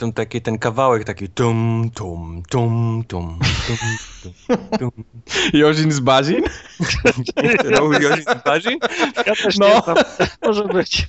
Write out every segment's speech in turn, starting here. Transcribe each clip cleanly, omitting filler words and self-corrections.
tam ten kawałek taki tum, tum, tum, tum, tum, tum, tum. Jozin z Bazin? Jozin z Bazin? Ja też nie znam. Może być.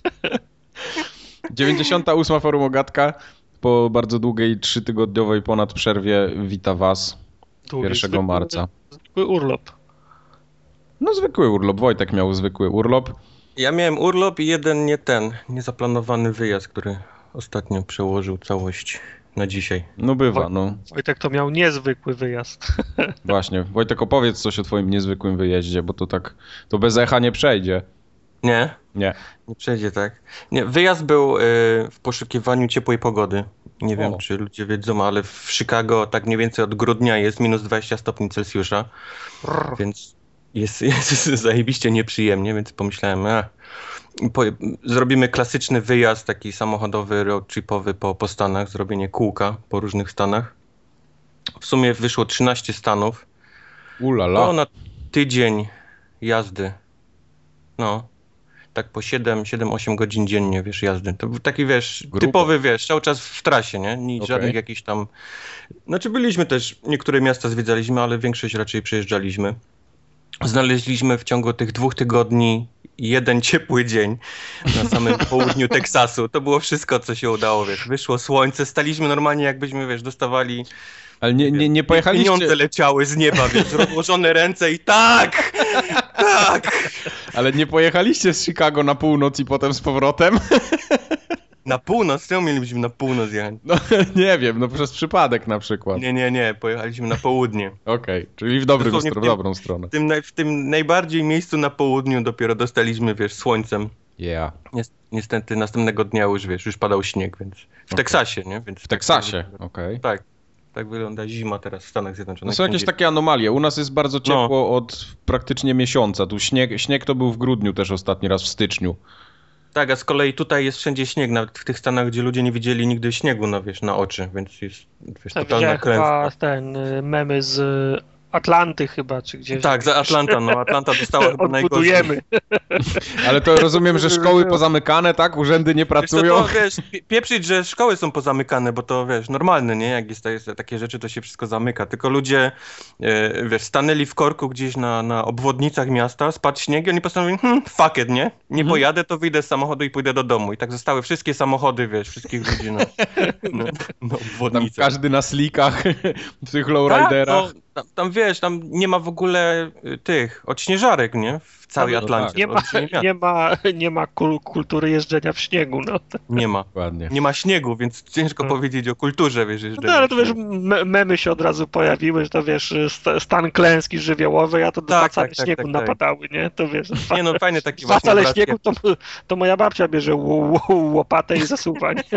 98. Forumogatka. Po bardzo długiej, 3-tygodniowej ponad przerwie wita was 1 marca. Zwykły urlop. No zwykły urlop. Wojtek miał zwykły urlop. Ja miałem urlop i jeden niezaplanowany wyjazd, który ostatnio przełożył całość na dzisiaj. No bywa, no. Wojtek to miał niezwykły wyjazd. Właśnie. Wojtek, opowiedz coś o twoim niezwykłym wyjeździe, bo to bez echa nie przejdzie. Nie? Nie. Nie przejdzie, tak. Nie, wyjazd był w poszukiwaniu ciepłej pogody. Nie wiem, czy ludzie wiedzą, ale w Chicago tak mniej więcej od grudnia jest minus 20 stopni Celsjusza, więc jest zajebiście nieprzyjemnie, więc pomyślałem, zrobimy klasyczny wyjazd, taki samochodowy, road tripowy po Stanach, zrobienie kółka po różnych stanach. W sumie wyszło 13 stanów. Ulala. To na tydzień jazdy. No. Tak po 7-8 godzin dziennie, wiesz, jazdy. To był taki, wiesz, Grupa. typowy, wiesz, cały czas w trasie, nie? Żadnych jakichś tam... Znaczy byliśmy też, niektóre miasta zwiedzaliśmy, ale większość raczej przejeżdżaliśmy. Znaleźliśmy w ciągu tych 2 tygodni jeden ciepły dzień na samym południu Teksasu. To było wszystko, co się udało, wiesz. Wyszło słońce, staliśmy normalnie, jakbyśmy, wiesz, dostawali... Ale nie pojechaliście... Pieniądze leciały z nieba, wiesz, rozłożone ręce i tak! Ale nie pojechaliście z Chicago na północ i potem z powrotem? Na północ? Czemu mielibyśmy na północ jechać? No nie wiem, no przez przypadek na przykład. Nie, pojechaliśmy na południe. Okej, czyli w dobrą stronę. W tym najbardziej miejscu na południu dopiero dostaliśmy, wiesz, słońcem. Yeah. Niestety następnego dnia już padał śnieg, więc w Teksasie, nie? Więc w Teksasie, okej. Tak wygląda zima teraz w Stanach Zjednoczonych. No są jakieś takie anomalie. U nas jest bardzo ciepło od praktycznie miesiąca. Tu śnieg to był w grudniu też ostatni raz, w styczniu. Tak, a z kolei tutaj jest wszędzie śnieg, nawet w tych Stanach, gdzie ludzie nie widzieli nigdy śniegu na oczy, więc jest totalna klęska. Ten memy z Atlanty chyba, czy gdzieś. Tak, za Atlanta, no Atlanta dostała chyba najgorzej. Ale to rozumiem, że szkoły pozamykane, tak? Urzędy nie pracują. Wiesz, pieprzyć, że szkoły są pozamykane, bo to, wiesz, normalne, nie? Jak jest takie rzeczy, to się wszystko zamyka. Tylko ludzie, wiesz, stanęli w korku gdzieś na obwodnicach miasta, spadł śnieg i oni postanowili, fuck it, nie? Nie pojadę, to wyjdę z samochodu i pójdę do domu. I tak zostały wszystkie samochody, wiesz, wszystkich ludzi na obwodnicach. Każdy na slikach, w tych lowriderach. Tak, tam wiesz, tam nie ma w ogóle tych odśnieżarek, nie? W całej Atlancie. Nie ma kultury jeżdżenia w śniegu, no. Nie ma. Ładnie. Nie ma śniegu, więc ciężko powiedzieć o kulturze, wiesz, jeżdżenia. No ale to wiesz, memy się od razu pojawiły, że to wiesz, stan klęski żywiołowej, a to dwa cale śniegu napadały, nie? To wiesz. Nie no, fajny taki właśnie cale śniegu to moja babcia bierze łopatę i zasuwa, nie?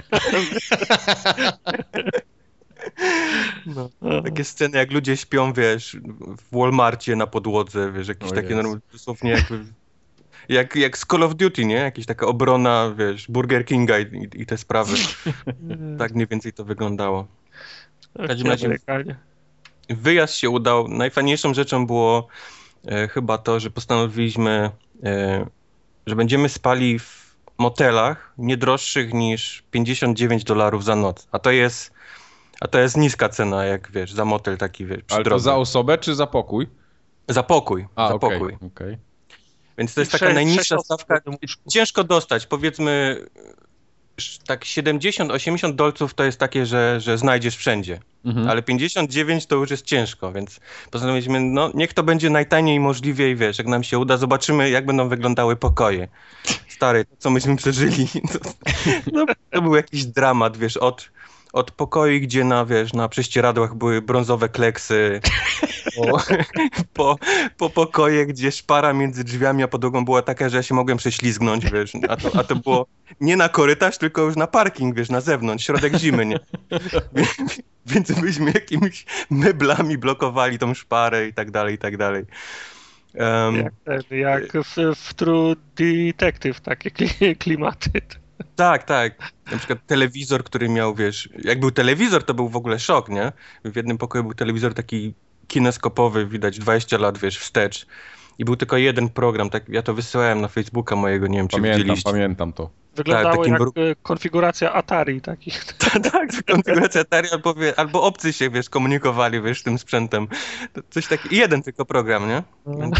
No, takie sceny, jak ludzie śpią, wiesz, w Walmarcie na podłodze, wiesz, jakieś takie dosłownie jak z Call of Duty, nie? Jakaś taka obrona, wiesz, Burger Kinga i te sprawy. Tak mniej więcej to wyglądało. W każdym razie wyjazd się udał. Najfajniejszą rzeczą było chyba to, że postanowiliśmy, że będziemy spali w motelach nie droższych niż $59 za noc. A to jest niska cena, jak wiesz, za motel taki, wiesz, przy Ale drodze. to za osobę czy za pokój? Za pokój. Okay. Więc to jest taka najniższa stawka. Ciężko dostać. Powiedzmy, tak $70-80 to jest takie, że znajdziesz wszędzie. Ale 59 to już jest ciężko, więc postanowiliśmy, no niech to będzie najtaniej możliwie i wiesz, jak nam się uda, zobaczymy, jak będą wyglądały pokoje. Stary, to co myśmy przeżyli, to był jakiś dramat, wiesz, od pokoi, gdzie na prześcieradłach były brązowe kleksy, po pokoje, gdzie szpara między drzwiami a podłogą była taka, że ja się mogłem prześlizgnąć, wiesz, a to było nie na korytarz, tylko już na parking, wiesz, na zewnątrz, środek zimy, nie? Więc byśmy jakimiś meblami blokowali tą szparę i tak dalej, i tak dalej. Jak w True Detective, takie klimaty. Tak. Na przykład telewizor, który miał, wiesz, jak był telewizor, to był w ogóle szok, nie? W jednym pokoju był telewizor taki kineskopowy, widać 20 lat, wiesz, wstecz. i był tylko jeden program, tak, ja to wysyłałem na Facebooka mojego, nie wiem, czy widzieliście. Pamiętam to. Wyglądało tak, jak konfiguracja Atari takich. Tak, konfiguracja Atari, albo obcy się, wiesz, komunikowali, wiesz, tym sprzętem. Coś takiego, jeden tylko program, nie? Więc...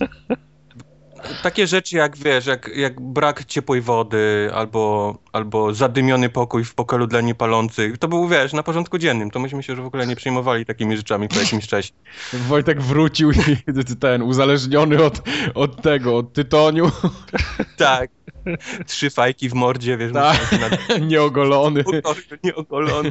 Takie rzeczy jak, wiesz, jak brak ciepłej wody, albo zadymiony pokój w pokoju dla niepalących, to był, wiesz, na porządku dziennym, to myśmy się że w ogóle nie przejmowali takimi rzeczami po jakimś czasie. Wojtek wrócił i uzależniony od tytoniu. Tak. 3 fajki w mordzie, wiesz. Tak. Nieogolony. Nieogolony.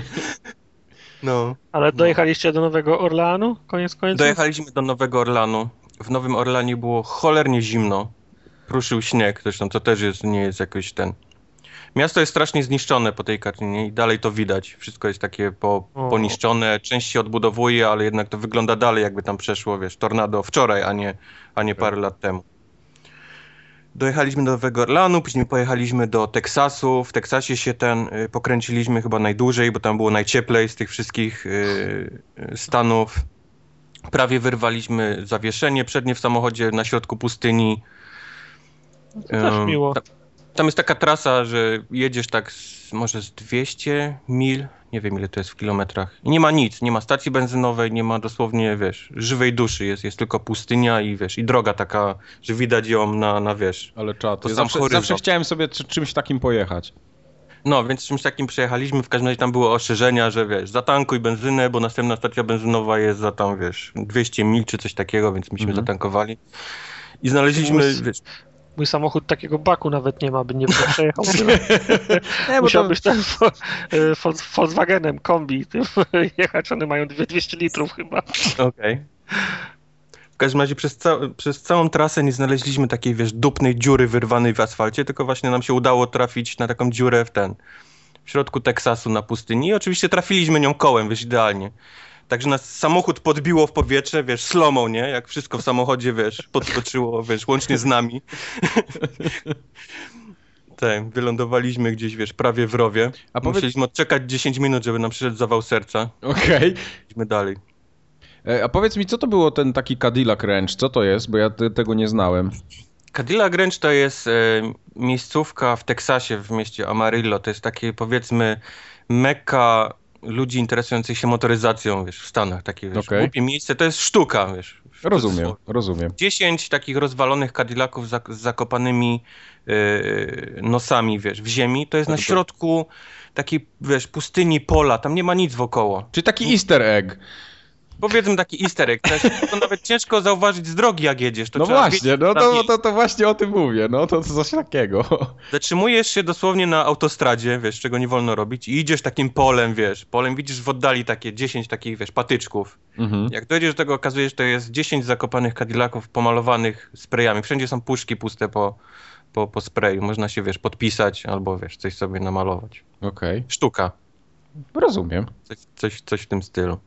No. Ale dojechaliście do Nowego Orleanu, koniec końców? Dojechaliśmy do Nowego Orleanu. W Nowym Orleanie było cholernie zimno. Pruszył śnieg, zresztą to też nie jest jakoś ten... Miasto jest strasznie zniszczone po tej Katrinie i dalej to widać. Wszystko jest takie poniszczone, część się odbudowuje, ale jednak to wygląda dalej, jakby tam przeszło, wiesz, tornado wczoraj, a nie parę lat temu. Dojechaliśmy do Nowego Orleanu, później pojechaliśmy do Teksasu. W Teksasie się pokręciliśmy chyba najdłużej, bo tam było najcieplej z tych wszystkich stanów. Prawie wyrwaliśmy zawieszenie przednie w samochodzie na środku pustyni. To też miło. Tam jest taka trasa, że jedziesz tak może z 200 mil, nie wiem ile to jest w kilometrach. I nie ma nic, nie ma stacji benzynowej, nie ma dosłownie, wiesz, żywej duszy. Jest tylko pustynia i wiesz, i droga taka, że widać ją na wiesz. Ale czad. To ja zawsze chciałem sobie czymś takim pojechać. No, więc czymś takim przejechaliśmy, w każdym razie tam było ostrzeżenia, że wiesz, zatankuj benzynę, bo następna stacja benzynowa jest za tam, wiesz, 200 mil czy coś takiego, więc myśmy zatankowali. I znaleźliśmy, wiesz... Mój samochód takiego baku nawet nie ma, by nie przejechał. Musiałbyś tam Volkswagenem, kombi tym jechać, one mają 200 litrów chyba. Okej. W każdym razie przez całą trasę nie znaleźliśmy takiej, wiesz, dupnej dziury wyrwanej w asfalcie, tylko właśnie nam się udało trafić na taką dziurę w środku Teksasu na pustyni i oczywiście trafiliśmy nią kołem, wiesz, idealnie. Także nas samochód podbiło w powietrze, wiesz, slomą, nie? Jak wszystko w samochodzie, wiesz, podskoczyło, wiesz, łącznie z nami. Tak, wylądowaliśmy gdzieś, wiesz, prawie w rowie. Musieliśmy odczekać 10 minut, żeby nam przyszedł zawał serca. Okej. Idźmy dalej. A powiedz mi, co to było ten taki Cadillac Ranch? Co to jest? Bo ja tego nie znałem. Cadillac Ranch to jest miejscówka w Teksasie, w mieście Amarillo. To jest takie, powiedzmy, mekka ludzi interesujących się motoryzacją, wiesz, w Stanach. Takie, wiesz, głupie miejsce. To jest sztuka, wiesz. Rozumiem. 10 takich rozwalonych Cadillaców z zakopanymi nosami, wiesz, w ziemi. To jest na środku takiej, wiesz, pustyni, pola. Tam nie ma nic wokoło. Czyli taki easter egg. Powiedzmy taki easter egg. To nawet ciężko zauważyć z drogi, jak jedziesz. To no właśnie, to właśnie o tym mówię. No to coś takiego. Zatrzymujesz się dosłownie na autostradzie, wiesz, czego nie wolno robić i idziesz takim polem, wiesz. Polem widzisz w oddali takie 10 takich, wiesz, patyczków. Jak dojdziesz do tego, okazuje się, że to jest 10 zakopanych Cadillaców pomalowanych sprayami. Wszędzie są puszki puste po sprayu. Można się, wiesz, podpisać albo, wiesz, coś sobie namalować. Okej. Sztuka. Rozumiem. Coś w tym stylu.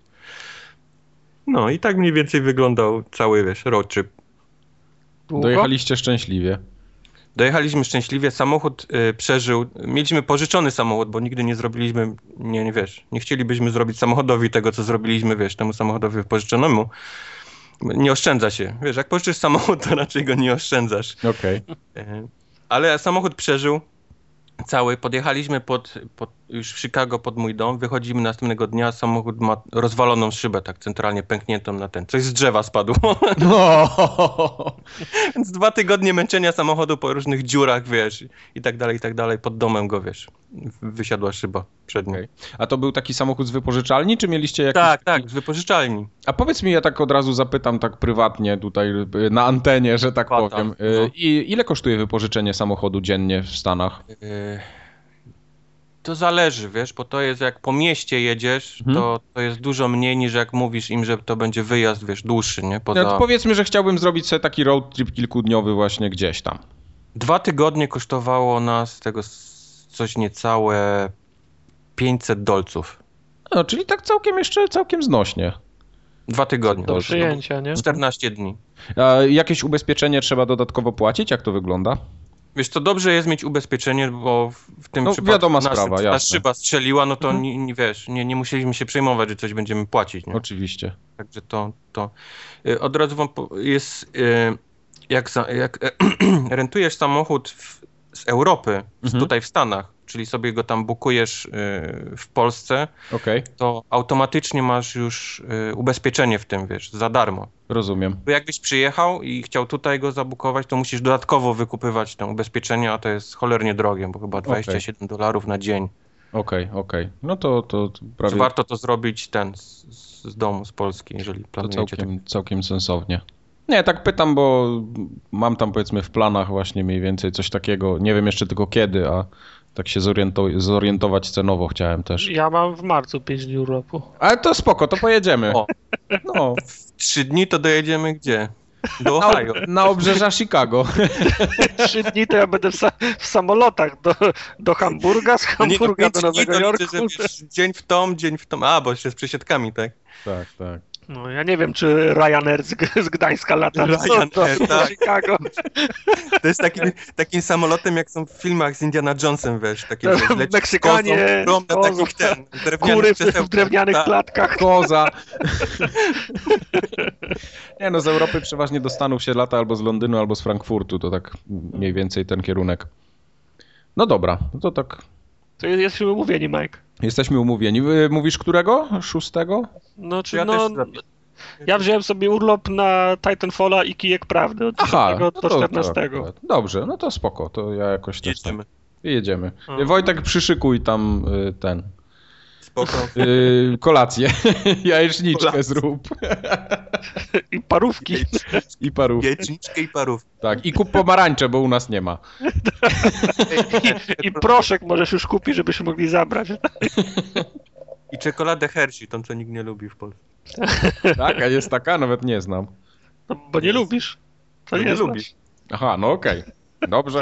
No i tak mniej więcej wyglądał cały, wiesz, road trip. Dojechaliście szczęśliwie. Dojechaliśmy szczęśliwie, samochód przeżył. Mieliśmy pożyczony samochód, bo nigdy nie zrobiliśmy, nie chcielibyśmy zrobić samochodowi tego, co zrobiliśmy, wiesz, temu samochodowi pożyczonemu. Nie oszczędza się. Wiesz, jak pożyczysz samochód, to raczej go nie oszczędzasz. Okej. Ale samochód przeżył. Cały, podjechaliśmy już w Chicago pod mój dom, wychodzimy następnego dnia, samochód ma rozwaloną szybę, tak centralnie pękniętą na coś z drzewa spadło. No. Więc 2 tygodnie męczenia samochodu po różnych dziurach, wiesz, i tak dalej, pod domem go, wiesz, wysiadła szyba przednia. Okay. A to był taki samochód z wypożyczalni, czy mieliście jakiś... Tak, z wypożyczalni. A powiedz mi, ja tak od razu zapytam tak prywatnie tutaj na antenie, że tak powiem. No. Ile kosztuje wypożyczenie samochodu dziennie w Stanach? To zależy, wiesz, bo to jest jak po mieście jedziesz, to jest dużo mniej niż jak mówisz im, że to będzie wyjazd, wiesz, dłuższy, nie? No to powiedzmy, że chciałbym zrobić sobie taki road trip kilkudniowy właśnie gdzieś tam. 2 tygodnie kosztowało nas tego coś niecałe $500. No, czyli tak całkiem znośnie. 2 tygodnie. Do przyjęcia, nie? 14 dni. A jakieś ubezpieczenie trzeba dodatkowo płacić? Jak to wygląda? Wiesz, to dobrze jest mieć ubezpieczenie, bo w tym przypadku wiadoma sprawa, ta szyba strzeliła, no to wiesz, nie musieliśmy się przejmować, że coś będziemy płacić. Nie? Oczywiście. Także to od razu wam jest Jak rentujesz samochód z Europy, tutaj w Stanach, czyli sobie go tam bukujesz w Polsce, to automatycznie masz już ubezpieczenie w tym, wiesz, za darmo. Rozumiem. Bo jakbyś przyjechał i chciał tutaj go zabukować, to musisz dodatkowo wykupywać to ubezpieczenie, a to jest cholernie drogie, bo chyba $27 na dzień. Okej. No to prawie... Czy warto to zrobić z domu, z Polski, jeżeli planujecie? To całkiem sensownie. Nie, tak pytam, bo mam tam powiedzmy w planach właśnie mniej więcej coś takiego. Nie wiem jeszcze tylko kiedy, a tak się zorientować cenowo chciałem też. Ja mam w marcu 5 dni urlopu. Ale to spoko, to pojedziemy. No. W 3 dni to dojedziemy gdzie? Do Ohio. Na obrzeża Chicago. 3 dni to ja będę w samolotach do Hamburga, z Hamburga do Nowego Jorku. Dzień w tom. Bo jeszcze z przesiadkami, tak? Tak. No ja nie wiem, czy Ryanair z Gdańska lata do Chicago. To jest takim samolotem, jak są w filmach z Indiana Jonesem, wiesz, takie Meksykanie, góry w drewnianych klatkach. Koza. Nie no, z Europy przeważnie do Stanów się lata albo z Londynu, albo z Frankfurtu, to tak mniej więcej ten kierunek. No dobra, no to tak... To jesteśmy umówieni, Mike. Jesteśmy umówieni. Mówisz którego? 6? No, ja wziąłem sobie urlop na Titanfalla i Kijek Prawdy od 10 do 14. Dobrze, no to spoko, to ja jakoś też jedziemy. Wojtek, przyszykuj tam ten... Spoko. Kolację. Jajeczniczkę zrób. I parówki. Jajeczniczkę i parówki. Tak, i kup pomarańcze, bo u nas nie ma. I proszek możesz już kupić, żebyśmy mogli zabrać. I czekoladę Hershey, tą co nikt nie lubi w Polsce. Tak, a jest taka? Nawet nie znam. No, bo nie lubisz. To nie lubisz. Aha, no okej. Dobrze.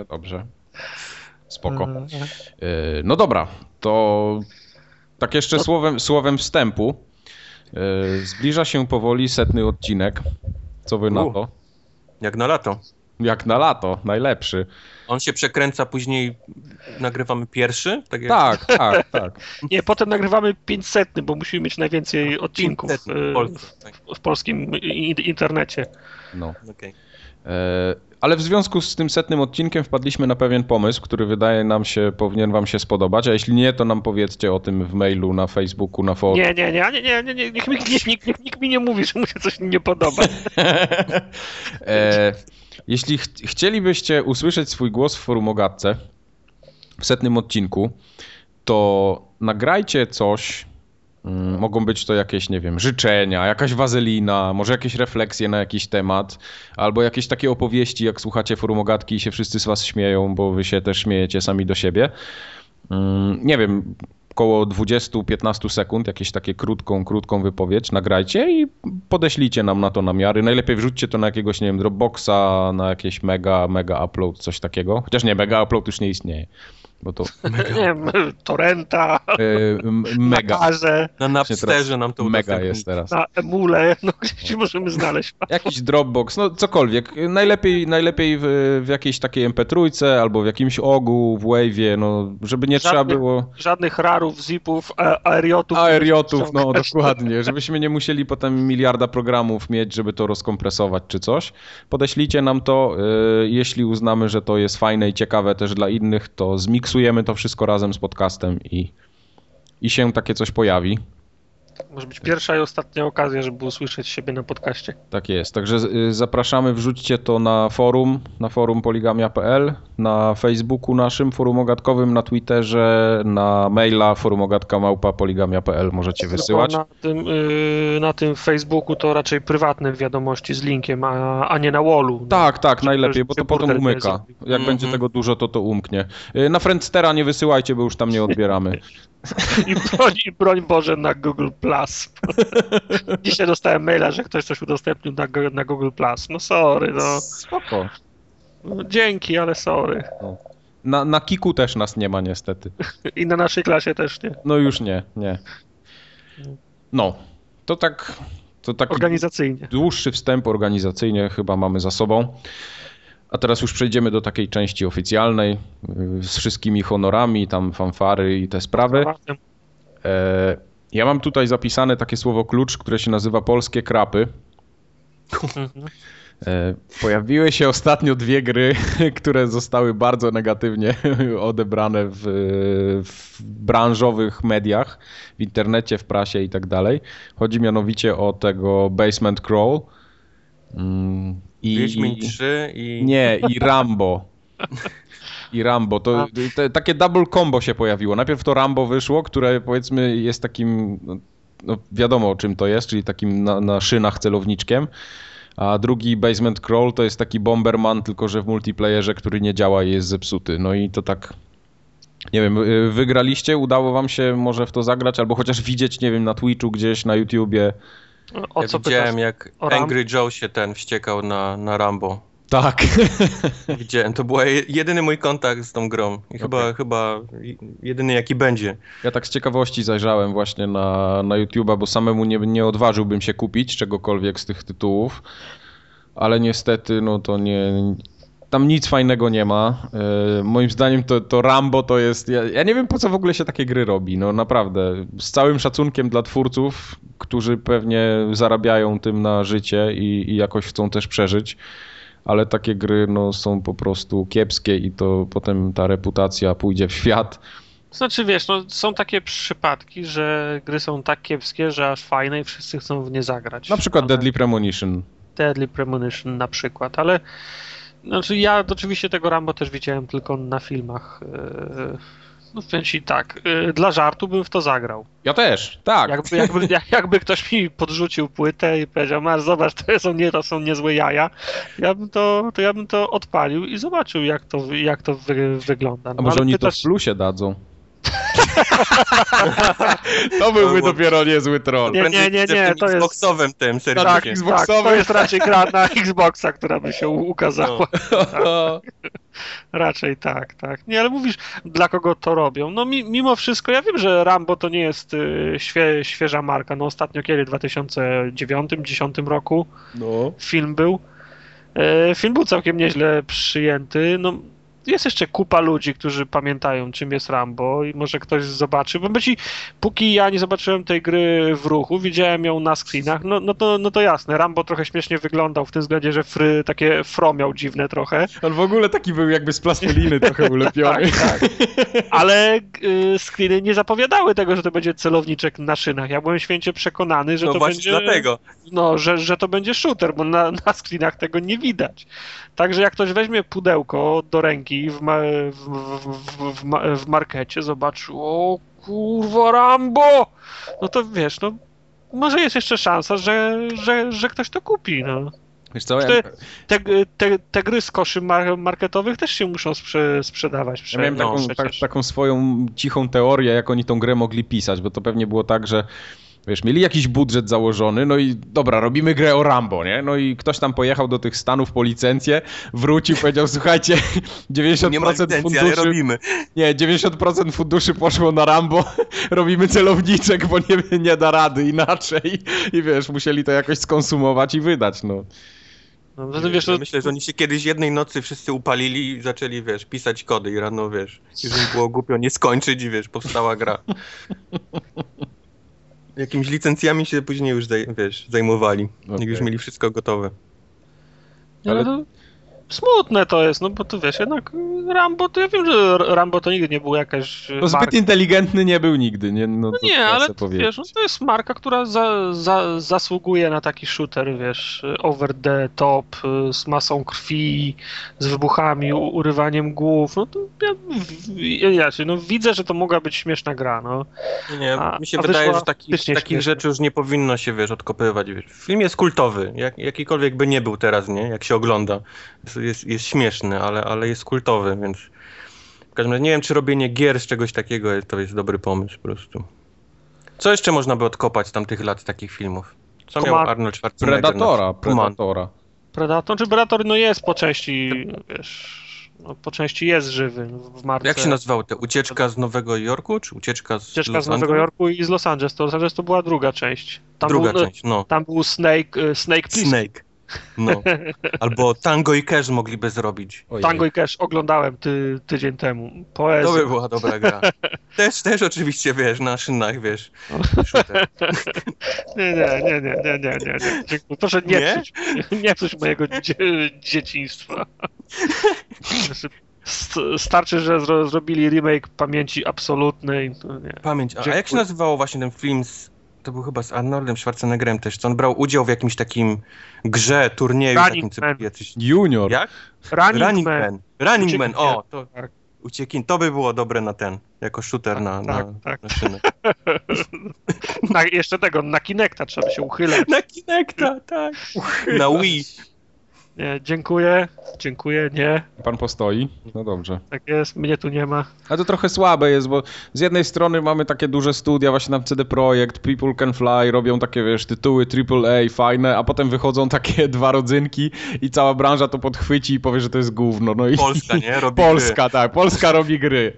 Spoko. No dobra, to tak jeszcze słowem wstępu. Zbliża się powoli 100. odcinek. Co wy na to? Jak na lato. Jak na lato, najlepszy. On się przekręca, później nagrywamy pierwszy? Tak. Nie, potem nagrywamy 500, bo musimy mieć najwięcej odcinków w polskim internecie. No. Okay. Ale w związku z tym 100. odcinkiem wpadliśmy na pewien pomysł, który wydaje nam się, powinien wam się spodobać, a jeśli nie, to nam powiedzcie o tym w mailu, na Facebooku, na forum. Nie, nikt mi nie mówi, że mu się coś nie podoba. Jeśli chcielibyście usłyszeć swój głos w Forum o Gadce w 100. odcinku, to nagrajcie coś, mogą być to jakieś, nie wiem, życzenia, jakaś wazelina, może jakieś refleksje na jakiś temat, albo jakieś takie opowieści, jak słuchacie Forum o Gadki i się wszyscy z was śmieją, bo wy się też śmiejecie sami do siebie. Nie wiem, około 20-15 sekund, jakieś takie krótką wypowiedź nagrajcie i podeślijcie nam na to namiary. Najlepiej wrzućcie to na jakiegoś, nie wiem, Dropboxa, na jakieś mega upload, coś takiego. Chociaż nie, mega upload już nie istnieje. Bo to nie wiem, torrenta, mega. Na Napsterze nam to mega jest teraz. Na Emule, no gdzieś możemy znaleźć. Jakiś Dropbox, no cokolwiek. Najlepiej w jakiejś takiej MP3 albo w jakimś OGU, w Wave'ie, no żeby nie trzeba było... Żadnych rarów, zipów, aeriotów. No dokładnie. Żebyśmy nie musieli potem miliarda programów mieć, żeby to rozkompresować czy coś. Podeślijcie nam to, jeśli uznamy, że to jest fajne i ciekawe też dla innych, to zmiksujemy to wszystko razem z podcastem i się takie coś pojawi. Może być pierwsza i ostatnia okazja, żeby usłyszeć siebie na podcaście. Tak jest, także zapraszamy, wrzućcie to na forum poligamia.pl, na Facebooku naszym Forum Ogadkowym, na Twitterze, na maila forumogadka@poligamia.pl możecie wysyłać. Na tym Facebooku to raczej prywatne wiadomości z linkiem, a nie na wallu. Tak, najlepiej, bo to potem umyka. Jak będzie tego dużo, to umknie. Na Friendstera nie wysyłajcie, bo już tam nie odbieramy. I broń Boże na Google+. Dzisiaj dostałem maila, że ktoś coś udostępnił na Google+. No sorry, no. Spoko. No, dzięki, ale sorry. No. Na Kiku też nas nie ma niestety. I na naszej klasie też nie. No już nie. No, to taki organizacyjnie. Dłuższy wstęp organizacyjnie chyba mamy za sobą. A teraz już przejdziemy do takiej części oficjalnej z wszystkimi honorami, tam fanfary i te sprawy. Ja mam tutaj zapisane takie słowo klucz, które się nazywa polskie krapy. Pojawiły się ostatnio 2 gry, które zostały bardzo negatywnie odebrane w branżowych mediach, w internecie, w prasie i tak dalej. Chodzi mianowicie o tego Basement Crawl. Wiedźmin 3 i... Nie, i Rambo. I Rambo. Takie double combo się pojawiło. Najpierw to Rambo wyszło, które powiedzmy jest takim, no wiadomo o czym to jest, czyli takim na szynach celowniczkiem. A drugi Basement Crawl to jest taki Bomberman, tylko że w multiplayerze, który nie działa i jest zepsuty. No i to tak, nie wiem, wygraliście? Udało wam się może w to zagrać? Albo chociaż widzieć, nie wiem, na Twitchu gdzieś, na YouTubie? Ja widziałem, jak Angry Joe się wściekał na Rambo. Tak. Widziałem, to był jedyny mój kontakt z tą grą. I chyba jedyny jaki będzie. Ja tak z ciekawości zajrzałem właśnie na YouTube'a, bo samemu nie odważyłbym się kupić czegokolwiek z tych tytułów. Ale niestety, no to nie... Tam nic fajnego nie ma. Moim zdaniem to Rambo to jest... Ja nie wiem, po co w ogóle się takie gry robi. No naprawdę. Z całym szacunkiem dla twórców, którzy pewnie zarabiają tym na życie i jakoś chcą też przeżyć. Ale takie gry no, są po prostu kiepskie i to potem ta reputacja pójdzie w świat. Znaczy wiesz, no, są takie przypadki, że gry są tak kiepskie, że aż fajne i wszyscy chcą w nie zagrać. Na przykład Deadly Premonition. Deadly Premonition na przykład, ale znaczy ja oczywiście tego Rambo też widziałem tylko na filmach. No w sensie tak, dla żartu bym w to zagrał. Ja też, tak. Jakby ktoś mi podrzucił płytę i powiedział, masz zobacz, to są niezłe jaja, ja bym to odpalił i zobaczył jak to wygląda. No, a może oni to w plusie dadzą? To byłby dopiero niezły troll. Nie, to jest Xboxowym tym serwisie. Tak, to jest raczej gra na Xboxa, która by się ukazała. No. Tak. Raczej tak. Nie, ale mówisz, dla kogo to robią? No mimo wszystko, ja wiem, że Rambo to nie jest świeża marka. No ostatnio kiedy? W 2009-2010 roku film był. Film był całkiem nieźle przyjęty. No, jest jeszcze kupa ludzi, którzy pamiętają, czym jest Rambo i może ktoś zobaczy, bo póki ja nie zobaczyłem tej gry w ruchu, widziałem ją na screenach, no to jasne, Rambo trochę śmiesznie wyglądał w tym względzie, że takie fro miał dziwne trochę. On w ogóle taki był jakby z plasteliny trochę ulepiony. tak. Ale screeny nie zapowiadały tego, że to będzie celowniczek na szynach. Ja byłem święcie przekonany, że to będzie... dlatego. No, że to będzie shooter, bo na screenach tego nie widać. Także jak ktoś weźmie pudełko do ręki w markecie, zobaczy, o kurwa Rambo! No to wiesz, no może jest jeszcze szansa, że ktoś to kupi, no. Wiesz co, te gry z koszy marketowych też się muszą sprzedawać. Ja miałem taką swoją cichą teorię, jak oni tą grę mogli pisać, bo to pewnie było tak, że wiesz, mieli jakiś budżet założony, no i dobra, robimy grę o Rambo, nie? No i ktoś tam pojechał do tych Stanów po licencję, wrócił, powiedział, słuchajcie, 90% funduszy... robimy. Nie, 90% funduszy poszło na Rambo, robimy celowniczek, bo nie da rady inaczej. I wiesz, musieli to jakoś skonsumować i wydać, no. Ja myślę, że oni się kiedyś jednej nocy wszyscy upalili i zaczęli, wiesz, pisać kody i rano, wiesz, już im było głupio nie skończyć i wiesz, powstała gra. Jakimiś licencjami się później już, zajmowali. Okay. Jak już mieli wszystko gotowe. Ale smutne to jest, no bo to wiesz, jednak Rambo, to ja wiem, że Rambo to nigdy nie był jakaś no zbyt inteligentny nie był nigdy, nie? No nie, ale wiesz, no to jest marka, która zasługuje na taki shooter, wiesz, over the top, z masą krwi, z wybuchami, urywaniem głów, no to ja widzę, że to mogła być śmieszna gra, no. Nie, mi się wydaje, że takich rzeczy już nie powinno się, wiesz, odkopywać, wiesz. Film jest kultowy, jakikolwiek by nie był teraz, nie? Jak się ogląda. Jest śmieszny, ale jest kultowy, więc w każdym razie nie wiem, czy robienie gier z czegoś takiego to jest dobry pomysł po prostu. Co jeszcze można by odkopać z tamtych lat z takich filmów? Co miał Arnold Schwarzenegger? Predator, no jest po części, wiesz, no po części jest żywy w marce. Jak się nazywało to? Ucieczka z Nowego Jorku, czy ucieczka z Nowego Jorku i z Los Angeles. To Los Angeles to była druga część. Tam był Snake Plissken. No. Albo Tango i Cash mogliby zrobić. Ojej. Tango i Cash oglądałem tydzień temu. To Poezja. by była dobra gra. Też oczywiście, wiesz, na szynach, wiesz. Nie. Dziękuję. Proszę nie psuć mojego dzieciństwa. Starczy, że zrobili remake Pamięci Absolutnej. To nie. Pamięć. A jak się nazywało właśnie ten film to był chyba z Arnoldem Schwarzeneggerem też, co on brał udział w jakimś takim grze, turnieju. Running takim, Man. jacyś... Junior. Jak? Running Man. Running Man, o, to Tak. Uciekin. To by było dobre na ten, jako shooter na szynę. Tak, jeszcze tego, na Kinecta trzeba się uchylać. Na Kinecta, tak. Na Wii. Nie, dziękuję, nie. Pan postoi? No dobrze. Tak jest, mnie tu nie ma. A to trochę słabe jest, bo z jednej strony mamy takie duże studia, właśnie tam CD Projekt, People Can Fly, robią takie, wiesz, tytuły AAA fajne, a potem wychodzą takie dwa rodzynki i cała branża to podchwyci i powie, że to jest gówno. No i Polska, nie? Robi Polska, gry. tak, Polska robi gry.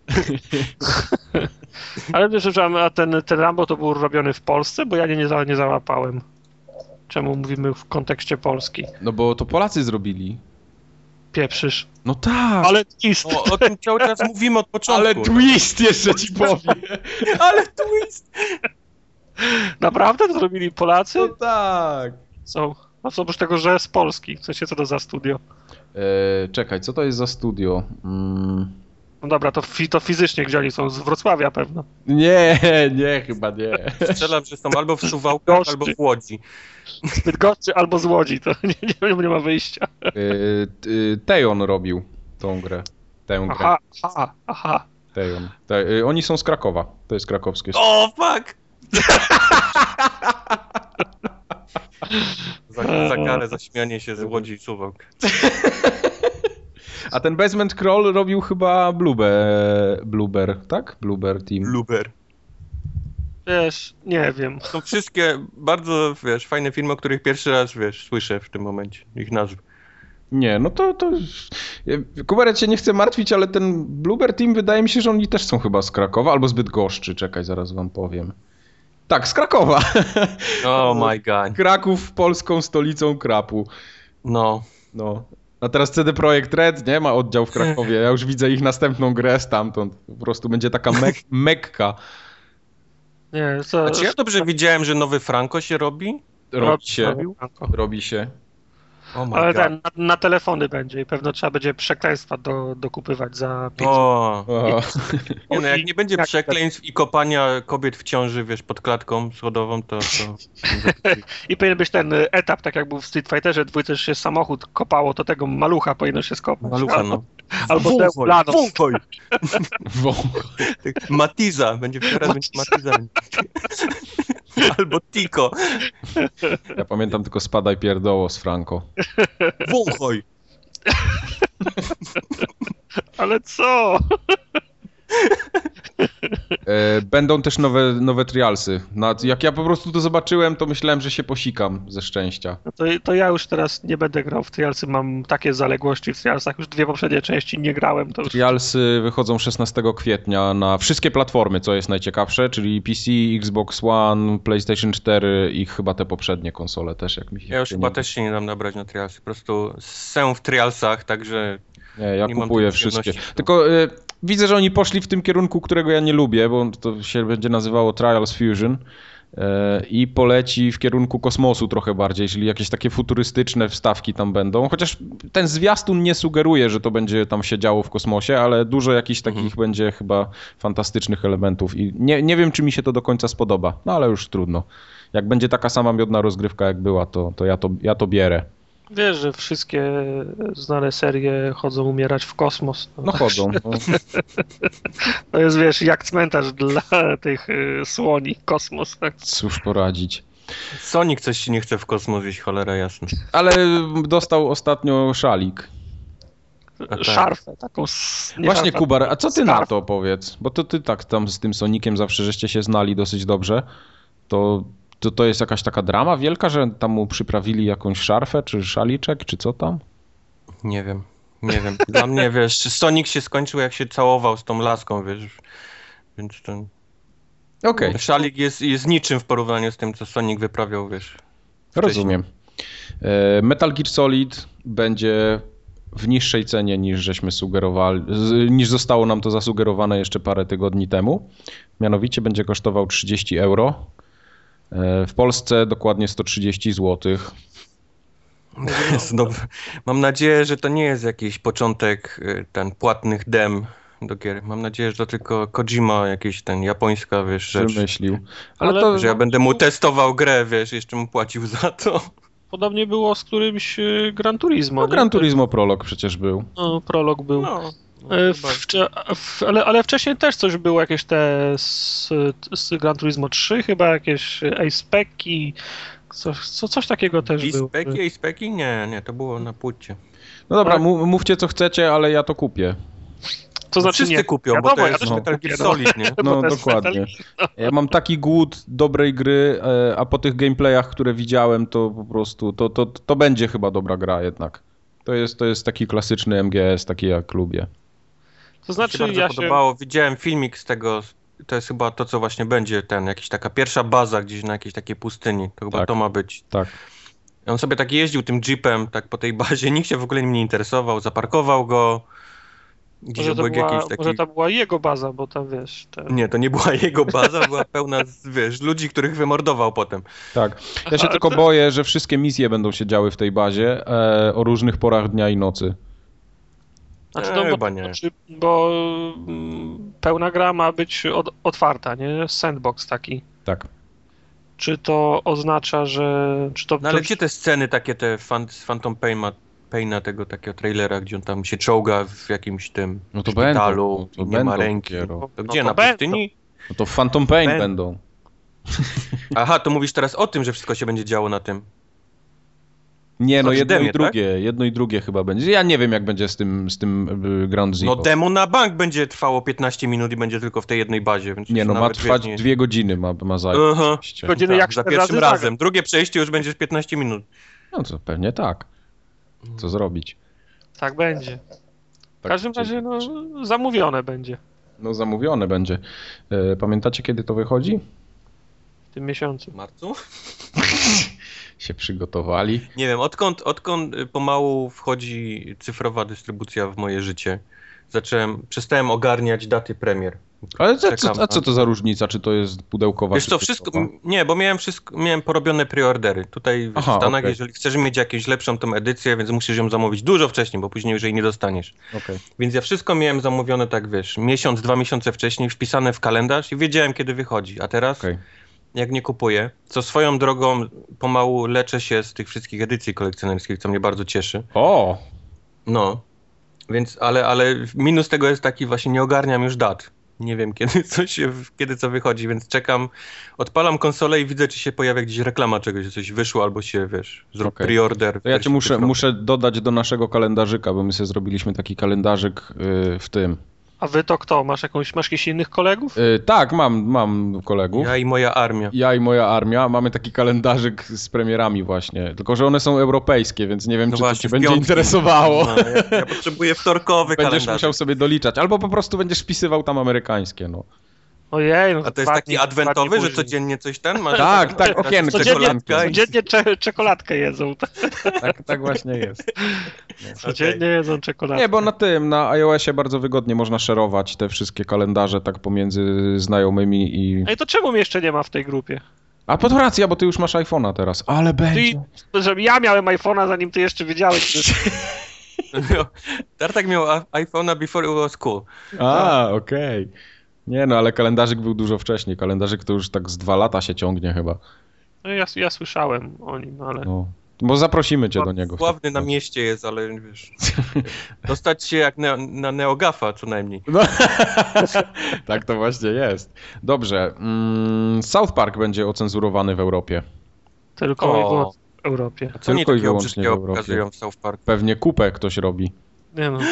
Ale wiesz, że ten Rambo to był robiony w Polsce, bo ja nie załapałem. Czemu mówimy w kontekście Polski? No bo to Polacy zrobili. Pieprzysz. No tak. Ale twist. O tym cały czas mówimy od początku. Ale twist jeszcze ci powiem. Ale twist. Naprawdę to zrobili Polacy? No tak. A co oprócz tego, że z Polski? Co to za studio? Czekaj, co to jest za studio? No dobra, to fizycznie gdzie oni są? Z Wrocławia pewno. Nie, chyba nie. Strzelam, że są albo w Suwałkach, albo w Łodzi. Z Bydgoszczy albo z Łodzi, to nie ma wyjścia. Tejon robił tą grę. Tę grę. Aha. Tejon. Oni są z Krakowa. To jest krakowskie. O, fuck! za karę, za śmianie się z Łodzi i Suwałk. A ten Basement Crawl robił chyba Blueber, tak? Blueber Team. Blueber. Wiesz, nie wiem. Są wszystkie bardzo, wiesz, fajne filmy, o których pierwszy raz, wiesz, słyszę w tym momencie, ich nazwy. Nie, no to... Kuberek cię nie chce martwić, ale ten Blueber Team wydaje mi się, że oni też są chyba z Krakowa, albo z Bydgoszczy, czekaj, zaraz wam powiem. Tak, z Krakowa. Oh my god. Kraków polską stolicą krapu. No. A teraz CD Projekt Red, nie? Ma oddział w Krakowie. Ja już widzę ich następną grę stamtąd. Po prostu będzie taka Mekka. Nie, co... A czy ja dobrze widziałem, że nowy Franco się robi? Robi się. Oh my Ale god. ten na telefony będzie i pewno trzeba będzie przekleństwa dokupywać za 5 Nie, no jak nie będzie przekleństw i kopania kobiet w ciąży, wiesz, pod klatką schodową, to... I powinien być ten etap, tak jak był w Street Fighterze, dwójce się samochód kopało, to tego malucha powinno się skopać. Malucha, no. Albo Wąchoj. Wąchoj. Matiza, będzie teraz Matiza. Albo Tico. Ja pamiętam tylko Spadaj Pierdoło z Franco. Wąchoj. Ale co? Będą też nowe trialsy. Jak ja po prostu to zobaczyłem, to myślałem, że się posikam ze szczęścia. No to ja już teraz nie będę grał w trialsy, mam takie zaległości w trialsach, już 2 poprzednie części nie grałem. To już... Trialsy wychodzą 16 kwietnia na wszystkie platformy, co jest najciekawsze, czyli PC, Xbox One, PlayStation 4 i chyba te poprzednie konsole też. Jak mi się Ja już chyba też się nie dam nabrać na trialsy, po prostu są w trialsach, także... Nie, ja nie kupuję wszystkie. Tylko widzę, że oni poszli w tym kierunku, którego ja nie lubię, bo to się będzie nazywało Trials Fusion i poleci w kierunku kosmosu trochę bardziej, czyli jakieś takie futurystyczne wstawki tam będą. Chociaż ten zwiastun nie sugeruje, że to będzie tam się działo w kosmosie, ale dużo jakichś takich będzie chyba fantastycznych elementów i nie wiem, czy mi się to do końca spodoba, no ale już trudno. Jak będzie taka sama miodna rozgrywka jak była, to ja to bierę. Wiesz, że wszystkie znane serie chodzą umierać w kosmos. No chodzą. No. To jest, wiesz, jak cmentarz dla tych słoni, kosmos. Tak? Cóż poradzić. Sonic coś ci nie chce w kosmos iść, cholera jasna. Ale dostał ostatnio szalik. Szarfę, taką... Właśnie, szarfę, Kubar, a co ty skarf. na to powiedz? Bo to ty tak tam z tym Soniciem zawsze żeście się znali dosyć dobrze. To jest jakaś taka drama wielka, że tam mu przyprawili jakąś szarfę, czy szaliczek, czy co tam? Nie wiem. Dla mnie, wiesz, Sonic się skończył, jak się całował z tą laską, wiesz. Więc ten... Okej. Szalik jest niczym w porównaniu z tym, co Sonic wyprawiał, wiesz. Rozumiem. Metal Gear Solid będzie w niższej cenie niż żeśmy sugerowali, niż zostało nam to zasugerowane jeszcze parę tygodni temu. Mianowicie będzie kosztował 30 euro. W Polsce dokładnie 130 zł. Mam nadzieję, że to nie jest jakiś początek ten płatnych dem do gier. Mam nadzieję, że to tylko Kojima, jakiś ten japońska, wiesz, rzecz. Wymyślił. Ale to, że ja będę mu testował grę, wiesz, jeszcze mu płacił za to. Podobnie było z którymś Gran Turismo. No, Gran Turismo Prolog przecież był. No, Prolog był. No, ale wcześniej też coś było, jakieś te z Gran Turismo 3 chyba, jakieś Ace-Peki, coś takiego też było. Ace-Peki? Nie, to było na płycie. No dobra, mówcie co chcecie, ale ja to kupię. To znaczy wszyscy nie kupią, wiadomo, bo to jest ja Metal Gear Solid, nie? No dokładnie. Ja mam taki głód dobrej gry, a po tych gameplayach, które widziałem, to po prostu to będzie chyba dobra gra jednak. To jest taki klasyczny MGS, taki jak lubię. To znaczy, mi się bardzo podobało. Widziałem filmik z tego, to jest chyba to, co właśnie będzie jakaś taka pierwsza baza gdzieś na jakiejś takiej pustyni. To chyba to ma być. Tak. On sobie tak jeździł tym jeepem tak po tej bazie, nikt się w ogóle nim nie interesował, zaparkował go. Może to była jego baza, bo tam wiesz... Nie, to nie była jego baza, była pełna ludzi, których wymordował potem. Tak. Ja się tylko boję, że wszystkie misje będą się działy w tej bazie o różnych porach dnia i nocy. Znaczy, chyba nie. Bo pełna gra ma być otwarta, nie? Sandbox taki. Tak. Czy to oznacza, że... ale gdzie te sceny takie, z Phantom Paina, tego takiego trailera, gdzie on tam się czołga w jakimś tym szpitalu, nie ma ręki. To gdzie, na pustyni? No to w Phantom Pain będą. Aha, to mówisz teraz o tym, że wszystko się będzie działo na tym. Nie, no jedno i drugie chyba będzie. Ja nie wiem, jak będzie z tym Ground Zero. No demo na bank będzie trwało 15 minut i będzie tylko w tej jednej bazie. Więc nie, no ma trwać 2 godziny, ma zająć. Godziny jak za pierwszym razem. Drugie przejście już będzie 15 minut. No to pewnie tak. Co zrobić? Tak będzie. W każdym razie zamówione będzie. No zamówione będzie. Pamiętacie, kiedy to wychodzi? W tym miesiącu. W marcu? Się przygotowali. Nie wiem, odkąd pomału wchodzi cyfrowa dystrybucja w moje życie. Przestałem ogarniać daty premier. Ale co to za różnica? Czy to jest pudełkowa? Wiesz co, nie, bo miałem porobione preordery. Tutaj w Stanach, jeżeli chcesz mieć jakąś lepszą tą edycję, więc musisz ją zamówić dużo wcześniej, bo później już jej nie dostaniesz. Więc ja wszystko miałem zamówione tak, wiesz, miesiąc, 2 miesiące wcześniej, wpisane w kalendarz i wiedziałem, kiedy wychodzi. A teraz, jak nie kupuję, co swoją drogą pomału leczę się z tych wszystkich edycji kolekcjonerskich, co mnie bardzo cieszy. O! No, więc, ale minus tego jest taki, właśnie nie ogarniam już dat. Nie wiem, kiedy co wychodzi, więc czekam, odpalam konsolę i widzę, czy się pojawia gdzieś reklama czegoś, że coś wyszło, albo się, wiesz, zrób preorder. To ja cię muszę dodać do naszego kalendarzyka, bo my sobie zrobiliśmy taki kalendarzyk w tym. A wy to kto? Masz jakichś innych kolegów? Tak, mam kolegów. Ja i moja armia. Mamy taki kalendarzyk z premierami właśnie. Tylko że one są europejskie, więc nie wiem, czy to cię będzie interesowało. No, ja potrzebuję wtorkowy kalendarz. Będziesz musiał sobie doliczać. Albo po prostu będziesz wpisywał tam amerykańskie, no. Ojej, a to jest taki adwentowy, że codziennie coś masz? Tak, okienko. Codziennie czekoladkę jedzą. Tak właśnie jest. Codziennie jedzą czekoladę. Nie, bo na iOSie bardzo wygodnie można szerować te wszystkie kalendarze tak pomiędzy znajomymi i... Ej, to czemu mnie jeszcze nie ma w tej grupie? A to racja, bo ty już masz iPhone'a teraz, ale będzie. Że ja miałem iPhone'a, zanim ty jeszcze wiedziałeś. Tartak miał iPhone'a before it was cool. Okej. Nie no, ale kalendarzyk był dużo wcześniej. Kalendarzyk to już tak z 2 lata się ciągnie chyba. No ja słyszałem o nim, ale... No. Bo zaprosimy cię do niego. Sławny na mieście jest, ale wiesz... dostać się jak na NeoGAFa co najmniej. No. Tak to właśnie jest. Dobrze. South Park będzie ocenzurowany w Europie. Tylko w Europie. A co tylko i wyłącznie w Europie. Pokazują w South Park. Pewnie kupę ktoś robi. Nie no,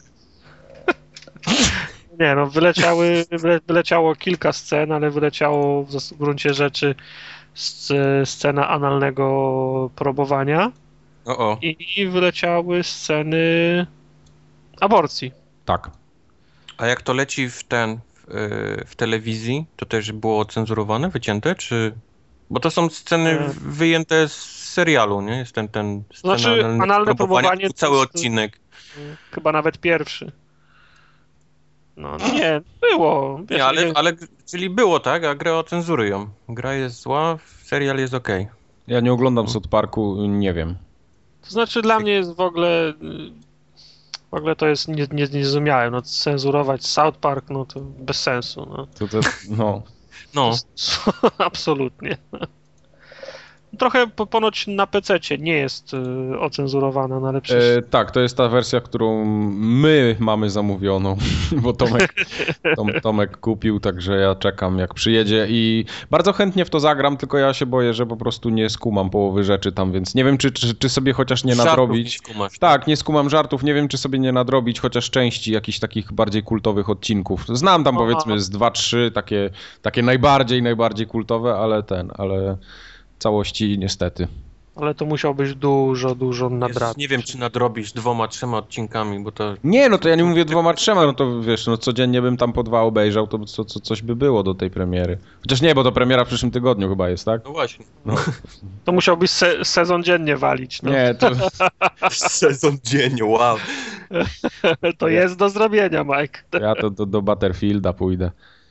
Nie no, wyleciało kilka scen, ale wyleciało w gruncie rzeczy scena analnego probowania i wyleciały sceny aborcji. Tak. A jak to leci w telewizji, to też było cenzurowane, wycięte, czy... Bo to są sceny wyjęte z serialu, nie? Jest ten scena, znaczy, analne próbowanie cały odcinek. Chyba nawet pierwszy. No nie, było. Wiesz, nie, ale czyli było, tak? A grę ocenzurują. Gra jest zła, serial jest okej. Ja nie oglądam South Parku, nie wiem. To znaczy dla mnie jest w ogóle to jest niezrozumiałe. No cenzurować South Park, no to bez sensu. No. No. Absolutnie. Trochę ponoć na PC-cie nie jest ocenzurowana, no ale przecież... Tak, to jest ta wersja, którą my mamy zamówioną, bo Tomek kupił, także ja czekam jak przyjedzie i bardzo chętnie w to zagram, tylko ja się boję, że po prostu nie skumam połowy rzeczy tam, więc nie wiem, czy sobie chociaż nie nadrobić. Nie skumasz, tak, nie skumam żartów, nie wiem, czy sobie nie nadrobić chociaż części jakichś takich bardziej kultowych odcinków. Znam tam powiedzmy z 2-3 takie najbardziej kultowe, ale całości niestety. Ale to musiałbyś dużo nadrabiać. Nie wiem, czy nadrobisz 2-3 odcinkami, bo to... Nie, no to ja nie mówię 2-3, no to wiesz, no codziennie bym tam po 2 obejrzał, to coś by było do tej premiery. Chociaż nie, bo to premiera w przyszłym tygodniu chyba jest, tak? No właśnie. No. To musiałbyś sezon dziennie walić. No. Nie, to... Sezon dziennie, wow. To jest do zrobienia, Mike. Ja to do Battlefielda pójdę.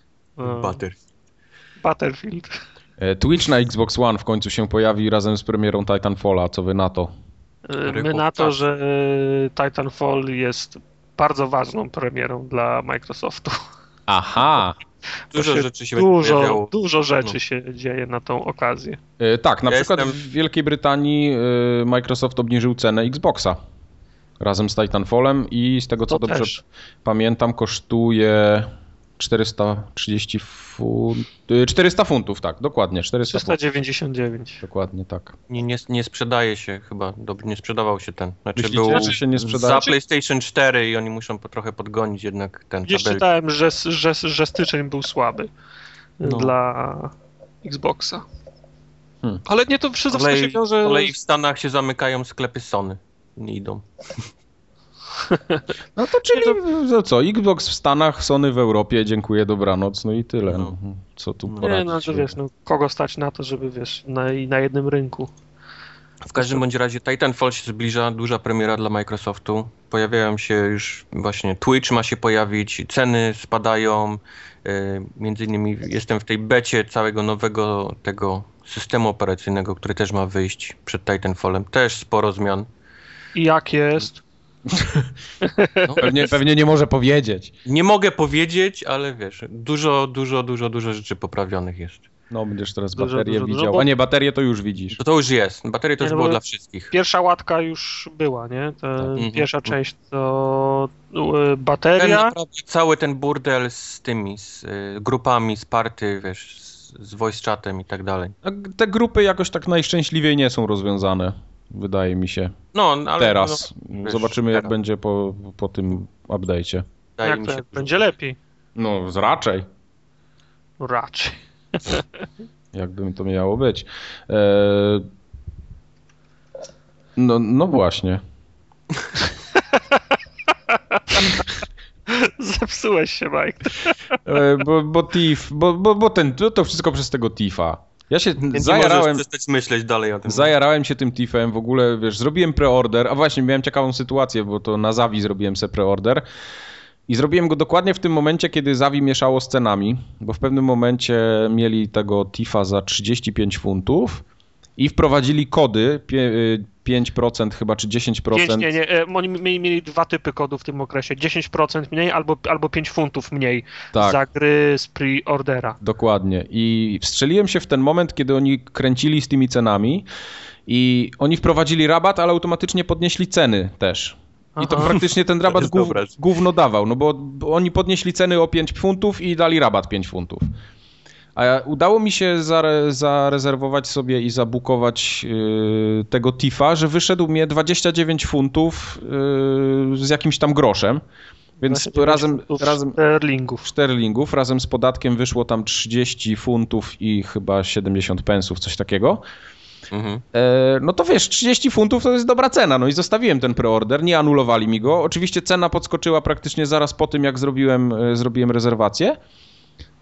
Battlefield. Twitch na Xbox One w końcu się pojawi razem z premierą Titanfalla. Co wy na to? My na to, że Titanfall jest bardzo ważną premierą dla Microsoftu. Aha! Dużo rzeczy się dzieje na tą okazję. Tak, na przykład w Wielkiej Brytanii Microsoft obniżył cenę Xboxa razem z Titanfallem i z tego co dobrze pamiętam kosztuje 400 funtów, tak, dokładnie. 399. Dokładnie, tak. Nie sprzedaje się chyba, nie sprzedawał się ten. Znaczy myślicie, że się nie sprzedaje? Za PlayStation 4 i oni muszą trochę podgonić jednak ten Gdzieś tabelki. czytałem, że styczeń był słaby dla Xboxa. Ale nie to wszystko się wiąże... Z kolei w Stanach się zamykają sklepy Sony. Nie idą. No to czyli co? Xbox w Stanach, Sony w Europie, dziękuję, dobranoc, no i tyle. No. Co tu poradzić? Nie, no to wiesz, kogo stać na to, żeby wiesz, na jednym rynku. W każdym bądź razie Titanfall się zbliża, duża premiera dla Microsoftu. Pojawiają się już właśnie Twitch ma się pojawić, ceny spadają. Między innymi jestem w tej becie całego nowego tego systemu operacyjnego, który też ma wyjść przed Titanfallem. Też sporo zmian. I jak jest? No, pewnie nie może powiedzieć. Nie mogę powiedzieć, ale wiesz, dużo rzeczy poprawionych jest. No, będziesz teraz baterię widział. A nie, baterię to już widzisz. To już jest. Baterie to już było dla wszystkich. Pierwsza łatka już była, nie? Pierwsza część to bateria. Cały ten burdel z tymi, z grupami, z party, wiesz, z voice chatem i tak dalej. A te grupy jakoś tak najszczęśliwiej nie są rozwiązane. Wydaje mi się. No, ale teraz. Zobaczymy jak będzie po tym update'cie. Jak mi się będzie lepiej. No, raczej. Raczej. Jakby to miało być. No właśnie. Zepsułeś się, Mike. Bo Tiff, to wszystko przez tego Tiffa. Ja się myśleć dalej o tym. Zajarałem się tym Tiffem, w ogóle, wiesz, zrobiłem preorder, a właśnie miałem ciekawą sytuację, bo to na Zawi zrobiłem sobie preorder i zrobiłem go dokładnie w tym momencie, kiedy Zawi mieszało z cenami, bo w pewnym momencie mieli tego Tiffa za 35 funtów i wprowadzili kody 5% chyba, czy 10%. Nie. Oni mieli dwa typy kodów w tym okresie. 10% mniej albo 5 funtów mniej za gry z pre-ordera. Dokładnie. I wstrzeliłem się w ten moment, kiedy oni kręcili z tymi cenami i oni wprowadzili rabat, ale automatycznie podnieśli ceny też. I to praktycznie ten rabat gówno dawał, no bo oni podnieśli ceny o 5 funtów i dali rabat 5 funtów. A udało mi się zarezerwować sobie i zabukować tego Tiffa, że wyszedł mnie 29 funtów z jakimś tam groszem. Więc razem szterlingów, razem z podatkiem wyszło tam 30 funtów i chyba 70 pensów, coś takiego. Mhm. No to wiesz, 30 funtów to jest dobra cena, no i zostawiłem ten preorder, nie anulowali mi go. Oczywiście cena podskoczyła praktycznie zaraz po tym, jak zrobiłem rezerwację.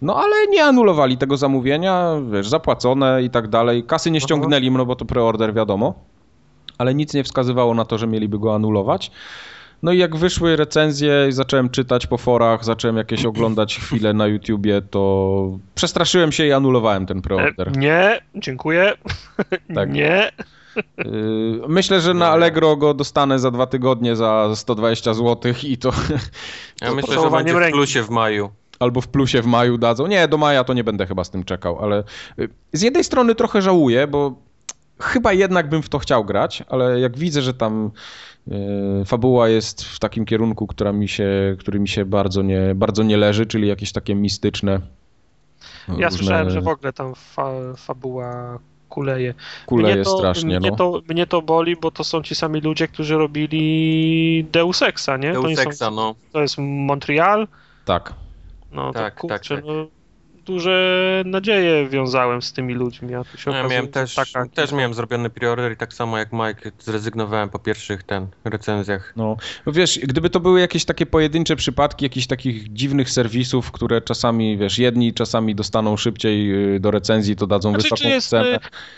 No ale nie anulowali tego zamówienia, wiesz, zapłacone i tak dalej. Kasy nie ściągnęli, no bo to preorder, wiadomo. Ale nic nie wskazywało na to, że mieliby go anulować. No i jak wyszły recenzje i zacząłem czytać po forach, zacząłem jakieś oglądać chwilę na YouTubie, to przestraszyłem się i anulowałem ten preorder. Nie, dziękuję. Tak. Nie. Myślę, że na Allegro go dostanę za 2 tygodnie za 120 zł i to... Ja myślę, że będzie w plusie w maju. Albo w plusie w maju dadzą. Nie, do maja to nie będę chyba z tym czekał, ale z jednej strony trochę żałuję, bo chyba jednak bym w to chciał grać, ale jak widzę, że tam fabuła jest w takim kierunku, który mi się bardzo nie leży, czyli jakieś takie mistyczne. Ja słyszałem, że w ogóle tam fabuła kuleje. Kuleje strasznie. Mnie to boli, bo to są ci sami ludzie, którzy robili Deus Exa, nie? Deus Exa, no. To jest Montreal. Tak. No tak, to kurczę, tak. No, duże nadzieje wiązałem z tymi ludźmi, a tu się okazuje, miałem też miałem zrobiony preorder i tak samo jak Mike zrezygnowałem po pierwszych recenzjach. No wiesz, gdyby to były jakieś takie pojedyncze przypadki, jakichś takich dziwnych serwisów, które czasami, wiesz, jedni czasami dostaną szybciej do recenzji, to dadzą wysoką cenę.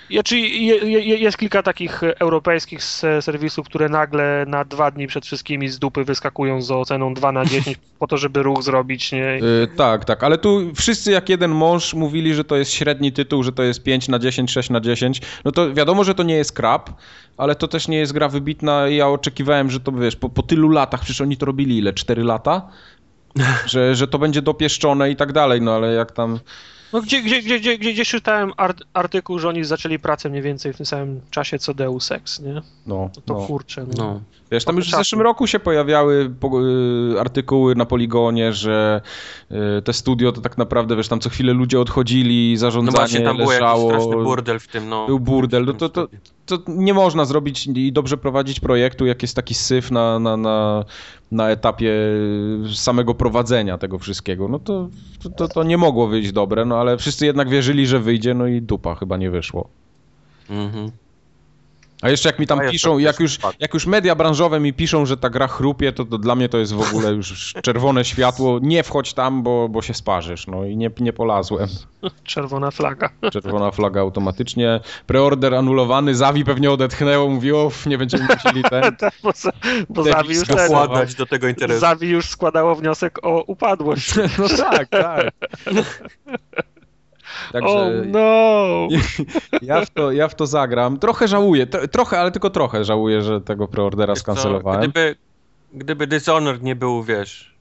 Jest kilka takich europejskich serwisów, które nagle na 2 dni przed wszystkimi z dupy wyskakują z oceną 2 na 10 po to, żeby ruch zrobić, nie? Tak, ale tu wszyscy jak jeden mąż mówili, że to jest średni tytuł, że to jest 5 na 10, 6 na 10. No to wiadomo, że to nie jest krap, ale to też nie jest gra wybitna i ja oczekiwałem, że to, wiesz, po tylu latach, przecież oni to robili ile? 4 lata? że to będzie dopieszczone i tak dalej, no ale jak tam... No gdzieś czytałem artykuł, że oni zaczęli pracę mniej więcej w tym samym czasie co Deus Ex, nie? To kurczę. No. Wiesz, tam już w zeszłym roku się pojawiały artykuły na Poligonie, że te studio to tak naprawdę, wiesz, tam co chwilę ludzie odchodzili, zarządzanie leżało. No właśnie, tam był jakiś straszny burdel w tym, no. Był burdel, to nie można zrobić i dobrze prowadzić projektu, jak jest taki syf na etapie samego prowadzenia tego wszystkiego. No to nie mogło wyjść dobre, no ale wszyscy jednak wierzyli, że wyjdzie, no i dupa chyba nie wyszło. Mhm. A jeszcze jak mi tam piszą, jak już media branżowe mi piszą, że ta gra chrupie, to dla mnie to jest w ogóle już czerwone światło. Nie wchodź tam, bo się sparzysz. No i nie polazłem. Czerwona flaga. Czerwona flaga automatycznie. Preorder anulowany, Zawi pewnie odetchnęło, mówi, nie będziemy musieli bo Zawi już składać do tego interesu. Zawi już składało wniosek o upadłość. No tak. Także no! Ja w to zagram. Trochę żałuję, ale tylko trochę żałuję, że tego preordera skancelowałem. Gdyby Dishonored nie był, wiesz...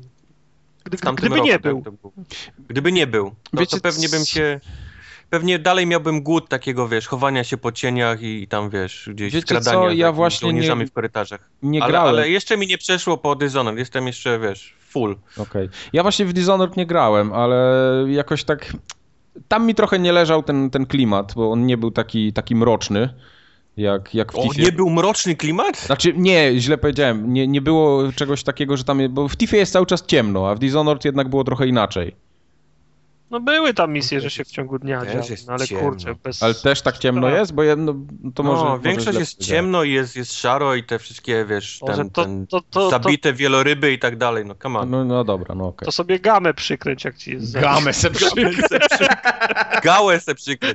Gdyby nie był, to pewnie bym się... Pewnie dalej miałbym głód takiego, wiesz, chowania się po cieniach i tam, wiesz, gdzieś skradania co? Ja właśnie żołnierzami w korytarzach. Nie grałem. Ale jeszcze mi nie przeszło po Dishonored, jestem jeszcze, wiesz, full. Okej. Ja właśnie w Dishonored nie grałem, ale jakoś tak... Tam mi trochę nie leżał ten klimat, bo on nie był taki mroczny, jak w Tiffie. Nie był mroczny klimat? Znaczy, nie, źle powiedziałem. Nie było czegoś takiego, że tam... Bo w Tiffie jest cały czas ciemno, a w Dishonored jednak było trochę inaczej. No były tam misje, że się w ciągu dnia działo, no ale ciemno. Kurczę, bez... Ale też tak ciemno jest? Bo to może... Większość jest ciemno i jest szaro i te wszystkie, wiesz, zabite wieloryby i tak dalej, no come on. No dobra, no okej. To sobie gamę przykręć, jak ci jest... Gamę se przykręć. Gałę se przykręć.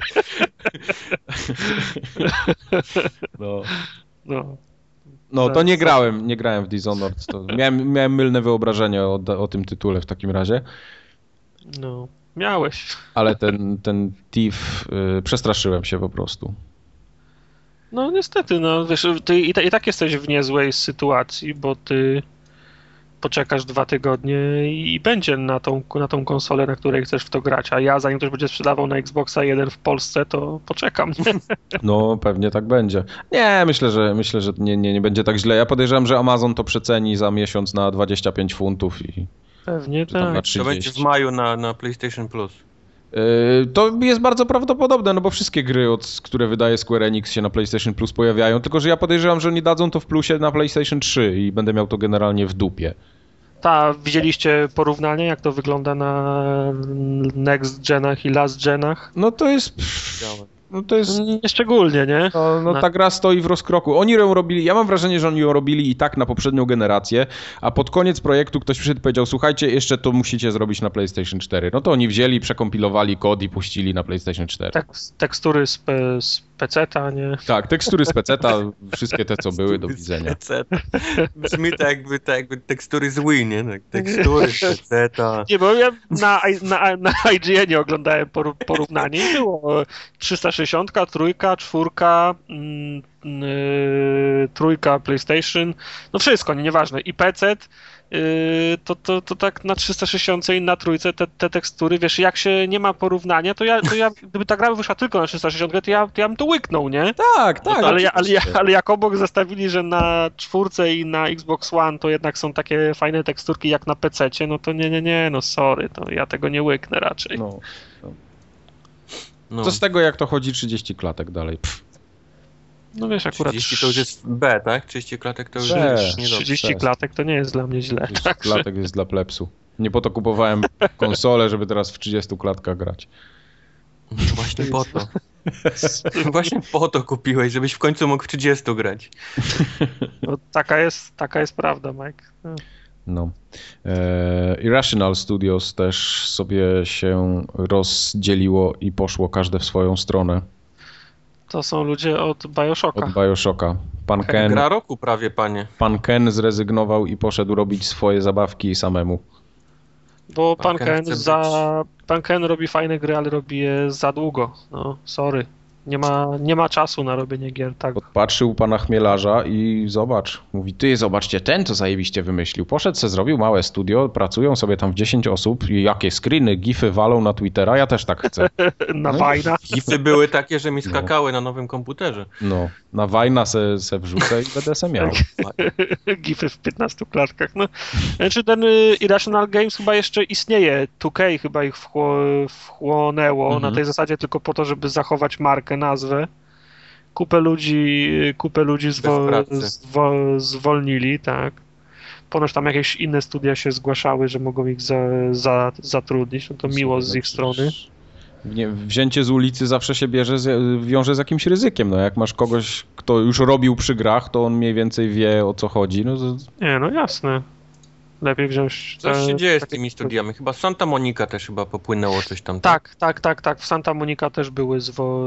No to nie grałem w Dishonored. To miałem mylne wyobrażenie o tym tytule w takim razie. No, miałeś. Ale ten Thief, przestraszyłem się po prostu. No niestety, no wiesz, ty i tak jesteś w niezłej sytuacji, bo ty poczekasz 2 tygodnie i będzie na tą konsolę, na której chcesz w to grać, a ja zanim ktoś będzie sprzedawał na Xboxa 1 w Polsce, to poczekam. No pewnie tak będzie. Nie, myślę, że nie będzie tak źle. Ja podejrzewam, że Amazon to przeceni za miesiąc na 25 funtów i... Pewnie tak. To będzie w maju na PlayStation Plus. To jest bardzo prawdopodobne, no bo wszystkie gry, które wydaje Square Enix, się na PlayStation Plus pojawiają, tylko że ja podejrzewam, że oni dadzą to w plusie na PlayStation 3 i będę miał to generalnie w dupie. Widzieliście porównanie, jak to wygląda na next genach i last genach? No to jest... No to jest... Nieszczególnie, nie? No ta gra stoi w rozkroku. Oni ją robili, ja mam wrażenie, że oni ją robili i tak na poprzednią generację, a pod koniec projektu ktoś przyszedł i powiedział, słuchajcie, jeszcze to musicie zrobić na PlayStation 4. No to oni wzięli, przekompilowali kod i puścili na PlayStation 4. Tekstury z PC-ta, nie? Tak, tekstury z PC-ta, wszystkie te, co były, do widzenia. Brzmi to jakby tekstury z Wii, nie? Tekstury z PC-ta. Nie, bo ja na IGN-ie oglądałem porównanie i było 360, trójka, czwórka, trójka PlayStation, no wszystko, nieważne, i PC, to tak na 360 i na trójce te tekstury, wiesz, jak się nie ma porównania, to ja gdyby ta gra wyszła tylko na 360, to ja bym to łyknął, nie? Tak. Ale jak obok zestawili, że na czwórce i na Xbox One to jednak są takie fajne teksturki jak na PC-cie, no to nie, no sorry, to ja tego nie łyknę raczej. No. Co z tego, jak to chodzi 30 klatek dalej? No wiesz, akurat 30 to już jest B, tak? 30 klatek to już jest nie 30 klatek to nie jest dla mnie źle. 30 klatek jest dla plepsu. Nie po to kupowałem konsolę, żeby teraz w 30 klatkach grać. Właśnie po to. Właśnie po to kupiłeś, żebyś w końcu mógł w 30 grać. No, taka jest prawda, Mike. No. Irrational Studios też sobie się rozdzieliło i poszło każde w swoją stronę. To są ludzie od BioShocka. Od BioShocka. Gra roku prawie, panie. Pan Ken zrezygnował i poszedł robić swoje zabawki samemu. Bo pan Ken robi fajne gry, ale robi je za długo. No, sorry. Nie ma czasu na robienie gier, tak. Podpatrzył pana Chmielarza i zobacz. Mówi, zobaczcie, ten to zajebiście wymyślił. Poszedł se, zrobił małe studio, pracują sobie tam w 10 osób i jakie screeny, gify walą na Twittera, ja też tak chcę. Na Vajna. Gify były takie, że mi skakały na nowym komputerze. No, na Vajna se wrzucę i będę se miał. Gify w 15 klatkach, no. Znaczy ten Irrational Games chyba jeszcze istnieje. 2K chyba ich wchłonęło na tej zasadzie tylko po to, żeby zachować markę, nazwę. Kupę ludzi zwolnili, tak. Ponoć tam jakieś inne studia się zgłaszały, że mogą ich zatrudnić, no to miło z ich strony. Wzięcie z ulicy zawsze się wiąże z jakimś ryzykiem. No jak masz kogoś, kto już robił przy grach, to on mniej więcej wie, o co chodzi. No to... Nie, no jasne. Lepiej wziąć... Coś się dzieje z tymi studiami. Chyba Santa Monica też chyba popłynęło coś tam. Tak. W Santa Monica też były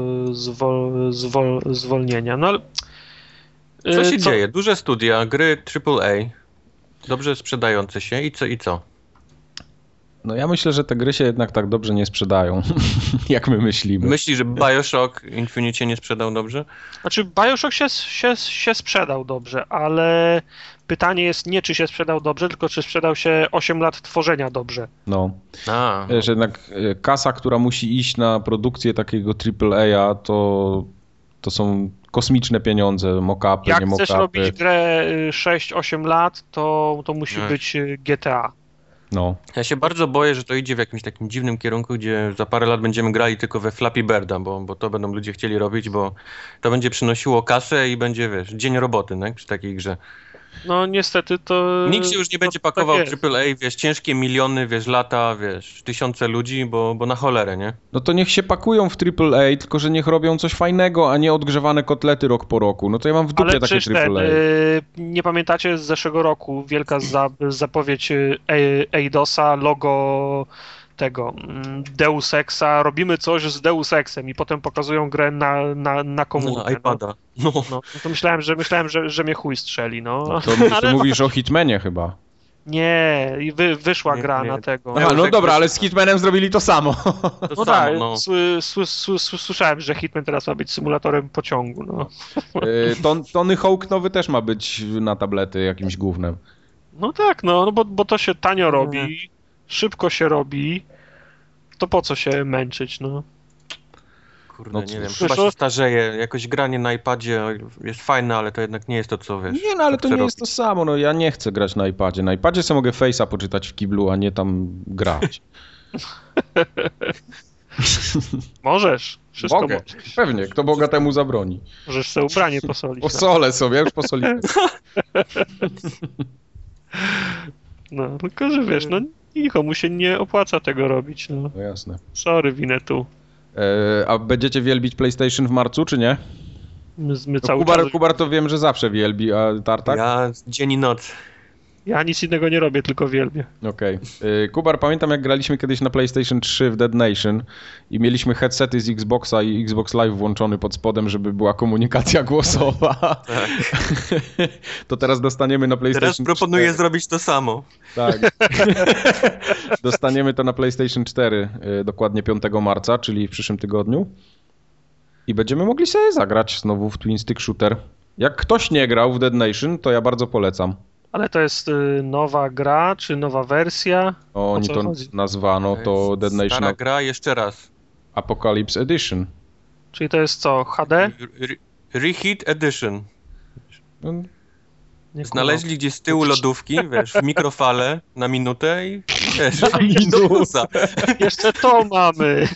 zwolnienia. No, ale... Co się dzieje? Duże studia, gry AAA, dobrze sprzedające się i co? No ja myślę, że te gry się jednak tak dobrze nie sprzedają, jak my myślimy. Myślisz, że BioShock Infinite nie sprzedał dobrze? Znaczy BioShock się sprzedał dobrze, ale pytanie jest nie, czy się sprzedał dobrze, tylko czy sprzedał się 8 lat tworzenia dobrze. No. Wiesz, jednak kasa, która musi iść na produkcję takiego AAA, to są kosmiczne pieniądze, mock-upy, jak nie mock-upy. Jak chcesz robić grę 6-8 lat, to musi być GTA. No. Ja się bardzo boję, że to idzie w jakimś takim dziwnym kierunku, gdzie za parę lat będziemy grali tylko we Flappy Birda, bo to będą ludzie chcieli robić, bo to będzie przynosiło kasę i będzie, wiesz, dzień roboty, nie? Przy takiej grze. No niestety to... Nikt się już nie będzie pakował w AAA, wiesz, ciężkie miliony, wiesz, lata, wiesz, tysiące ludzi, bo na cholerę, nie? No to niech się pakują w AAA, tylko że niech robią coś fajnego, a nie odgrzewane kotlety rok po roku. No to ja mam w dupie takie AAA. Nie pamiętacie z zeszłego roku wielka zapowiedź Eidosa, logo tego Deus Exa, robimy coś z Deus Exem i potem pokazują grę na komórkę. Na iPada. No to myślałem, że mnie chuj strzeli, no. To mówisz o Hitmanie chyba. Nie, wyszła gra na tego. Aha, no dobra, ale z Hitmanem zrobili to samo. No tak, słyszałem, że Hitman teraz ma być symulatorem pociągu, no. Tony Hawk nowy też ma być na tablety jakimś gównem. No tak, no bo to się tanio robi, szybko się robi, to po co się męczyć, no. Kurde, nie wiem, chyba się starzeje. Jakoś granie na iPadzie jest fajne, ale to jednak nie jest to, co wiesz. Nie, no ale to nie jest to samo. No ja nie chcę grać na iPadzie. Na iPadzie sobie mogę Face'a poczytać w kiblu, a nie tam grać. Możesz. Wszystko mogę. możesz. Pewnie. Kto Boga temu zabroni. Możesz sobie ubranie posolić. Posolę sobie, ja już posoliłem. No, tylko że wiesz, no nikomu się nie opłaca tego robić, no. No jasne. Sorry, winę tu. A będziecie wielbić PlayStation w marcu, czy nie? My cały czas... Kubar to wiem, że zawsze wielbi, a Tartak? Ja dzień i noc. Ja nic innego nie robię, tylko wielbię. Okej. Kubar, pamiętam jak graliśmy kiedyś na PlayStation 3 w Dead Nation i mieliśmy headsety z Xboxa i Xbox Live włączony pod spodem, żeby była komunikacja głosowa. Tak. To teraz dostaniemy na PlayStation 4. Teraz proponuję zrobić to samo. Tak. Dostaniemy to na PlayStation 4 dokładnie 5 marca, czyli w przyszłym tygodniu. I będziemy mogli sobie zagrać znowu w Twin Stick Shooter. Jak ktoś nie grał w Dead Nation, to ja bardzo polecam. Ale to jest nowa gra, czy nowa wersja? Oni to nazwano, to Dead Nation Stara gra jeszcze raz. Apocalypse Edition. Czyli to jest co, HD? Reheat Edition. Nie Znaleźli gdzieś z tyłu lodówki, wiesz, w mikrofale na minutę i wiesz, Na minutę. Jeszcze to mamy.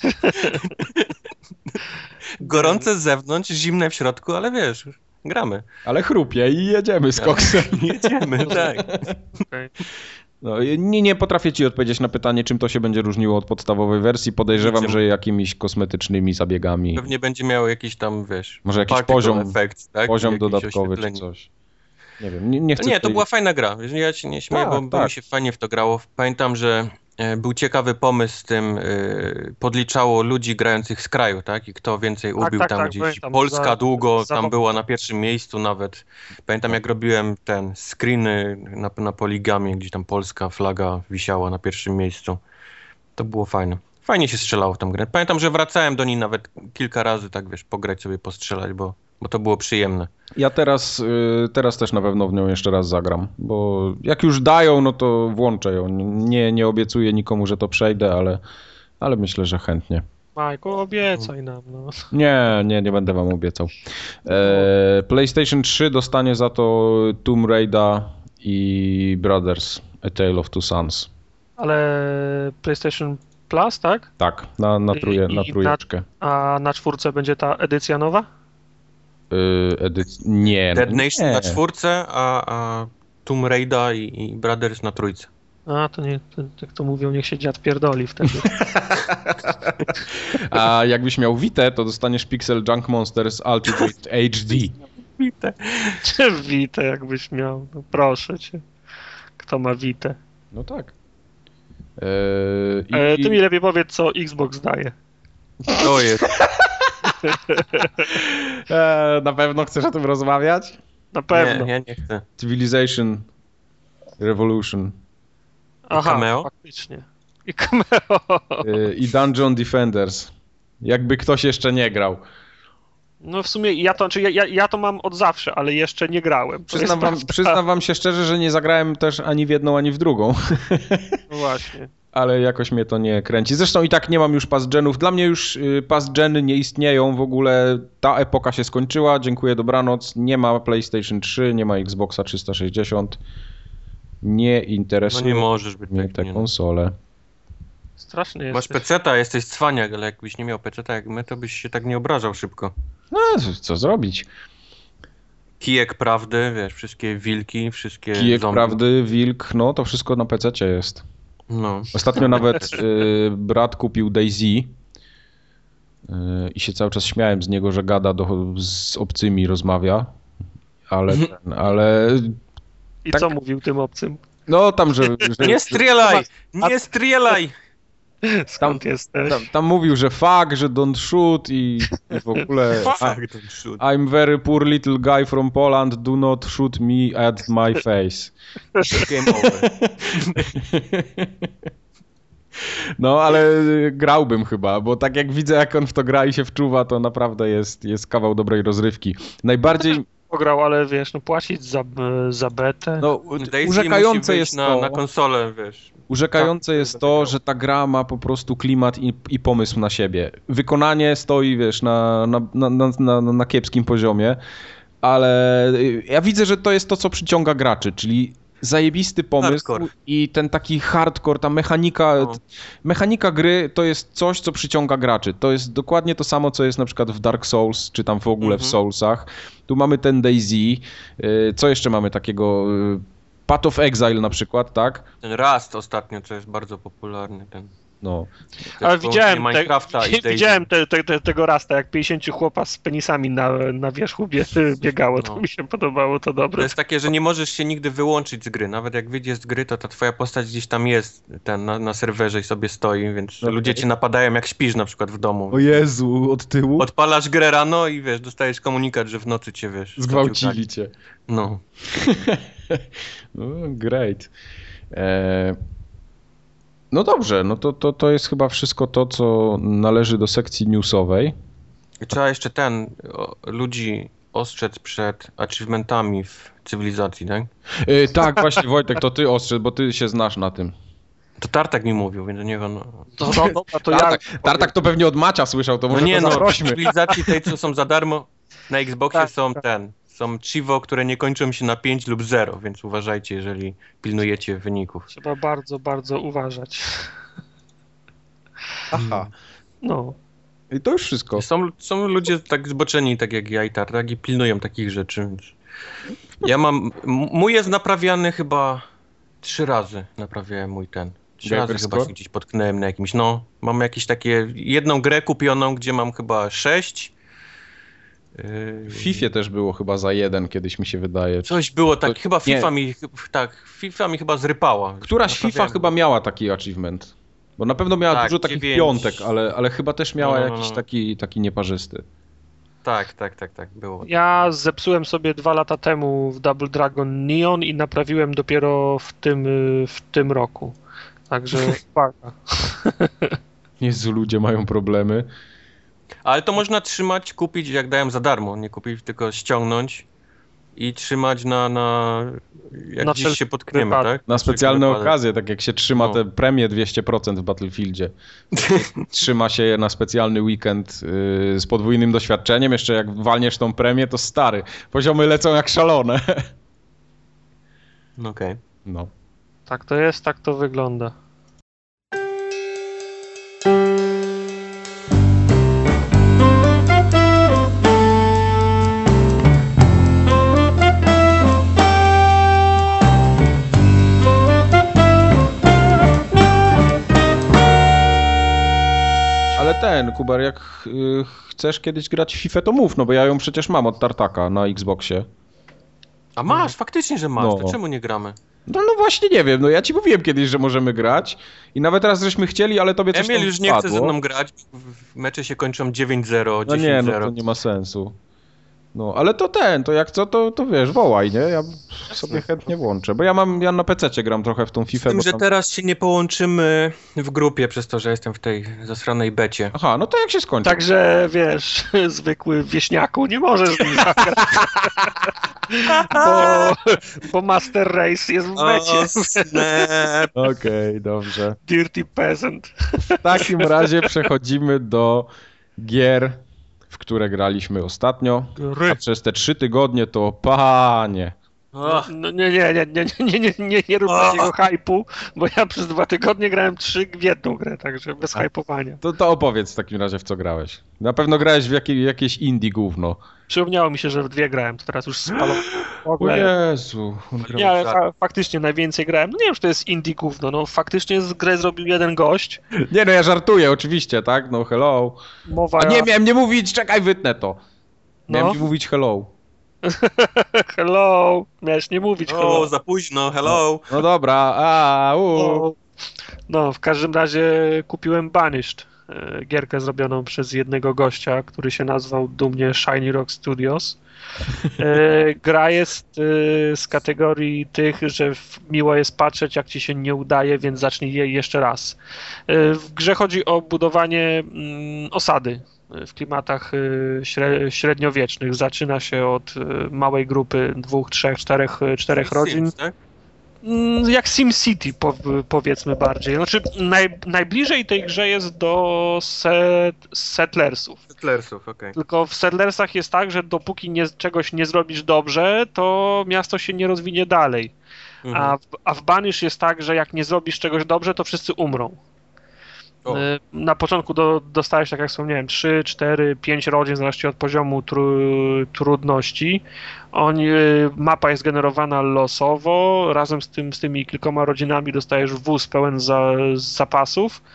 Gorące z zewnątrz, zimne w środku, ale wiesz, gramy. Ale chrupie i jedziemy z koksem. Jedziemy, tak. Okay. No, nie potrafię ci odpowiedzieć na pytanie, czym to się będzie różniło od podstawowej wersji. Podejrzewam, że jakimiś kosmetycznymi zabiegami. Pewnie będzie miał jakiś tam, wiesz... Może jakiś poziom, effect, tak? poziom dodatkowy czy coś. Nie wiem, nie chcę Nie, to tutaj... była fajna gra. Ja się nie śmieję, bo mi się fajnie w to grało. Pamiętam, że był ciekawy pomysł z tym, podliczało ludzi grających z kraju, tak? I kto więcej ubił tam gdzieś. Pamiętam, Polska długo tam była na pierwszym miejscu nawet. Pamiętam, jak robiłem screeny na poligamie, gdzieś tam polska flaga wisiała na pierwszym miejscu. To było fajne. Fajnie się strzelało w tą grę. Pamiętam, że wracałem do niej nawet kilka razy, tak wiesz, pograć sobie, postrzelać, bo to było przyjemne. Ja teraz też na pewno w nią jeszcze raz zagram, bo jak już dają, no to włączę ją. Nie obiecuję nikomu, że to przejdę, ale myślę, że chętnie. Majku, obiecaj nam, no. Nie będę wam obiecał. PlayStation 3 dostanie za to Tomb Raider i Brothers, A Tale of Two Sons. Ale PlayStation Plus, tak? Tak, na trójeczkę. A na 4 będzie ta edycja nowa? Nie. Dead Nation na 4, a Tomb Raider i Brothers na 3. A, to nie, jak to mówią, niech się dziad pierdoli wtedy. A jakbyś miał Vitę, to dostaniesz Pixel Junk Monsters Ultimate HD. Vitę jakbyś miał, no proszę cię. Kto ma Vitę? No tak. Ty mi lepiej powiedz, co Xbox daje. To jest. Na pewno chcesz o tym rozmawiać? Na pewno. Nie, ja nie chcę. Civilization Revolution. Aha, Cameo? faktycznie. I Cameo. I Dungeon Defenders. Jakby ktoś jeszcze nie grał. No w sumie ja to mam od zawsze, ale jeszcze nie grałem. Przyznam wam się szczerze, że nie zagrałem też ani w jedną, ani w drugą. No właśnie. Ale jakoś mnie to nie kręci. Zresztą i tak nie mam już past genów. Dla mnie już past geny nie istnieją w ogóle. Ta epoka się skończyła. Dziękuję, dobranoc. Nie ma PlayStation 3, nie ma Xboxa 360. Nie interesują nie możesz być mnie te konsole. Straszny jesteś. Masz peceta, jesteś cwaniak, ale jakbyś nie miał peceta jak my, to byś się tak nie obrażał szybko. No, co zrobić? Kijek prawdy, wiesz, wszystkie wilki, wszystkie Kijek zombie. prawdy, wilk, no to wszystko na pececie jest. No. Ostatnio nawet brat kupił DayZ i się cały czas śmiałem z niego, że gada z obcymi, rozmawia, ale... I tak, co mówił tym obcym? No tam, że Nie strzelaj! Nie strzelaj! Skąd jesteś? Tam mówił, że fuck, że don't shoot i w ogóle Don't shoot. I'm very poor little guy from Poland, do not shoot me at my face. Game over. No, ale grałbym chyba, bo tak jak widzę, jak on w to gra i się wczuwa, to naprawdę jest kawał dobrej rozrywki. Najbardziej... Pograł, ale wiesz, no płacić za betę. No, Daisy urzekające musi jest na, to... na konsolę, wiesz. Urzekające jest to, że ta gra ma po prostu klimat i pomysł na siebie. Wykonanie stoi, wiesz, na kiepskim poziomie, ale ja widzę, że to jest to, co przyciąga graczy, czyli zajebisty pomysł Hardcore. I ten taki hardcore, ta mechanika gry to jest coś, co przyciąga graczy. To jest dokładnie to samo, co jest na przykład w Dark Souls, czy tam w ogóle w Soulsach. Tu mamy ten DayZ, co jeszcze mamy takiego... Path of Exile na przykład, tak? Ten Rust ostatnio, co jest bardzo popularny. No. Ale widziałem, widziałem tego Rasta, jak 50 chłopa z penisami na wierzchu biegało, to mi się podobało, to dobre. To jest takie, że nie możesz się nigdy wyłączyć z gry. Nawet jak wyjdziesz z gry, to ta twoja postać gdzieś tam jest na serwerze i sobie stoi, więc ludzie cię napadają jak śpisz na przykład w domu. O Jezu, od tyłu? Odpalasz grę rano i wiesz, dostajesz komunikat, że w nocy cię zgwałcili cię. No. No, great. No dobrze, no to jest chyba wszystko to, co należy do sekcji newsowej. I trzeba jeszcze ludzi ostrzec przed achievementami w cywilizacji, tak? Tak, właśnie Wojtek, to ty ostrzec, bo ty się znasz na tym. To Tartak mi mówił, więc nie wiem. Tartak to pewnie od Macia słyszał, to może w cywilizacji tej, co są za darmo, na Xboxie są Chivo, które nie kończą się na 5 lub 0, więc uważajcie, jeżeli pilnujecie wyników. Trzeba bardzo, bardzo uważać. Aha. No. I to już wszystko. Są ludzie tak zboczeni, tak jak ja i Tartak, i pilnują takich rzeczy. Mój jest naprawiany chyba 3 razy. Naprawiałem mój 3 razy chyba się gdzieś potknąłem na jakimś, mam jakieś takie, jedną grę kupioną, gdzie mam chyba 6. W FIFA też było chyba za 1, kiedyś mi się wydaje. Coś było tak, chyba FIFA mi chyba zrypała. Któraś FIFA chyba miała taki achievement. Bo na pewno miała dużo takich 9. piątek, ale chyba też miała jakiś taki nieparzysty. Tak, było. Ja zepsułem sobie 2 lata temu w Double Dragon Neon i naprawiłem dopiero w tym roku. Także uwaga. Jezu, ludzie mają problemy. Ale to można trzymać, kupić, jak dałem za darmo, nie kupić, tylko ściągnąć i trzymać jak gdzieś się potkniemy, tak? Na specjalne okazje, tak jak się trzyma te premie 200% w Battlefieldzie. Trzyma się je na specjalny weekend z podwójnym doświadczeniem, jeszcze jak walniesz tą premię, to stary. Poziomy lecą jak szalone. Okej. No. Tak to jest, tak to wygląda. Kubar, jak chcesz kiedyś grać w FIFA, to mów, bo ja ją przecież mam od Tartaka na Xboxie. A masz, faktycznie, że masz, to czemu nie gramy? No właśnie nie wiem, ja ci mówiłem kiedyś, że możemy grać i nawet raz żeśmy chcieli, ale tobie coś Emil już nie chce ze mną grać, mecze się kończą 9-0, 10-0. No to nie ma sensu. No, ale to jak co, to wiesz, wołaj, nie? Ja sobie chętnie włączę, bo ja na PC-cie gram trochę w tą FIFA. Z tym, że teraz się nie połączymy w grupie przez to, że jestem w tej zasranej becie. Aha, no to jak się skończy? Także, wiesz, zwykły wieśniaku nie możesz z nim zagrać. bo Master Race jest w becie. Okej, dobrze. Dirty Peasant. W takim razie przechodzimy do gier, w które graliśmy ostatnio, a przez te 3 tygodnie to panie. No nie rób takiego hype'u, bo ja przez 2 tygodnie grałem 3 w jedną grę, także bez hype'owania. To opowiedz w takim razie, w co grałeś. Na pewno grałeś w jakieś indie gówno. Przypomniało mi się, że w 2 grałem, to teraz już spalone. O Jezu. Nie, ale faktycznie najwięcej grałem. No nie wiem, czy to jest indie gówno, faktycznie z grę zrobił jeden gość. Nie, ja żartuję oczywiście, tak? Hello. Nie miałem nie mówić, czekaj, wytnę to. Miałem ci mówić hello. Hello. Miałeś nie mówić hello. Za późno, hello. No dobra, No, w każdym razie kupiłem Banished, gierkę zrobioną przez jednego gościa, który się nazwał dumnie Shiny Rock Studios. Gra jest z kategorii tych, że miło jest patrzeć, jak ci się nie udaje, więc zacznij jej jeszcze raz. W grze chodzi o budowanie osady w klimatach średniowiecznych. Zaczyna się od małej grupy 2, 3, 4 rodzin. Sims, tak? Jak SimCity, powiedzmy bardziej. Znaczy, najbliżej tej grze jest do Settlersów. Okej. Tylko w Settlersach jest tak, że dopóki czegoś nie zrobisz dobrze, to miasto się nie rozwinie dalej. A w Banish jest tak, że jak nie zrobisz czegoś dobrze, to wszyscy umrą. Na początku dostajesz, tak jak wspomniałem, 3, 4, 5 rodzin, zależnie od poziomu trudności. Mapa jest generowana losowo, razem z tymi kilkoma rodzinami dostajesz wóz pełen zapasów.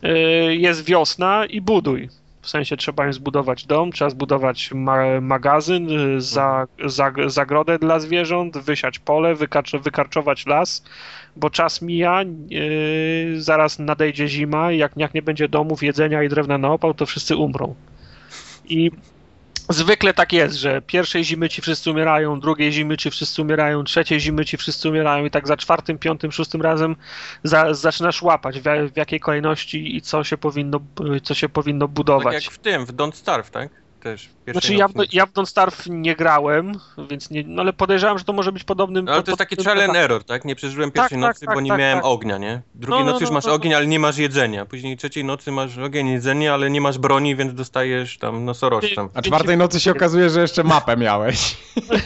jest wiosna i buduj. W sensie trzeba im zbudować dom, trzeba zbudować magazyn, zagrodę dla zwierząt, wysiać pole, wykarczować las, bo czas mija, zaraz nadejdzie zima i jak nie będzie domów, jedzenia i drewna na opał, to wszyscy umrą. I zwykle tak jest, że pierwszej zimy ci wszyscy umierają, drugiej zimy ci wszyscy umierają, trzeciej zimy ci wszyscy umierają i tak za czwartym, piątym, szóstym razem zaczynasz łapać w jakiej kolejności i co się powinno budować. Tak jak w Don't Starve, tak? Też. Znaczy ja w Don't Starve nie grałem, więc nie, no ale podejrzewam, że to może być podobnym... Ale to jest taki trial and error, tak? Nie przeżyłem pierwszej nocy, bo nie miałem ognia, nie? Drugiej nocy już masz ogień, ale nie masz jedzenia. Później trzeciej nocy masz ogień, jedzenie, ale nie masz broni, więc dostajesz tam nosorożcem. A czwartej nocy się okazuje, że jeszcze mapę miałeś.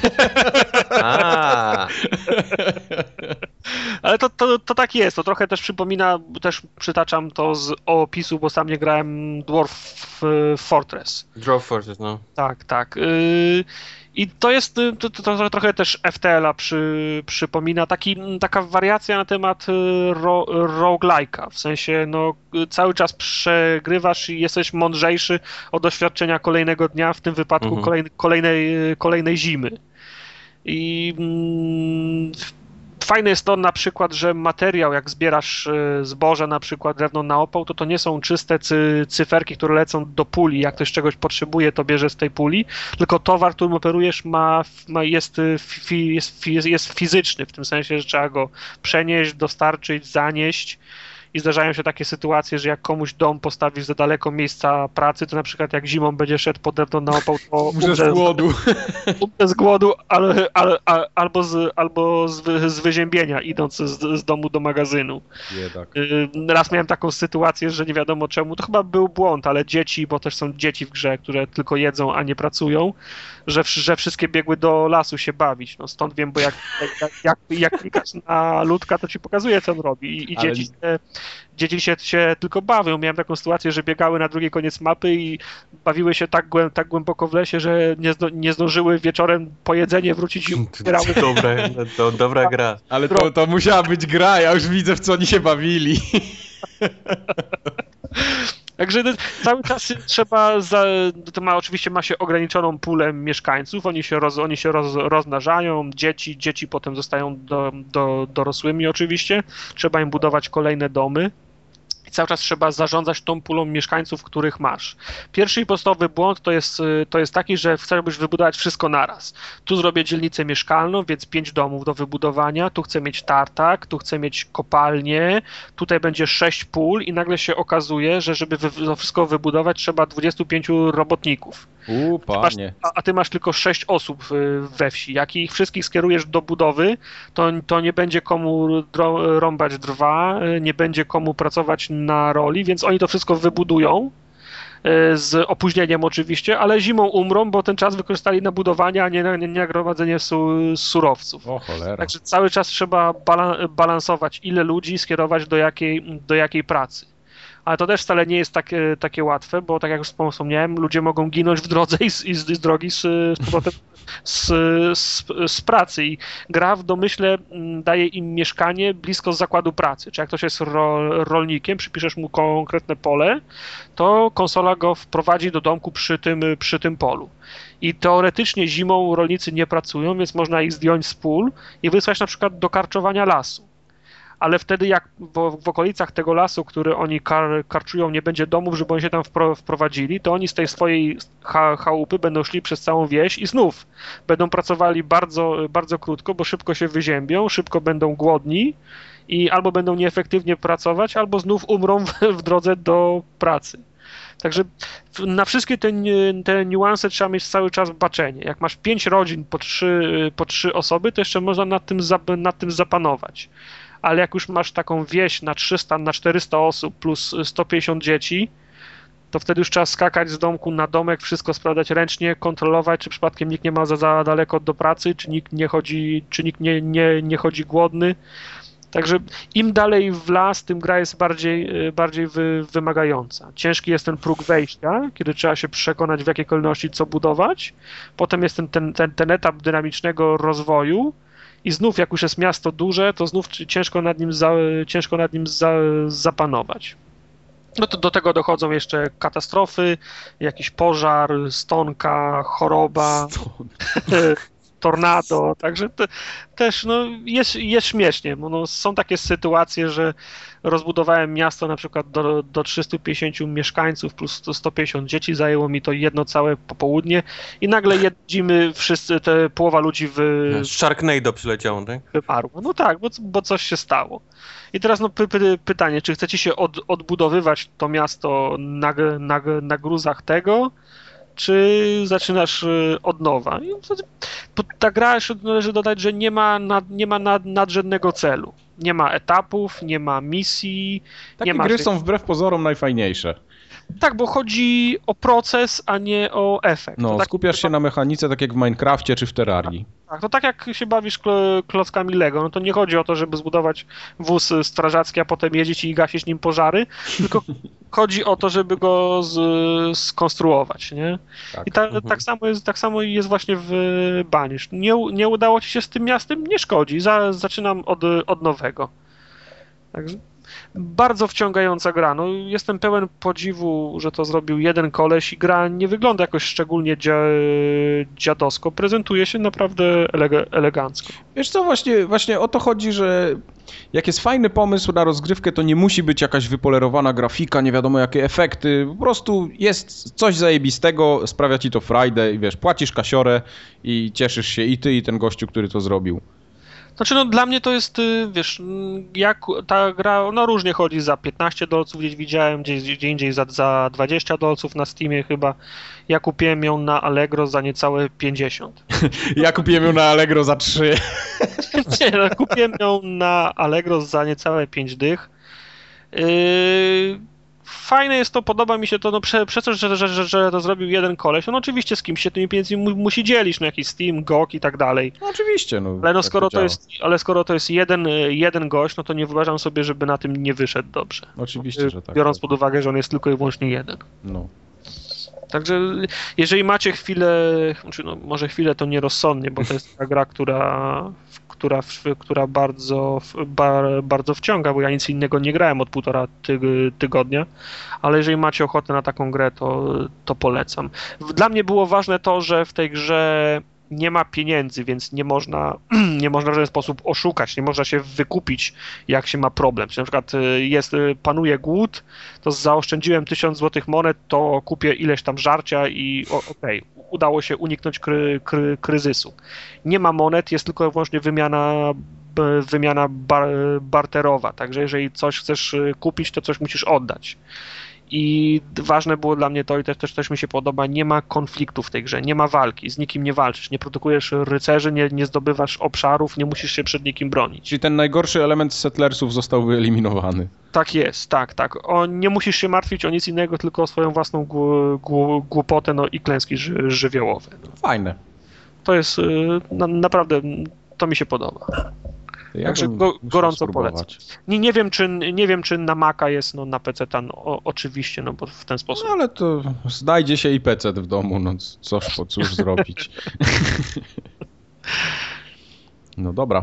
Ale to tak jest, to trochę też przypomina, też przytaczam to z opisu, bo sam nie grałem Dwarf Fortress. Dwarf Fortress, no. Tak. I to jest, to trochę też FTL-a przypomina, taka wariacja na temat roguelike'a, w sensie no cały czas przegrywasz i jesteś mądrzejszy od doświadczenia kolejnego dnia, w tym wypadku kolejnej zimy. I fajne jest to na przykład, że materiał, jak zbierasz zboże, na przykład drewno na opał, to nie są czyste cyferki, które lecą do puli. Jak ktoś czegoś potrzebuje, to bierze z tej puli, tylko towar, którym operujesz, jest fizyczny, w tym sensie, że trzeba go przenieść, dostarczyć, zanieść. I zdarzają się takie sytuacje, że jak komuś dom postawisz za daleko miejsca pracy, to na przykład jak zimą będzie szedł po drewno na opał, to umrze z głodu. Umrze z głodu albo z wyziębienia, idąc z domu do magazynu. Biedak. Raz miałem taką sytuację, że nie wiadomo czemu, to chyba był błąd, ale dzieci, bo też są dzieci w grze, które tylko jedzą, a nie pracują, że wszystkie biegły do lasu się bawić. No stąd wiem, bo jak klikasz na ludka, to ci pokazuje, co on robi. I dzieci się tylko bawią. Miałem taką sytuację, że biegały na drugi koniec mapy i bawiły się tak głęboko w lesie, że nie zdążyły wieczorem po jedzenie wrócić i umierały. Dobra gra. Ale to musiała być gra, ja już widzę, w co oni się bawili. Także cały czas trzeba, oczywiście ma się ograniczoną pulę mieszkańców, oni się rozmnażają, dzieci potem zostają dorosłymi oczywiście, trzeba im budować kolejne domy. I cały czas trzeba zarządzać tą pulą mieszkańców, których masz. Pierwszy i podstawowy błąd to jest taki, że chcesz wybudować wszystko naraz. Tu zrobię dzielnicę mieszkalną, więc 5 domów do wybudowania, tu chcę mieć tartak, tu chcę mieć kopalnię, tutaj będzie 6 pól i nagle się okazuje, że żeby to wszystko wybudować, trzeba 25 robotników. Panie. A ty masz tylko 6 osób we wsi. Jak ich wszystkich skierujesz do budowy, to nie będzie komu rąbać drwa, nie będzie komu pracować na roli, więc oni to wszystko wybudują z opóźnieniem oczywiście, ale zimą umrą, bo ten czas wykorzystali na budowanie, a nie na gromadzenie surowców. O cholera. Także cały czas trzeba balansować, ile ludzi skierować do jakiej pracy. Ale to też wcale nie jest takie łatwe, bo tak jak już wspomniałem, ludzie mogą ginąć w drodze i z drogi z pracy. I gra w domyśle daje im mieszkanie blisko zakładu pracy. Czy jak ktoś jest rolnikiem, przypiszesz mu konkretne pole, to konsola go wprowadzi do domku przy tym polu. I teoretycznie zimą rolnicy nie pracują, więc można ich zdjąć z pól i wysłać na przykład do karczowania lasu. Ale wtedy jak w okolicach tego lasu, który oni karczują, nie będzie domów, żeby oni się tam wprowadzili, to oni z tej swojej chałupy będą szli przez całą wieś i znów będą pracowali bardzo, bardzo krótko, bo szybko się wyziębią, szybko będą głodni i albo będą nieefektywnie pracować, albo znów umrą w drodze do pracy. Także na wszystkie te niuanse trzeba mieć cały czas baczenie. Jak masz 5 rodzin po 3 osoby, to jeszcze można nad tym zapanować. Ale jak już masz taką wieś na 300, na 400 osób plus 150 dzieci, to wtedy już trzeba skakać z domku na domek, wszystko sprawdzać ręcznie, kontrolować, czy przypadkiem nikt nie ma za daleko do pracy, czy nikt nie chodzi głodny. Także im dalej w las, tym gra jest bardziej wymagająca. Ciężki jest ten próg wejścia, kiedy trzeba się przekonać, w jakiej kolejności co budować. Potem jest ten etap dynamicznego rozwoju. I znów, jak już jest miasto duże, to znów ciężko nad nim zapanować. No to do tego dochodzą jeszcze katastrofy, jakiś pożar, stonka, choroba, tornado, także też no, jest śmiesznie. No, są takie sytuacje, że rozbudowałem miasto na przykład do 350 mieszkańców plus 150 dzieci, zajęło mi to jedno całe popołudnie i nagle jedzimy wszyscy, połowa ludzi Sharknado przyleciało, tak? wymarło. No tak, bo coś się stało. I teraz no, pytanie, czy chcecie się odbudowywać to miasto na gruzach tego, czy zaczynasz od nowa? Ta gra, jeszcze należy dodać, że nie ma nadrzędnego celu. Nie ma etapów, nie ma misji. Takie nie ma gry są wbrew pozorom najfajniejsze. Tak, bo chodzi o proces, a nie o efekt. No, tak, skupiasz się na mechanice, tak jak w Minecrafcie czy w Terrarii. Tak, to tak jak się bawisz klockami Lego, no to nie chodzi o to, żeby zbudować wóz strażacki, a potem jeździć i gasić nim pożary, tylko chodzi o to, żeby go skonstruować, nie? Tak. I tak samo jest właśnie w Banish. Nie udało ci się z tym miastem? Nie szkodzi, zaczynam od nowego. Także bardzo wciągająca gra. No, jestem pełen podziwu, że to zrobił jeden koleś i gra nie wygląda jakoś szczególnie dziadowsko. Prezentuje się naprawdę elegancko. Wiesz co, właśnie o to chodzi, że jak jest fajny pomysł na rozgrywkę, to nie musi być jakaś wypolerowana grafika, nie wiadomo jakie efekty. Po prostu jest coś zajebistego, sprawia ci to frajdę i wiesz, płacisz kasiorę i cieszysz się i ty, i ten gościu, który to zrobił. Znaczy, no dla mnie to jest, wiesz, jak ta gra, no różnie chodzi za $15, gdzieś widziałem, gdzie indziej za $20 na Steamie chyba. Ja kupiłem ją na Allegro za niecałe 50. Ja kupiłem ją na Allegro za 3. Nie, no, kupiłem ją na Allegro za niecałe 5 dych. Fajne jest to, podoba mi się to, no przez to, że to zrobił jeden koleś, no oczywiście z kimś się tymi pieniędzmi musi dzielić, no jakiś Steam, GOG i tak dalej. No oczywiście, no. Ale no tak skoro to jest jeden gość, no to nie wyobrażam sobie, żeby na tym nie wyszedł dobrze. Oczywiście, że tak. Biorąc pod uwagę, że on jest tylko i wyłącznie jeden. No. Także jeżeli macie chwilę, znaczy no może chwilę to nierozsądnie, bo to jest taka gra, która bardzo wciąga, bo ja nic innego nie grałem od 1,5 tygodnia, ale jeżeli macie ochotę na taką grę, to polecam. Dla mnie było ważne to, że w tej grze nie ma pieniędzy, więc nie można w żaden sposób oszukać, nie można się wykupić, jak się ma problem. Czyli na przykład panuje głód, to zaoszczędziłem 1000 złotych monet, to kupię ileś tam żarcia i okej, udało się uniknąć kryzysu. Nie ma monet, jest tylko i wyłącznie wymiana barterowa, także jeżeli coś chcesz kupić, to coś musisz oddać. I ważne było dla mnie to i też mi się podoba, nie ma konfliktu w tej grze, nie ma walki, z nikim nie walczysz, nie produkujesz rycerzy, nie zdobywasz obszarów, nie musisz się przed nikim bronić. Czyli ten najgorszy element Settlersów został wyeliminowany. Tak jest, tak. Nie musisz się martwić o nic innego, tylko o swoją własną głupotę, no i klęski żywiołowe. Fajne. To jest naprawdę, to mi się podoba. Także gorąco polecam. Nie wiem, czy na Maca jest, no na PC oczywiście, no bo w ten sposób. No ale to znajdzie się i PC w domu, no cóż zrobić. No dobra.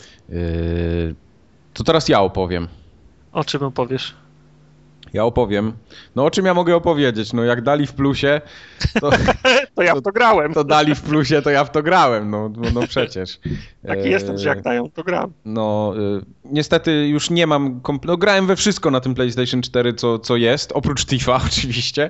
To teraz ja opowiem. O czym opowiesz? Ja opowiem. No o czym ja mogę opowiedzieć? No jak dali w plusie, to ja w to grałem. To dali w plusie, to ja w to grałem, no przecież. Taki jestem, że jak dają, to gram. No niestety już nie mam, no grałem we wszystko na tym PlayStation 4, co jest, oprócz Tifa oczywiście.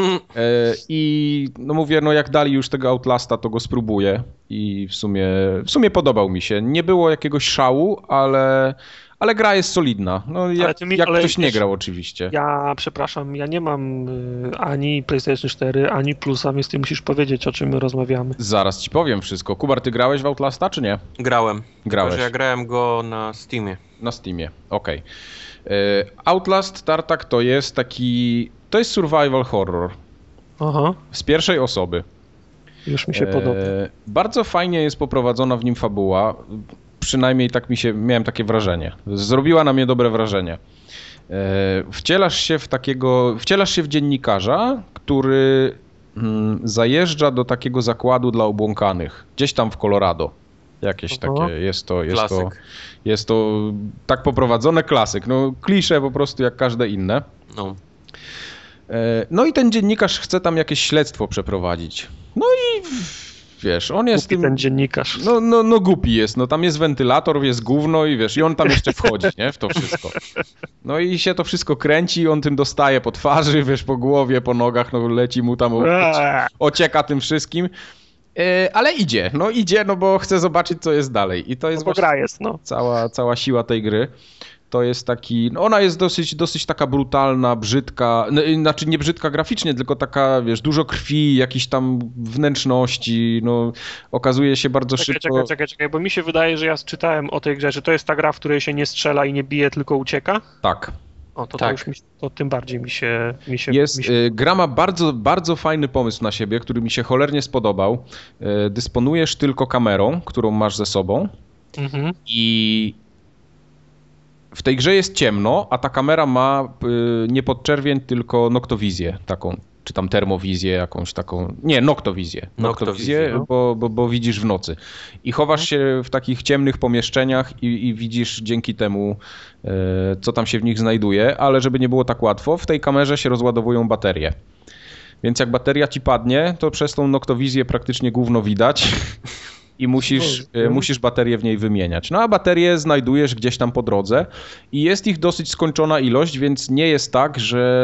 I no mówię, no jak dali już tego Outlasta, to go spróbuję i w sumie podobał mi się. Nie było jakiegoś szału, ale gra jest solidna. No, jak ktoś nie grał oczywiście. Ja przepraszam, ja nie mam ani PlayStation 4, ani Plusa, więc ty musisz powiedzieć, o czym my rozmawiamy. Zaraz ci powiem wszystko. Kubar, ty grałeś w Outlasta, czy nie? Grałem. Grałeś. Tylko, że ja grałem go na Steamie. Na Steamie, okej. Outlast Tartak to jest survival horror. Aha. Z pierwszej osoby. Już mi się podoba. Bardzo fajnie jest poprowadzona w nim fabuła. Przynajmniej tak miałem takie wrażenie. Zrobiła na mnie dobre wrażenie. Wcielasz się w dziennikarza, który zajeżdża do takiego zakładu dla obłąkanych. Gdzieś tam w Colorado. Jakieś takie, jest to tak poprowadzone, klasyk. No klisze po prostu jak każde inne. No. No i ten dziennikarz chce tam jakieś śledztwo przeprowadzić. No i wiesz, on jest głupi ten dziennikarz. No głupi jest, no tam jest wentylator, jest gówno i wiesz, i on tam jeszcze wchodzi, nie, w to wszystko. No i się to wszystko kręci, on tym dostaje po twarzy, wiesz, po głowie, po nogach, no leci mu tam, ocieka tym wszystkim. Ale idzie, bo chce zobaczyć, co jest dalej. I to jest właśnie gra jest, cała siła tej gry. To jest taki, ona jest dosyć taka brutalna, brzydka, znaczy nie brzydka graficznie, tylko taka, wiesz, dużo krwi, jakichś tam wnętrzności, no okazuje się bardzo szybko... Czekaj, bo mi się wydaje, że ja czytałem o tej grze, że to jest ta gra, w której się nie strzela i nie bije, tylko ucieka? Tak. Tak. To tym bardziej mi się... Gra ma bardzo, bardzo fajny pomysł na siebie, który mi się cholernie spodobał. Dysponujesz tylko kamerą, którą masz ze sobą i w tej grze jest ciemno, a ta kamera ma nie podczerwień, tylko noktowizję taką, czy tam termowizję jakąś taką, nie, noktowizję, no. bo widzisz w nocy. I chowasz się w takich ciemnych pomieszczeniach i widzisz dzięki temu, co tam się w nich znajduje, ale żeby nie było tak łatwo, w tej kamerze się rozładowują baterie. Więc jak bateria ci padnie, to przez tą noktowizję praktycznie gówno widać. I musisz baterię w niej wymieniać. No a baterie znajdujesz gdzieś tam po drodze i jest ich dosyć skończona ilość, więc nie jest tak,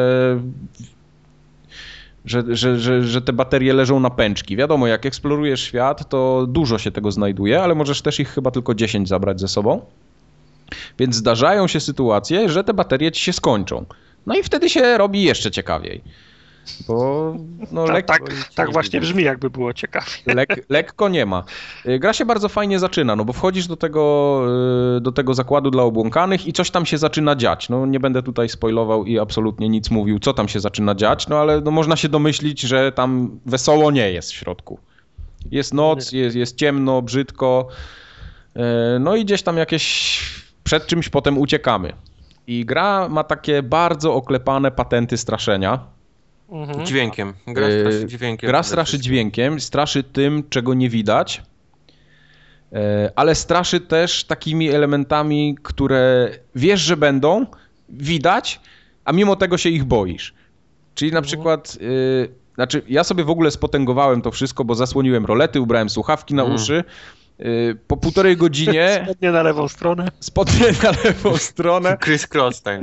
że te baterie leżą na pęczki. Wiadomo, jak eksplorujesz świat, to dużo się tego znajduje, ale możesz też ich chyba tylko 10 zabrać ze sobą. Więc zdarzają się sytuacje, że te baterie ci się skończą. No i wtedy się robi jeszcze ciekawiej. Bo no tak właśnie brzmi, jakby było ciekawie. Lekko nie ma. Gra się bardzo fajnie zaczyna, no bo wchodzisz do tego zakładu dla obłąkanych i coś tam się zaczyna dziać. No nie będę tutaj spoilował i absolutnie nic mówił, co tam się zaczyna dziać, no ale no, można się domyślić, że tam wesoło nie jest w środku. Jest noc, jest ciemno, brzydko, no i gdzieś tam przed czymś potem uciekamy. I gra ma takie bardzo oklepane patenty straszenia. Dźwiękiem. Gra straszy dźwiękiem. Gra straszy dźwiękiem, straszy tym, czego nie widać, ale straszy też takimi elementami, które wiesz, że będą, widać, a mimo tego się ich boisz. Czyli na przykład, ja sobie w ogóle spotęgowałem to wszystko, bo zasłoniłem rolety, ubrałem słuchawki na uszy. Po 1,5 godzinie... Spodnie na lewą stronę. Chris Cross, tak.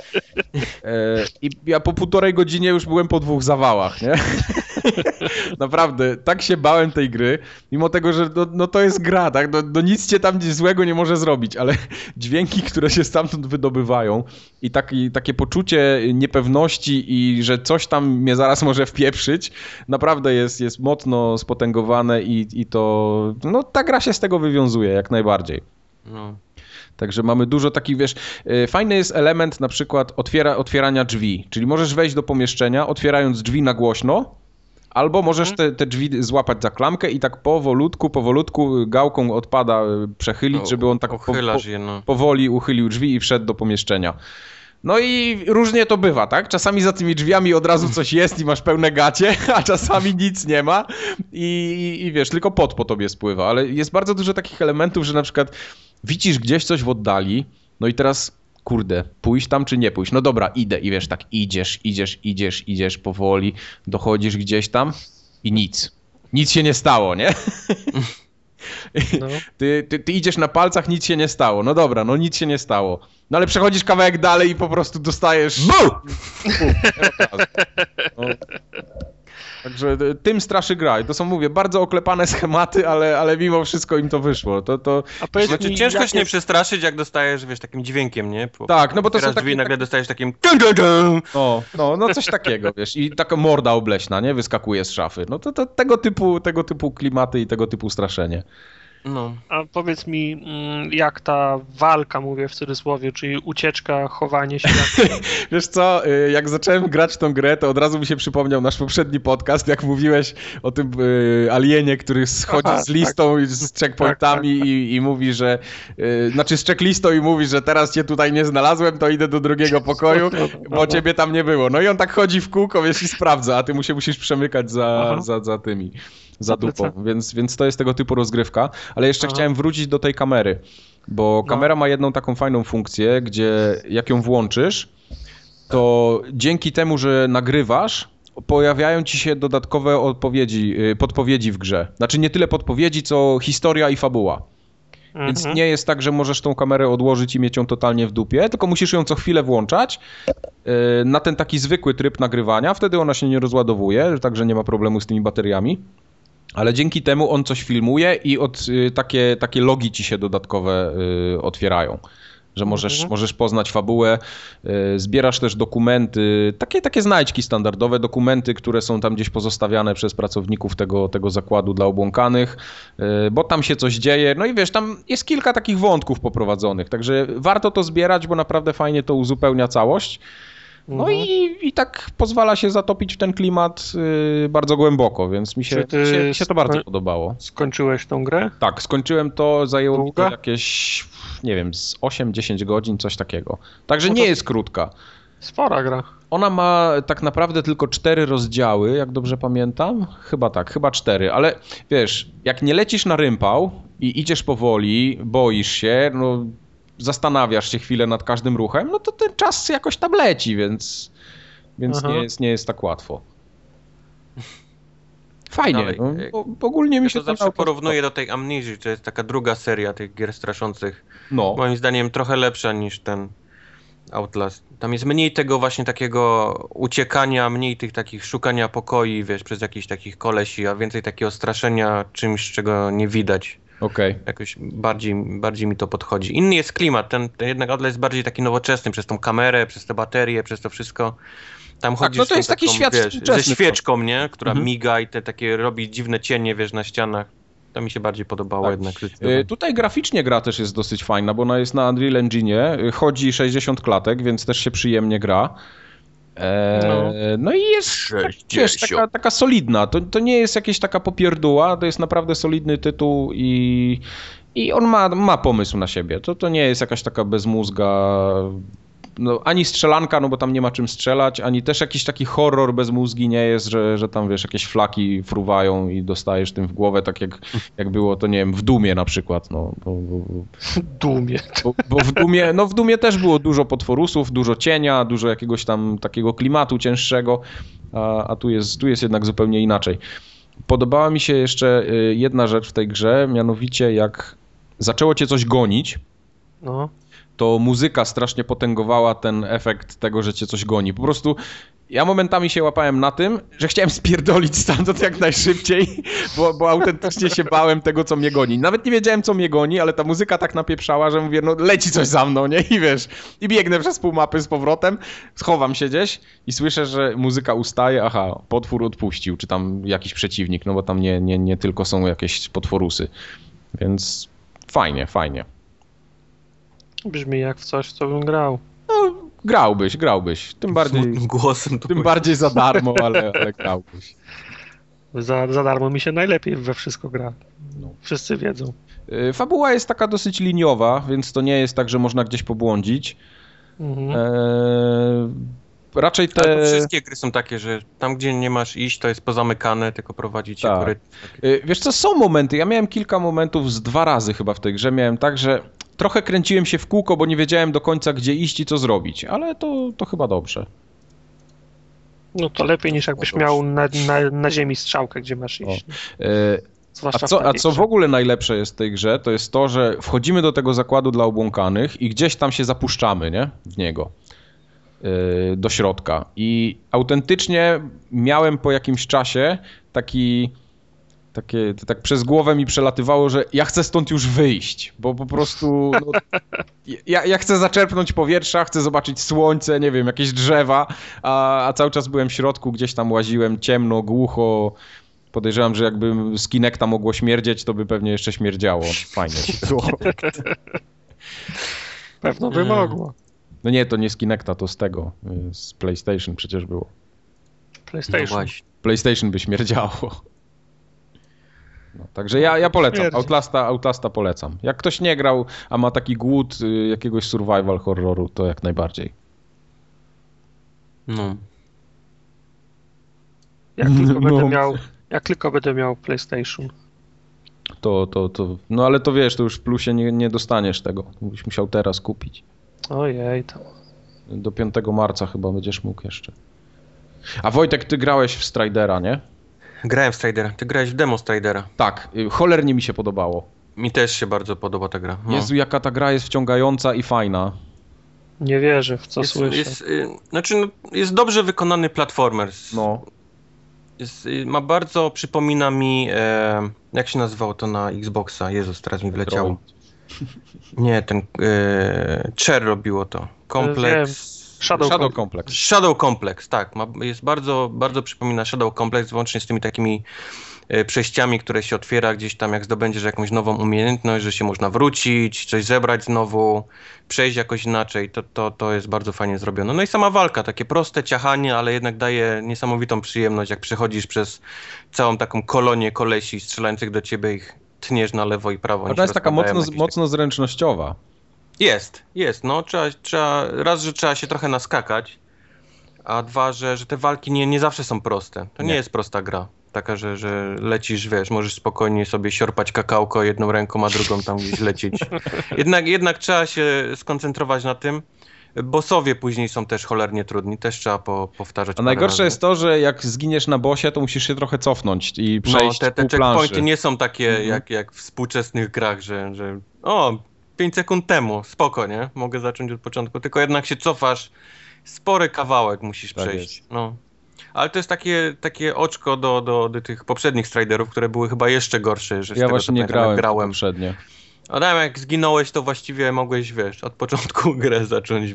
I ja po 1,5 godzinie już byłem po 2 zawałach, nie? Naprawdę, tak się bałem tej gry, mimo tego, że no to jest gra, tak? No nic cię tam złego nie może zrobić, ale dźwięki, które się stamtąd wydobywają i takie poczucie niepewności i że coś tam mnie zaraz może wpieprzyć, naprawdę jest mocno spotęgowane i to... No ta gra się z tego wywiązuje jak najbardziej. No. Także mamy dużo takich, wiesz, fajny jest element na przykład otwierania drzwi, czyli możesz wejść do pomieszczenia otwierając drzwi na głośno, albo możesz te drzwi złapać za klamkę i tak powolutku gałką odpada przechylić, żeby on tak powoli uchylił drzwi i wszedł do pomieszczenia. No i różnie to bywa, tak? Czasami za tymi drzwiami od razu coś jest i masz pełne gacie, a czasami nic nie ma i wiesz, tylko pot po tobie spływa, ale jest bardzo dużo takich elementów, że na przykład widzisz gdzieś coś w oddali, no i teraz, kurde, pójść tam czy nie pójść? No dobra, idę i wiesz, tak idziesz powoli, dochodzisz gdzieś tam i nic się nie stało, nie? No. Ty idziesz na palcach, nic się nie stało. No dobra, no nic się nie stało. No ale przechodzisz kawałek dalej i po prostu dostajesz... Także tym straszy gra. I to są, mówię, bardzo oklepane schematy, ale mimo wszystko im to wyszło. Znaczy, ciężko się nie przestraszyć, jak dostajesz, wiesz, takim dźwiękiem, nie? Tak, no bo to są drzwi nagle dostajesz takim... No coś takiego, wiesz. I taka morda obleśna, nie? Wyskakuje z szafy. No to tego typu klimaty i tego typu straszenie. No. A powiedz mi, jak ta walka, mówię w cudzysłowie, czyli ucieczka, chowanie się... Wiesz co, jak zacząłem grać w tą grę, to od razu mi się przypomniał nasz poprzedni podcast, jak mówiłeś o tym alienie, który schodzi z listą i z checkpointami i mówi, że... Znaczy z checklistą i mówi, że teraz cię tutaj nie znalazłem, to idę do drugiego pokoju, bo ciebie tam nie było. No i on tak chodzi w kółko, wiesz, i sprawdza, a ty mu się musisz przemykać za tymi... za dupą, więc to jest tego typu rozgrywka, ale jeszcze chciałem wrócić do tej kamery, bo kamera ma jedną taką fajną funkcję, gdzie jak ją włączysz, to dzięki temu, że nagrywasz, pojawiają ci się dodatkowe podpowiedzi w grze. Znaczy nie tyle podpowiedzi, co historia i fabuła. Więc nie jest tak, że możesz tą kamerę odłożyć i mieć ją totalnie w dupie, tylko musisz ją co chwilę włączać na ten taki zwykły tryb nagrywania. Wtedy ona się nie rozładowuje, także nie ma problemu z tymi bateriami. Ale dzięki temu on coś filmuje i takie logi ci się dodatkowe otwierają. Że możesz poznać fabułę, zbierasz też dokumenty, takie znajdźki standardowe, dokumenty, które są tam gdzieś pozostawiane przez pracowników tego zakładu dla obłąkanych, bo tam się coś dzieje, no i wiesz, tam jest kilka takich wątków poprowadzonych, także warto to zbierać, bo naprawdę fajnie to uzupełnia całość. No i tak pozwala się zatopić w ten klimat bardzo głęboko, więc mi się to bardzo podobało. Skończyłeś tą grę? Tak, skończyłem to, zajęło mi to jakieś, nie wiem, z 8-10 godzin, coś takiego. Także nie jest krótka. Spora gra. Ona ma tak naprawdę tylko 4 rozdziały, jak dobrze pamiętam. Chyba 4, ale wiesz, jak nie lecisz na rympał i idziesz powoli, boisz się, no zastanawiasz się chwilę nad każdym ruchem, no to ten czas jakoś tam leci, więc nie jest tak łatwo. Fajnie, no, ogólnie mi się to zawsze porównuję do tej Amnezji, to jest taka druga seria tych gier straszących. No. Moim zdaniem trochę lepsza niż ten Outlast. Tam jest mniej tego właśnie takiego uciekania, mniej tych takich szukania pokoi, wiesz, przez jakichś takich kolesi, a więcej takiego straszenia czymś, czego nie widać. Okay. Jakoś bardziej mi to podchodzi. Inny jest klimat, ten jednak Outlast jest bardziej taki nowoczesny, przez tą kamerę, przez te baterie, przez to wszystko. Tam chodzisz no to jest taki świat ze świeczką, nie? Która miga i te takie robi dziwne cienie, wiesz, na ścianach. To mi się bardziej podobało jednak. Tutaj graficznie gra też jest dosyć fajna, bo ona jest na Unreal Engine, chodzi 60 klatek, więc też się przyjemnie gra. No i jest wiesz, taka solidna. To nie jest jakaś taka popierdóła, to jest naprawdę solidny tytuł i on ma pomysł na siebie. To nie jest jakaś taka bezmózga, no, ani strzelanka, no bo tam nie ma czym strzelać, ani też jakiś taki horror bez mózgi nie jest, że tam wiesz, jakieś flaki fruwają i dostajesz tym w głowę, tak jak było to, nie wiem, w Doomie na przykład. No, Doomie. Bo w Doomie też było dużo potworusów, dużo cienia, dużo jakiegoś tam takiego klimatu cięższego, a tu jest jednak zupełnie inaczej. Podobała mi się jeszcze jedna rzecz w tej grze, mianowicie jak zaczęło cię coś gonić, to muzyka strasznie potęgowała ten efekt tego, że cię coś goni. Po prostu ja momentami się łapałem na tym, że chciałem spierdolić stamtąd jak najszybciej, bo autentycznie się bałem tego, co mnie goni. Nawet nie wiedziałem, co mnie goni, ale ta muzyka tak napieprzała, że mówię, no leci coś za mną, nie? I wiesz, i biegnę przez pół mapy z powrotem, schowam się gdzieś i słyszę, że muzyka ustaje, aha, potwór odpuścił, czy tam jakiś przeciwnik, no bo tam nie tylko są jakieś potworusy. Więc fajnie. Brzmi jak w coś, w co bym grał. No, grałbyś. Tym bardziej za darmo, ale grałbyś. Za darmo mi się najlepiej we wszystko gra. No. Wszyscy wiedzą. Fabuła jest taka dosyć liniowa, więc to nie jest tak, że można gdzieś pobłądzić. Raczej Ale to wszystkie gry są takie, że tam, gdzie nie masz iść, to jest pozamykane, tylko prowadzi cię korytarz. Wiesz co, są momenty, ja miałem kilka momentów z 2 razy chyba w tej grze, miałem tak, że trochę kręciłem się w kółko, bo nie wiedziałem do końca, gdzie iść i co zrobić, ale to chyba dobrze. No to lepiej niż jakbyś miał na ziemi strzałkę, gdzie masz iść. A co w ogóle najlepsze jest w tej grze, to jest to, że wchodzimy do tego zakładu dla obłąkanych i gdzieś tam się zapuszczamy, nie? W niego. Do środka. I autentycznie miałem po jakimś czasie tak przez głowę mi przelatywało, że ja chcę stąd już wyjść, bo po prostu ja chcę zaczerpnąć powietrza, chcę zobaczyć słońce, nie wiem, jakieś drzewa, a cały czas byłem w środku, gdzieś tam łaziłem, ciemno, głucho. Podejrzewam, że jakby z Kinecta mogło śmierdzieć, to by pewnie jeszcze śmierdziało. Fajnie to było. Pewno by mogło. No nie, to nie z Kinecta, to z tego, z PlayStation przecież było. PlayStation. No PlayStation by śmierdziało. No, także ja polecam, Outlasta polecam. Jak ktoś nie grał, a ma taki głód jakiegoś survival horroru, to jak najbardziej. No. Jak tylko będę miał PlayStation. No ale to wiesz, to już w plusie nie dostaniesz tego. Byś musiał teraz kupić. Ojej, tam. Do 5 marca chyba będziesz mógł jeszcze. A Wojtek, ty grałeś w Stridera, nie? Grałem w Stridera. Ty grałeś w demo Stridera. Tak, cholernie mi się podobało. Mi też się bardzo podoba ta gra. No. Jezu, jaka ta gra jest wciągająca i fajna. Nie wierzę, w co słyszę. Jest dobrze wykonany platformer. No. Przypomina mi, jak się nazywało to na Xboxa? Jezus, teraz mi wleciało. Nie, ten Cher robiło to. Complex. Shadow Complex. Shadow Complex, tak. Jest bardzo, bardzo przypomina Shadow Complex, włącznie z tymi takimi przejściami, które się otwiera gdzieś tam, jak zdobędziesz jakąś nową umiejętność, że się można wrócić, coś zebrać znowu, przejść jakoś inaczej. To jest bardzo fajnie zrobione. No i sama walka, takie proste ciachanie, ale jednak daje niesamowitą przyjemność, jak przechodzisz przez całą taką kolonię kolesi strzelających do ciebie, ich tniesz na lewo i prawo. To jest taka mocno zręcznościowa. Jest. No, że trzeba się trochę naskakać, a dwa, że te walki nie zawsze są proste. To nie jest prosta gra. Taka, że lecisz, wiesz, możesz spokojnie sobie siorpać kakałko jedną ręką, a drugą tam gdzieś lecieć. Jednak trzeba się skoncentrować na tym. Bossowie później są też cholernie trudni, też trzeba powtarzać. A najgorsze jest to, że jak zginiesz na bossie, to musisz się trochę cofnąć i przejść te checkpointy nie są takie jak w współczesnych grach, że 5 sekund temu, spoko, nie? Mogę zacząć od początku, tylko jednak się cofasz, spory kawałek musisz przejść. No. Ale to jest takie oczko do tych poprzednich Striderów, które były chyba jeszcze gorsze. Że ja właśnie nie grałem poprzednio. A jak zginąłeś, to właściwie mogłeś, wiesz, od początku grę zacząć,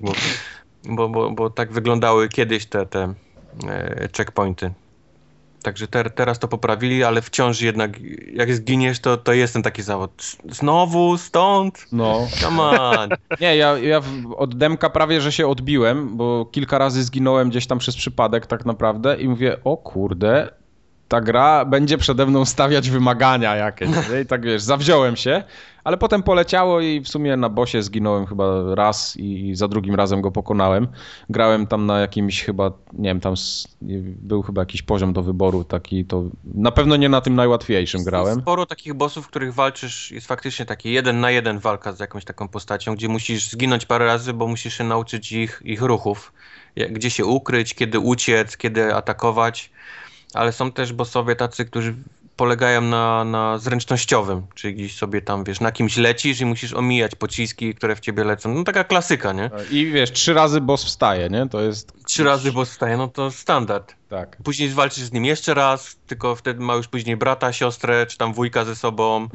bo tak wyglądały kiedyś te checkpointy. Także teraz to poprawili, ale wciąż jednak jak zginiesz, to jest ten taki zawód. Znowu stąd? No. Come on. Nie, ja od demka prawie, że się odbiłem, bo kilka razy zginąłem gdzieś tam przez przypadek tak naprawdę i mówię, o kurde, ta gra będzie przede mną stawiać wymagania jakieś. I tak wiesz, zawziąłem się, ale potem poleciało i w sumie na bossie zginąłem chyba raz i za drugim razem go pokonałem. Grałem tam na jakimś chyba, nie wiem, tam był chyba jakiś poziom do wyboru taki, to na pewno nie na tym najłatwiejszym grałem. Sporo takich bossów, w których walczysz, jest faktycznie taki 1 na 1 walka z jakąś taką postacią, gdzie musisz zginąć parę razy, bo musisz się nauczyć ich ruchów, gdzie się ukryć, kiedy uciec, kiedy atakować. Ale są też bossowie tacy, którzy polegają na zręcznościowym, czyli gdzieś sobie tam, wiesz, na kimś lecisz i musisz omijać pociski, które w ciebie lecą. No taka klasyka, nie? I wiesz, 3 razy boss wstaje, nie? To jest... 3 razy boss wstaje, no to standard. Tak. Później walczysz z nim jeszcze raz, tylko wtedy ma już później brata, siostrę, czy tam wujka ze sobą.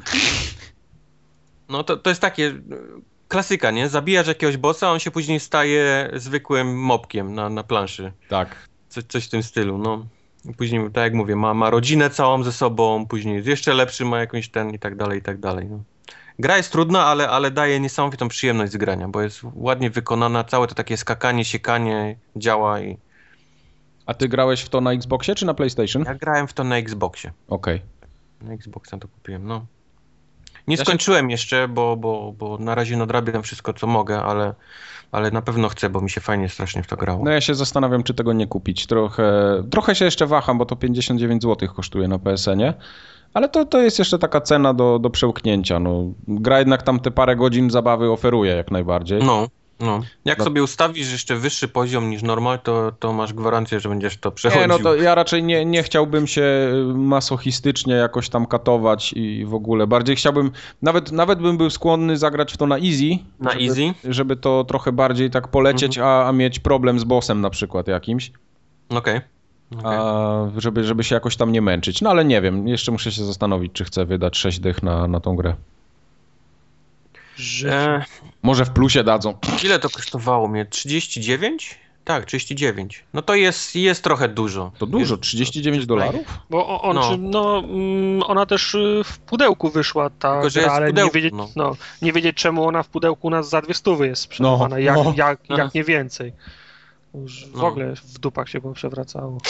No to jest takie... Klasyka, nie? Zabijasz jakiegoś bossa, a on się później staje zwykłym mopkiem na planszy. Tak. Coś w tym stylu, no. Później, tak jak mówię, ma rodzinę całą ze sobą, później jest jeszcze lepszy, ma jakąś i tak dalej, i tak dalej. No. Gra jest trudna, ale daje niesamowitą przyjemność z grania, bo jest ładnie wykonana, całe to takie skakanie, siekanie działa i... A ty grałeś w to na Xboxie czy na PlayStation? Ja grałem w to na Xboxie. Okej. Na Xboxa to kupiłem, no. Nie skończyłem jeszcze, bo na razie nadrabiam wszystko, co mogę, ale na pewno chcę, bo mi się fajnie strasznie w to grało. No ja się zastanawiam, czy tego nie kupić. Trochę się jeszcze waham, bo to 59 zł kosztuje na PSN-ie, ale to jest jeszcze taka cena do przełknięcia. No, gra jednak tam te parę godzin zabawy oferuje jak najbardziej. No. Jak sobie ustawisz jeszcze wyższy poziom niż normal, to masz gwarancję, że będziesz to przechodził. Nie, no to ja raczej nie chciałbym się masochistycznie jakoś tam katować i w ogóle. Bardziej chciałbym, nawet bym był skłonny zagrać w to na easy. Żeby to trochę bardziej tak polecieć, a mieć problem z bossem na przykład jakimś. Okej. Żeby się jakoś tam nie męczyć. No ale nie wiem, jeszcze muszę się zastanowić, czy chcę wydać 6 dych na tą grę. Może w plusie dadzą. Ile to kosztowało mnie? 39? Tak, 39. No to jest trochę dużo. To dużo, $39? Bo ona też w pudełku wyszła ta tylko, że gra, ale pudełku, nie wiedzieć czemu ona w pudełku u nas za 200 jest sprzedawana, jak nie więcej. Już w ogóle w dupach się przewracało.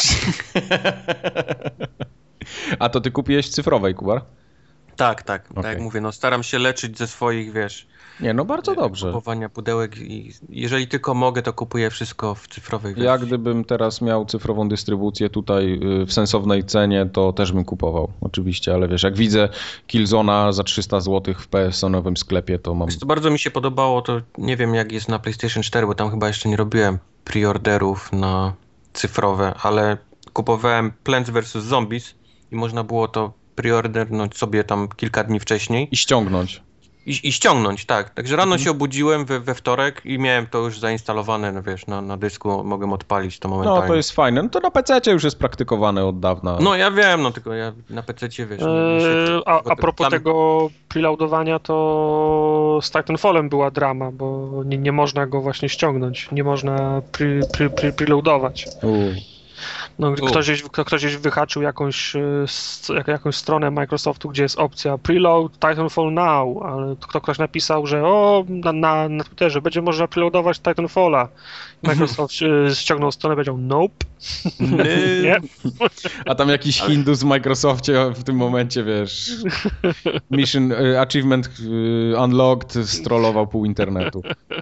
A to ty kupiłeś w cyfrowej, Kubar? Tak. Tak jak mówię, staram się leczyć ze swoich, wiesz, Nie, no bardzo dobrze. Kupowania pudełek i jeżeli tylko mogę, to kupuję wszystko w cyfrowej wersji. Ja gdybym teraz miał cyfrową dystrybucję tutaj w sensownej cenie, to też bym kupował, oczywiście, ale wiesz, jak widzę Killzone'a za 300 zł w PS-onowym sklepie, to mam... To bardzo mi się podobało, to nie wiem jak jest na PlayStation 4, bo tam chyba jeszcze nie robiłem preorderów na cyfrowe, ale kupowałem Plants vs. Zombies i można było to preordernąć sobie tam kilka dni wcześniej. I ściągnąć. I ściągnąć, tak. Także rano się obudziłem we wtorek i miałem to już zainstalowane, no wiesz, na dysku mogłem odpalić to momentalnie. No to jest fajne. No to na PC-cie już jest praktykowane od dawna. No ja wiem, no tylko ja na PC-cie, wiesz... A propos tego preloadowania, to z Titanfallem była drama, bo nie można go właśnie ściągnąć, nie można preloadować. No, ktoś gdzieś wyhaczył jakąś stronę Microsoftu, gdzie jest opcja preload Titanfall now, ale ktoś napisał, że na Twitterze będzie można preloadować Titanfalla. Microsoft ściągnął stronę i powiedział nope. Nie. A tam jakiś Hindus w Microsoftie w tym momencie, wiesz, Mission Achievement Unlocked strollował pół internetu.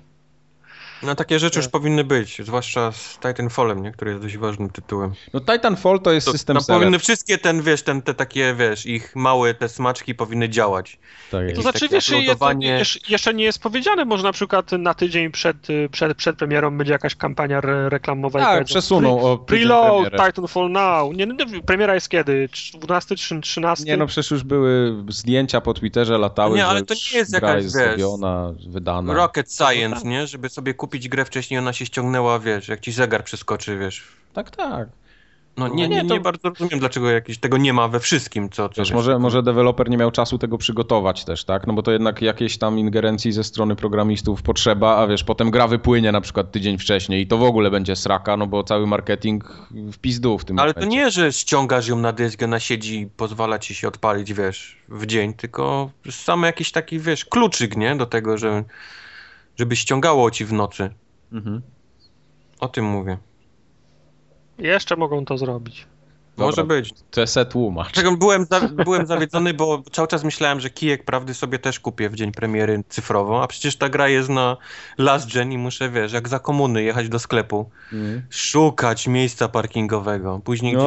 No takie rzeczy już powinny być, zwłaszcza z Titanfallem, nie? Który jest dość ważnym tytułem. No Titanfall to jest system seller. Powinny wszystkie te takie, wiesz, ich małe te smaczki powinny działać. Tak jest. To znaczy, wiesz, jeszcze nie jest powiedziane, może na przykład na tydzień przed premierą będzie jakaś kampania reklamowa. Tak, przesuną preload Titanfall now. Nie, premiera jest kiedy? 12 czy 13? Nie, no przecież już były zdjęcia po Twitterze, latały, nie, ale że to nie jest jakaś, jest zrobiona, wydana. Rocket Science, nie? Żeby sobie kupić grę wcześniej, ona się ściągnęła, wiesz, jak ci zegar przeskoczy, wiesz. Tak. No nie bardzo rozumiem, dlaczego tego nie ma we wszystkim, co wiesz, może deweloper nie miał czasu tego przygotować też, tak? No bo to jednak jakieś tam ingerencji ze strony programistów potrzeba, a wiesz, potem gra wypłynie na przykład tydzień wcześniej i to w ogóle będzie sraka, no bo cały marketing w pizdu w tym momencie. Ale to nie, że ściągasz ją na dysk, ona siedzi i pozwala ci się odpalić, wiesz, w dzień, tylko sam jakiś taki, wiesz, kluczyk, nie? Do tego, żeby ściągało ci w nocy. Mhm. O tym mówię. Jeszcze mogą to zrobić. Może być. To se tłumacz. Byłem zawiedzony, bo cały czas myślałem, że Kijek Prawdy sobie też kupię w dzień premiery cyfrową, a przecież ta gra jest na last gen i muszę, wiesz, jak za komuny jechać do sklepu, szukać miejsca parkingowego, później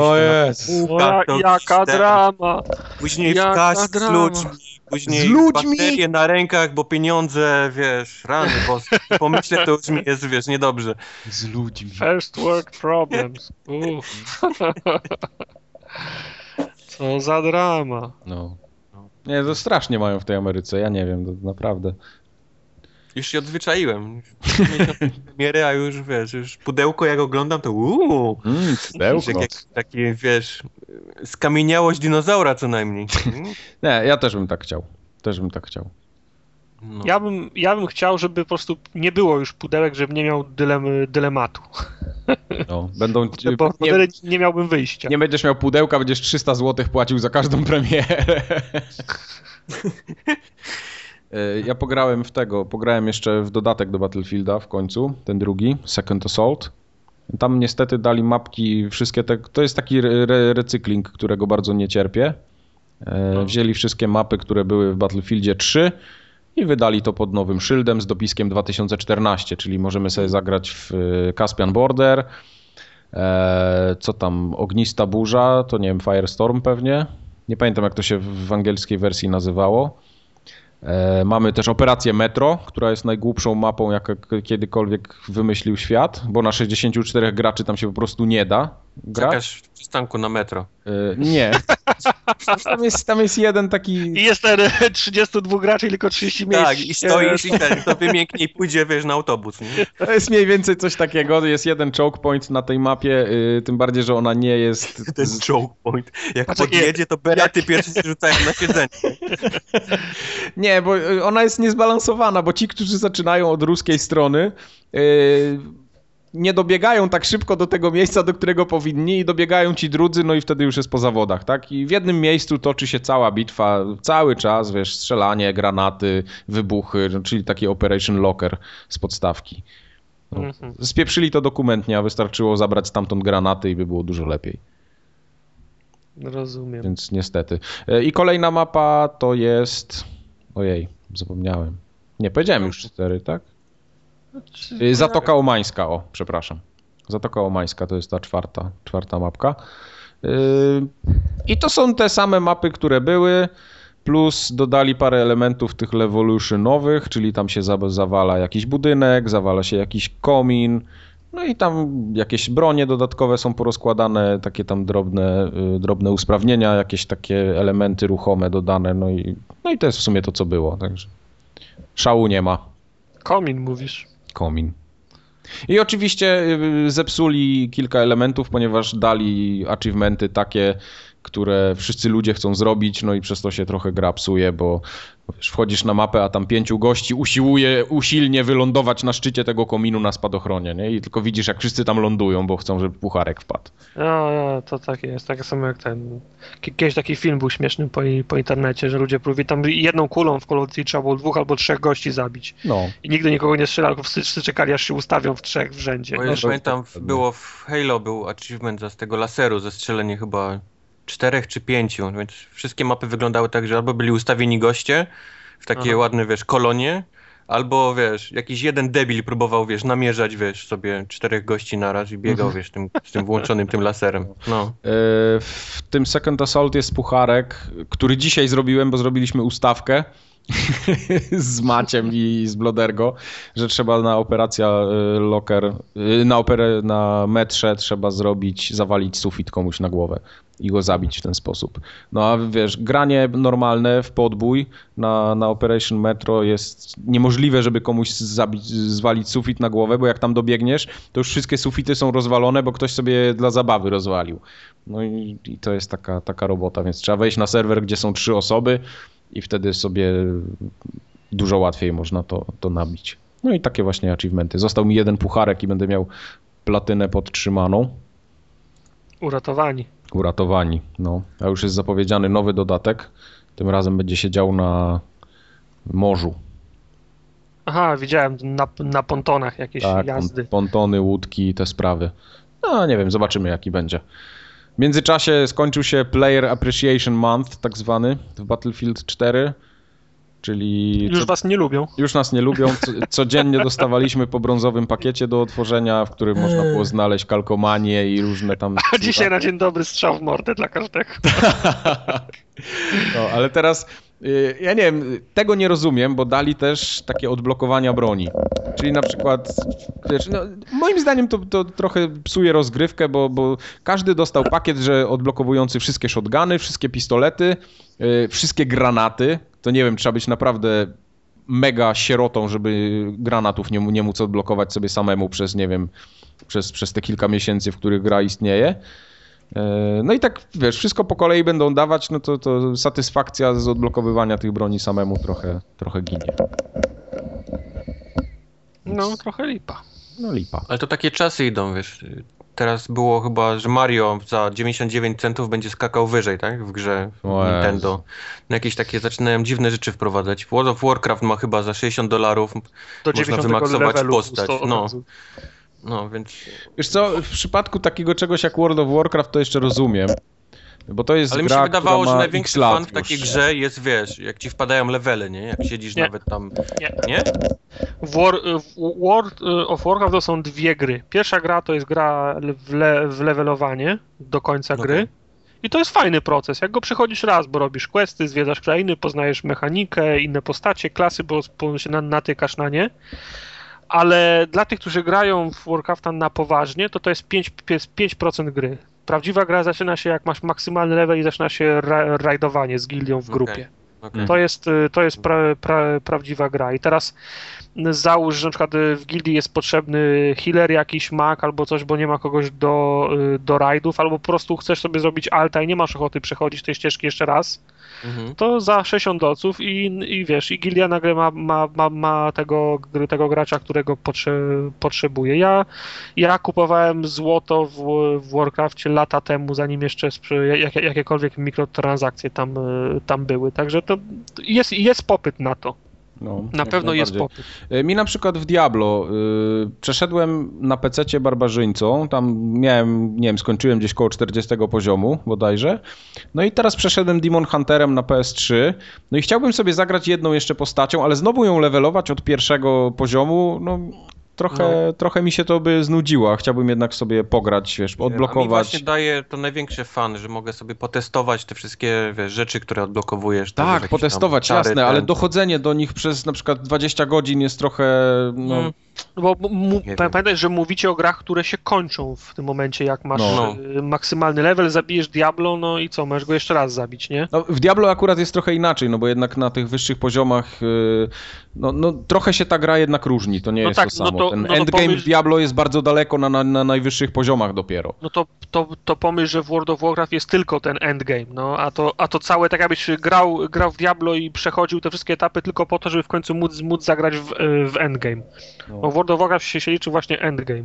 jaka drama! Później wkać z ludźmi, później bakterie na rękach, bo pieniądze, wiesz, rany boskie. Pomyślę, to już mi jest, wiesz, niedobrze. Z ludźmi. First world problems. Co za drama. No. Nie, to strasznie mają w tej Ameryce, ja nie wiem, to naprawdę. Już się odzwyczaiłem. Premiery, a już, wiesz, już pudełko jak oglądam, to pudełko. Takie, wiesz, skamieniałość dinozaura co najmniej. Nie, ja też bym tak chciał. No. Ja bym chciał, żeby po prostu nie było już pudełek, żebym nie miał dylematu. No, bo nie miałbym wyjścia. Nie będziesz miał pudełka, będziesz 300 zł płacił za każdą premierę. Ja pograłem jeszcze w dodatek do Battlefielda w końcu, ten drugi, Second Assault. Tam niestety dali mapki, wszystkie to jest taki recykling, którego bardzo nie cierpię. Wzięli wszystkie mapy, które były w Battlefieldzie 3 i wydali to pod nowym szyldem z dopiskiem 2014, czyli możemy sobie zagrać w Caspian Border, co tam, Ognista Burza, to nie wiem, Firestorm pewnie. Nie pamiętam, jak to się w angielskiej wersji nazywało. Mamy też operację Metro, która jest najgłupszą mapą, jaką kiedykolwiek wymyślił świat, bo na 64 graczy tam się po prostu nie da grać. Jakaś w przystanku na metro. Nie. Tam jest jeden taki... I jest ten 32 graczy i tylko 30 miejsc. Tak, i stoisz i to wymięknie pójdzie, wiesz, na autobus. Nie? To jest mniej więcej coś takiego. Jest jeden choke point na tej mapie, tym bardziej, że ona nie jest... Ten choke point. Jak podjedzie, to berety pierwsze się rzucają na siedzenie. Nie, bo ona jest niezbalansowana, bo ci, którzy zaczynają od ruskiej strony... nie dobiegają tak szybko do tego miejsca, do którego powinni i dobiegają ci drudzy, no i wtedy już jest po zawodach, tak? I w jednym miejscu toczy się cała bitwa, cały czas, wiesz, strzelanie, granaty, wybuchy, no, czyli taki Operation Locker z podstawki. No, spieprzyli to dokumentnie, a wystarczyło zabrać stamtąd granaty i by było dużo lepiej. Rozumiem. Więc niestety. I kolejna mapa to jest... Ojej, zapomniałem. Nie, powiedziałem już 4, tak? Zatoka Omańska, przepraszam. Zatoka Omańska to jest ta czwarta mapka. I to są te same mapy, które były, plus dodali parę elementów tych Levolutionowych, czyli tam się zawala jakiś budynek, zawala się jakiś komin, no i tam jakieś bronie dodatkowe są porozkładane, takie tam drobne usprawnienia, jakieś takie elementy ruchome dodane, no i to jest w sumie to, co było, także szału nie ma. Komin mówisz. Komin. I oczywiście zepsuli kilka elementów, ponieważ dali achievementy takie, które wszyscy ludzie chcą zrobić, no i przez to się trochę gra psuje, bo wiesz, wchodzisz na mapę, a tam 5 gości usiłuje usilnie wylądować na szczycie tego kominu na spadochronie, nie? I tylko widzisz, jak wszyscy tam lądują, bo chcą, żeby pucharek wpadł. No, to tak jest. Tak samo jak ten... Kiedyś taki film był śmieszny po internecie, że ludzie próbowali tam jedną kulą w Call of Duty trzeba było 2 albo 3 gości zabić. No. I nigdy nikogo nie strzelał, tylko wszyscy czekali, aż się ustawią w 3 w rzędzie. Bo już pamiętam, było w Halo był achievement z tego laseru, zestrzelenie chyba 4 czy 5, więc wszystkie mapy wyglądały tak, że albo byli ustawieni goście w takie ładne, wiesz, kolonie, albo, wiesz, jakiś jeden debil próbował, wiesz, namierzać, wiesz, sobie 4 gości naraz i biegał, wiesz, z tym włączonym tym laserem. No. W tym Second Assault jest pucharek, który dzisiaj zrobiłem, bo zrobiliśmy ustawkę z Maciem i z Blodergo, że trzeba na operacja Locker, na metrze trzeba zawalić sufit komuś na głowę i go zabić w ten sposób. No a wiesz, granie normalne w podbój na Operation Metro jest niemożliwe, żeby komuś zwalić sufit na głowę, bo jak tam dobiegniesz, to już wszystkie sufity są rozwalone, bo ktoś sobie dla zabawy rozwalił. No i to jest taka robota, więc trzeba wejść na serwer, gdzie są 3 osoby i wtedy sobie dużo łatwiej można to nabić. No i takie właśnie achievementy. Został mi 1 pucharek i będę miał platynę podtrzymaną. Uratowani, no. A już jest zapowiedziany nowy dodatek. Tym razem będzie się dział na morzu. Aha, widziałem na pontonach jakieś jazdy. Pontony, łódki, te sprawy. No nie wiem, zobaczymy jaki będzie. W międzyczasie skończył się Player Appreciation Month, tak zwany, w Battlefield 4. Czyli... Już was nie lubią. Już nas nie lubią. Codziennie dostawaliśmy po brązowym pakiecie do otworzenia, w którym można było znaleźć kalkomanie i różne tam... A dzisiaj na dzień dobry strzał w mordę dla każdego. No, ale teraz, ja nie wiem, tego nie rozumiem, bo dali też takie odblokowania broni. Czyli na przykład, wiesz, no, moim zdaniem to trochę psuje rozgrywkę, bo każdy dostał pakiet, że odblokowujący wszystkie shotguny, wszystkie pistolety, wszystkie granaty. To nie wiem, trzeba być naprawdę mega sierotą, żeby granatów nie móc odblokować sobie samemu przez, nie wiem, przez te kilka miesięcy, w których gra istnieje. No i tak, wiesz, wszystko po kolei będą dawać, no to satysfakcja z odblokowywania tych broni samemu trochę ginie. No, trochę lipa. No lipa. Ale to takie czasy idą, wiesz. Teraz było chyba, że Mario za 99 centów będzie skakał wyżej, tak? W grze Nintendo. No jakieś takie zaczynają dziwne rzeczy wprowadzać. World of Warcraft ma chyba za $60 można wymaksować postać. No, więc... Wiesz co, w przypadku takiego czegoś jak World of Warcraft to jeszcze rozumiem. Bo to jest ale gra, mi się wydawało, że największy fan w już. takiej grze jest, wiesz, jak ci wpadają levele, nie? Jak siedzisz nawet tam... Nie? World of Warcraft to są 2 gry. Pierwsza gra to jest gra w levelowanie do końca gry. I to jest fajny proces. Jak go przechodzisz raz, bo robisz questy, zwiedzasz krainy, poznajesz mechanikę, inne postacie, klasy, bo się natykasz na nie. Ale dla tych, którzy grają w Warcrafta na poważnie, to jest 5% gry. Prawdziwa gra zaczyna się, jak masz maksymalny level i zaczyna się rajdowanie z gildią w grupie. Okay. To jest prawdziwa gra. I teraz załóż, że na przykład w gildii jest potrzebny healer, jakiś mag albo coś, bo nie ma kogoś do rajdów, albo po prostu chcesz sobie zrobić alta i nie masz ochoty przechodzić tej ścieżki jeszcze raz, to za $60 i wiesz, i gildia nagle ma tego gracza, którego potrzebuje. Ja kupowałem złoto w Warcrafcie lata temu, zanim jeszcze jakiekolwiek mikrotransakcje tam były, także to jest popyt na to. No, na pewno jest popyt. Mi na przykład w Diablo przeszedłem na PC-cie barbarzyńcą, tam miałem, nie wiem, skończyłem gdzieś koło 40 poziomu bodajże, no i teraz przeszedłem Demon Hunterem na PS3, no i chciałbym sobie zagrać jedną jeszcze postacią, ale znowu ją levelować od pierwszego poziomu, no... Trochę mi się to by znudziło, chciałbym jednak sobie pograć, wiesz, odblokować. A mi właśnie daje to największy fan, że mogę sobie potestować te wszystkie, wiesz, rzeczy, które odblokowujesz. Tak, potestować, czary, jasne, ale dochodzenie do nich przez na przykład 20 godzin jest trochę... No... Bo pamiętaj, że mówicie o grach, które się kończą w tym momencie, jak masz maksymalny level, zabijesz Diablo, no i co, masz go jeszcze raz zabić, nie? No, w Diablo akurat jest trochę inaczej, no bo jednak na tych wyższych poziomach no trochę się ta gra jednak różni, to nie jest to samo. Ten endgame w Diablo jest bardzo daleko na najwyższych poziomach dopiero. No to pomyśl, że w World of Warcraft jest tylko ten endgame, no a to całe, tak jakbyś grał w Diablo i przechodził te wszystkie etapy tylko po to, żeby w końcu móc zagrać w endgame. No. W World of Warcraft się liczy właśnie endgame.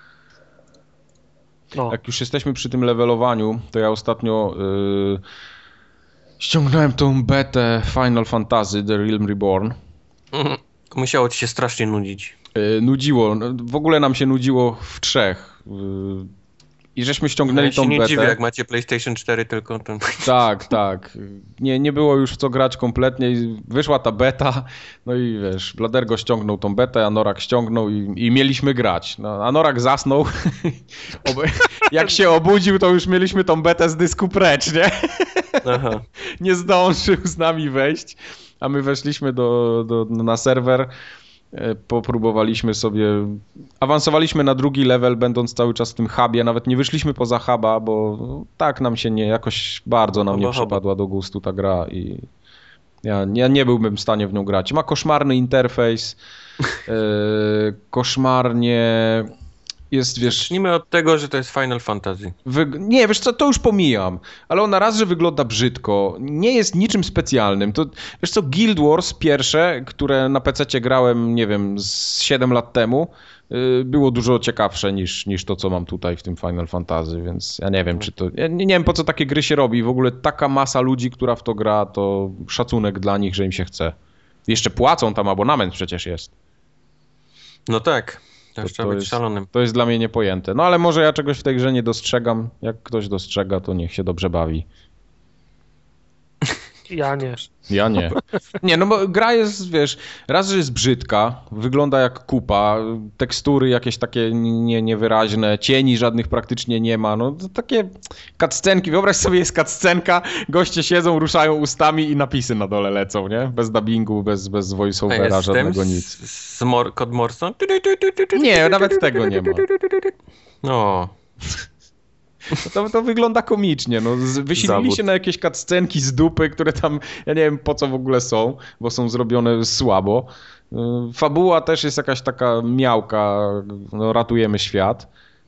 No. Jak już jesteśmy przy tym levelowaniu, to ja ostatnio ściągnąłem tą betę Final Fantasy The Realm Reborn. Musiało ci się strasznie nudzić. Nudziło. W ogóle nam się nudziło w trzech. I żeśmy ściągnęli tą betę. Ja się nie dziwię, jak macie PlayStation 4 tylko. To... Tak. Nie było już w co grać kompletnie. Wyszła ta beta, no i wiesz, Bladergo ściągnął tą betę, Anorak ściągnął i mieliśmy grać. No, Anorak zasnął. Jak się obudził, to już mieliśmy tą betę z dysku precz, nie? Aha. Nie zdążył z nami wejść, a my weszliśmy na serwer. Popróbowaliśmy sobie, awansowaliśmy na drugi level, będąc cały czas w tym hubie, nawet nie wyszliśmy poza huba, bo tak nam się jakoś bardzo nam nie przypadła do gustu ta gra i ja nie byłbym w stanie w nią grać. Ma koszmarny interfejs, koszmarnie jest, wiesz... Zacznijmy od tego, że to jest Final Fantasy. Nie, wiesz co, to już pomijam, ale ona raz, że wygląda brzydko, nie jest niczym specjalnym. To, wiesz co, Guild Wars pierwsze, które na PC-cie grałem, nie wiem, z 7 lat temu, było dużo ciekawsze niż to, co mam tutaj w tym Final Fantasy, więc ja nie wiem, czy to... Ja nie wiem, po co takie gry się robi. W ogóle taka masa ludzi, która w to gra, to szacunek dla nich, że im się chce. Jeszcze płacą, tam abonament przecież jest. No tak. To trzeba być szalonym. To jest dla mnie niepojęte. No ale może ja czegoś w tej grze nie dostrzegam. Jak ktoś dostrzega, to niech się dobrze bawi. Ja nie. Ja nie. Nie, no bo gra jest, wiesz, raz, że jest brzydka, wygląda jak kupa, tekstury jakieś takie niewyraźne, cieni żadnych praktycznie nie ma, no to takie cutscenki, wyobraź sobie, jest cutscenka, goście siedzą, ruszają ustami i napisy na dole lecą, nie? Bez dubbingu, bez voiceovera, żadnego nic. Z Code Morsa? Nie, nawet tego nie ma. No... To wygląda komicznie, no wysilili się na jakieś cutscenki z dupy, które tam, ja nie wiem po co w ogóle są, bo są zrobione słabo. Fabuła też jest jakaś taka miałka, no ratujemy świat.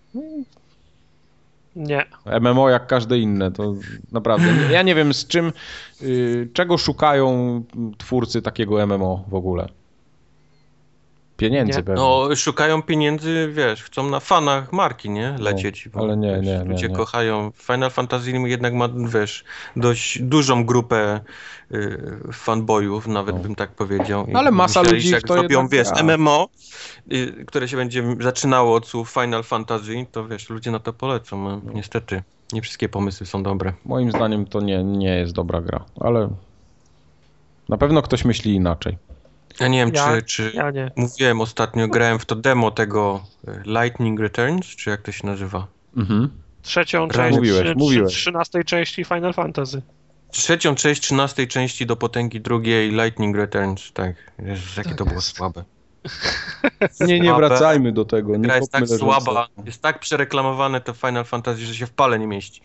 Nie. MMO jak każde inne, to naprawdę, ja nie wiem z czym, czego szukają twórcy takiego MMO w ogóle. Pieniędzy pewnie. No, szukają pieniędzy, wiesz, chcą na fanach marki, nie? Lecieć. No, ale nie. Ludzie kochają. Final Fantasy jednak ma, wiesz, dość dużą grupę fanboyów, nawet bym tak powiedział. Ale masa ludzi jak to zrobią, wiesz, MMO, które się będzie zaczynało od słów Final Fantasy, to wiesz, ludzie na to polecą. No. Niestety, nie wszystkie pomysły są dobre. Moim zdaniem to nie jest dobra gra, ale na pewno ktoś myśli inaczej. Ja nie wiem, czy nie. Mówiłem ostatnio, grałem w to demo tego Lightning Returns, czy jak to się nazywa? Mhm. Trzecią część mówiłeś. 13 części Final Fantasy. Trzecią część 13 części do potęgi drugiej Lightning Returns, tak. Jezus, jakie to było słabe. Nie wracajmy do tego. Gra jest tak słaba, jest tak przereklamowane to Final Fantasy, że się w pale nie mieści.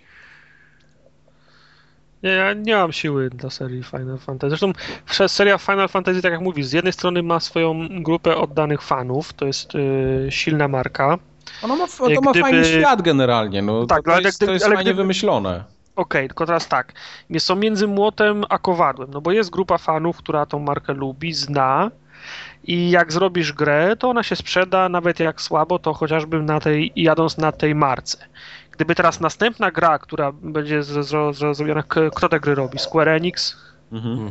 Nie, ja nie mam siły dla serii Final Fantasy. Zresztą seria Final Fantasy, tak jak mówisz, z jednej strony ma swoją grupę oddanych fanów, to jest silna marka. To ma fajny świat generalnie, no tak, to jest fajnie wymyślone. Okej, tylko teraz tak, są między młotem a kowadłem, no bo jest grupa fanów, która tą markę lubi, zna i jak zrobisz grę, to ona się sprzeda, nawet jak słabo, to chociażby jadąc na tej marce. Gdyby teraz następna gra, która będzie zrobiona, kto te gry robi? Square Enix?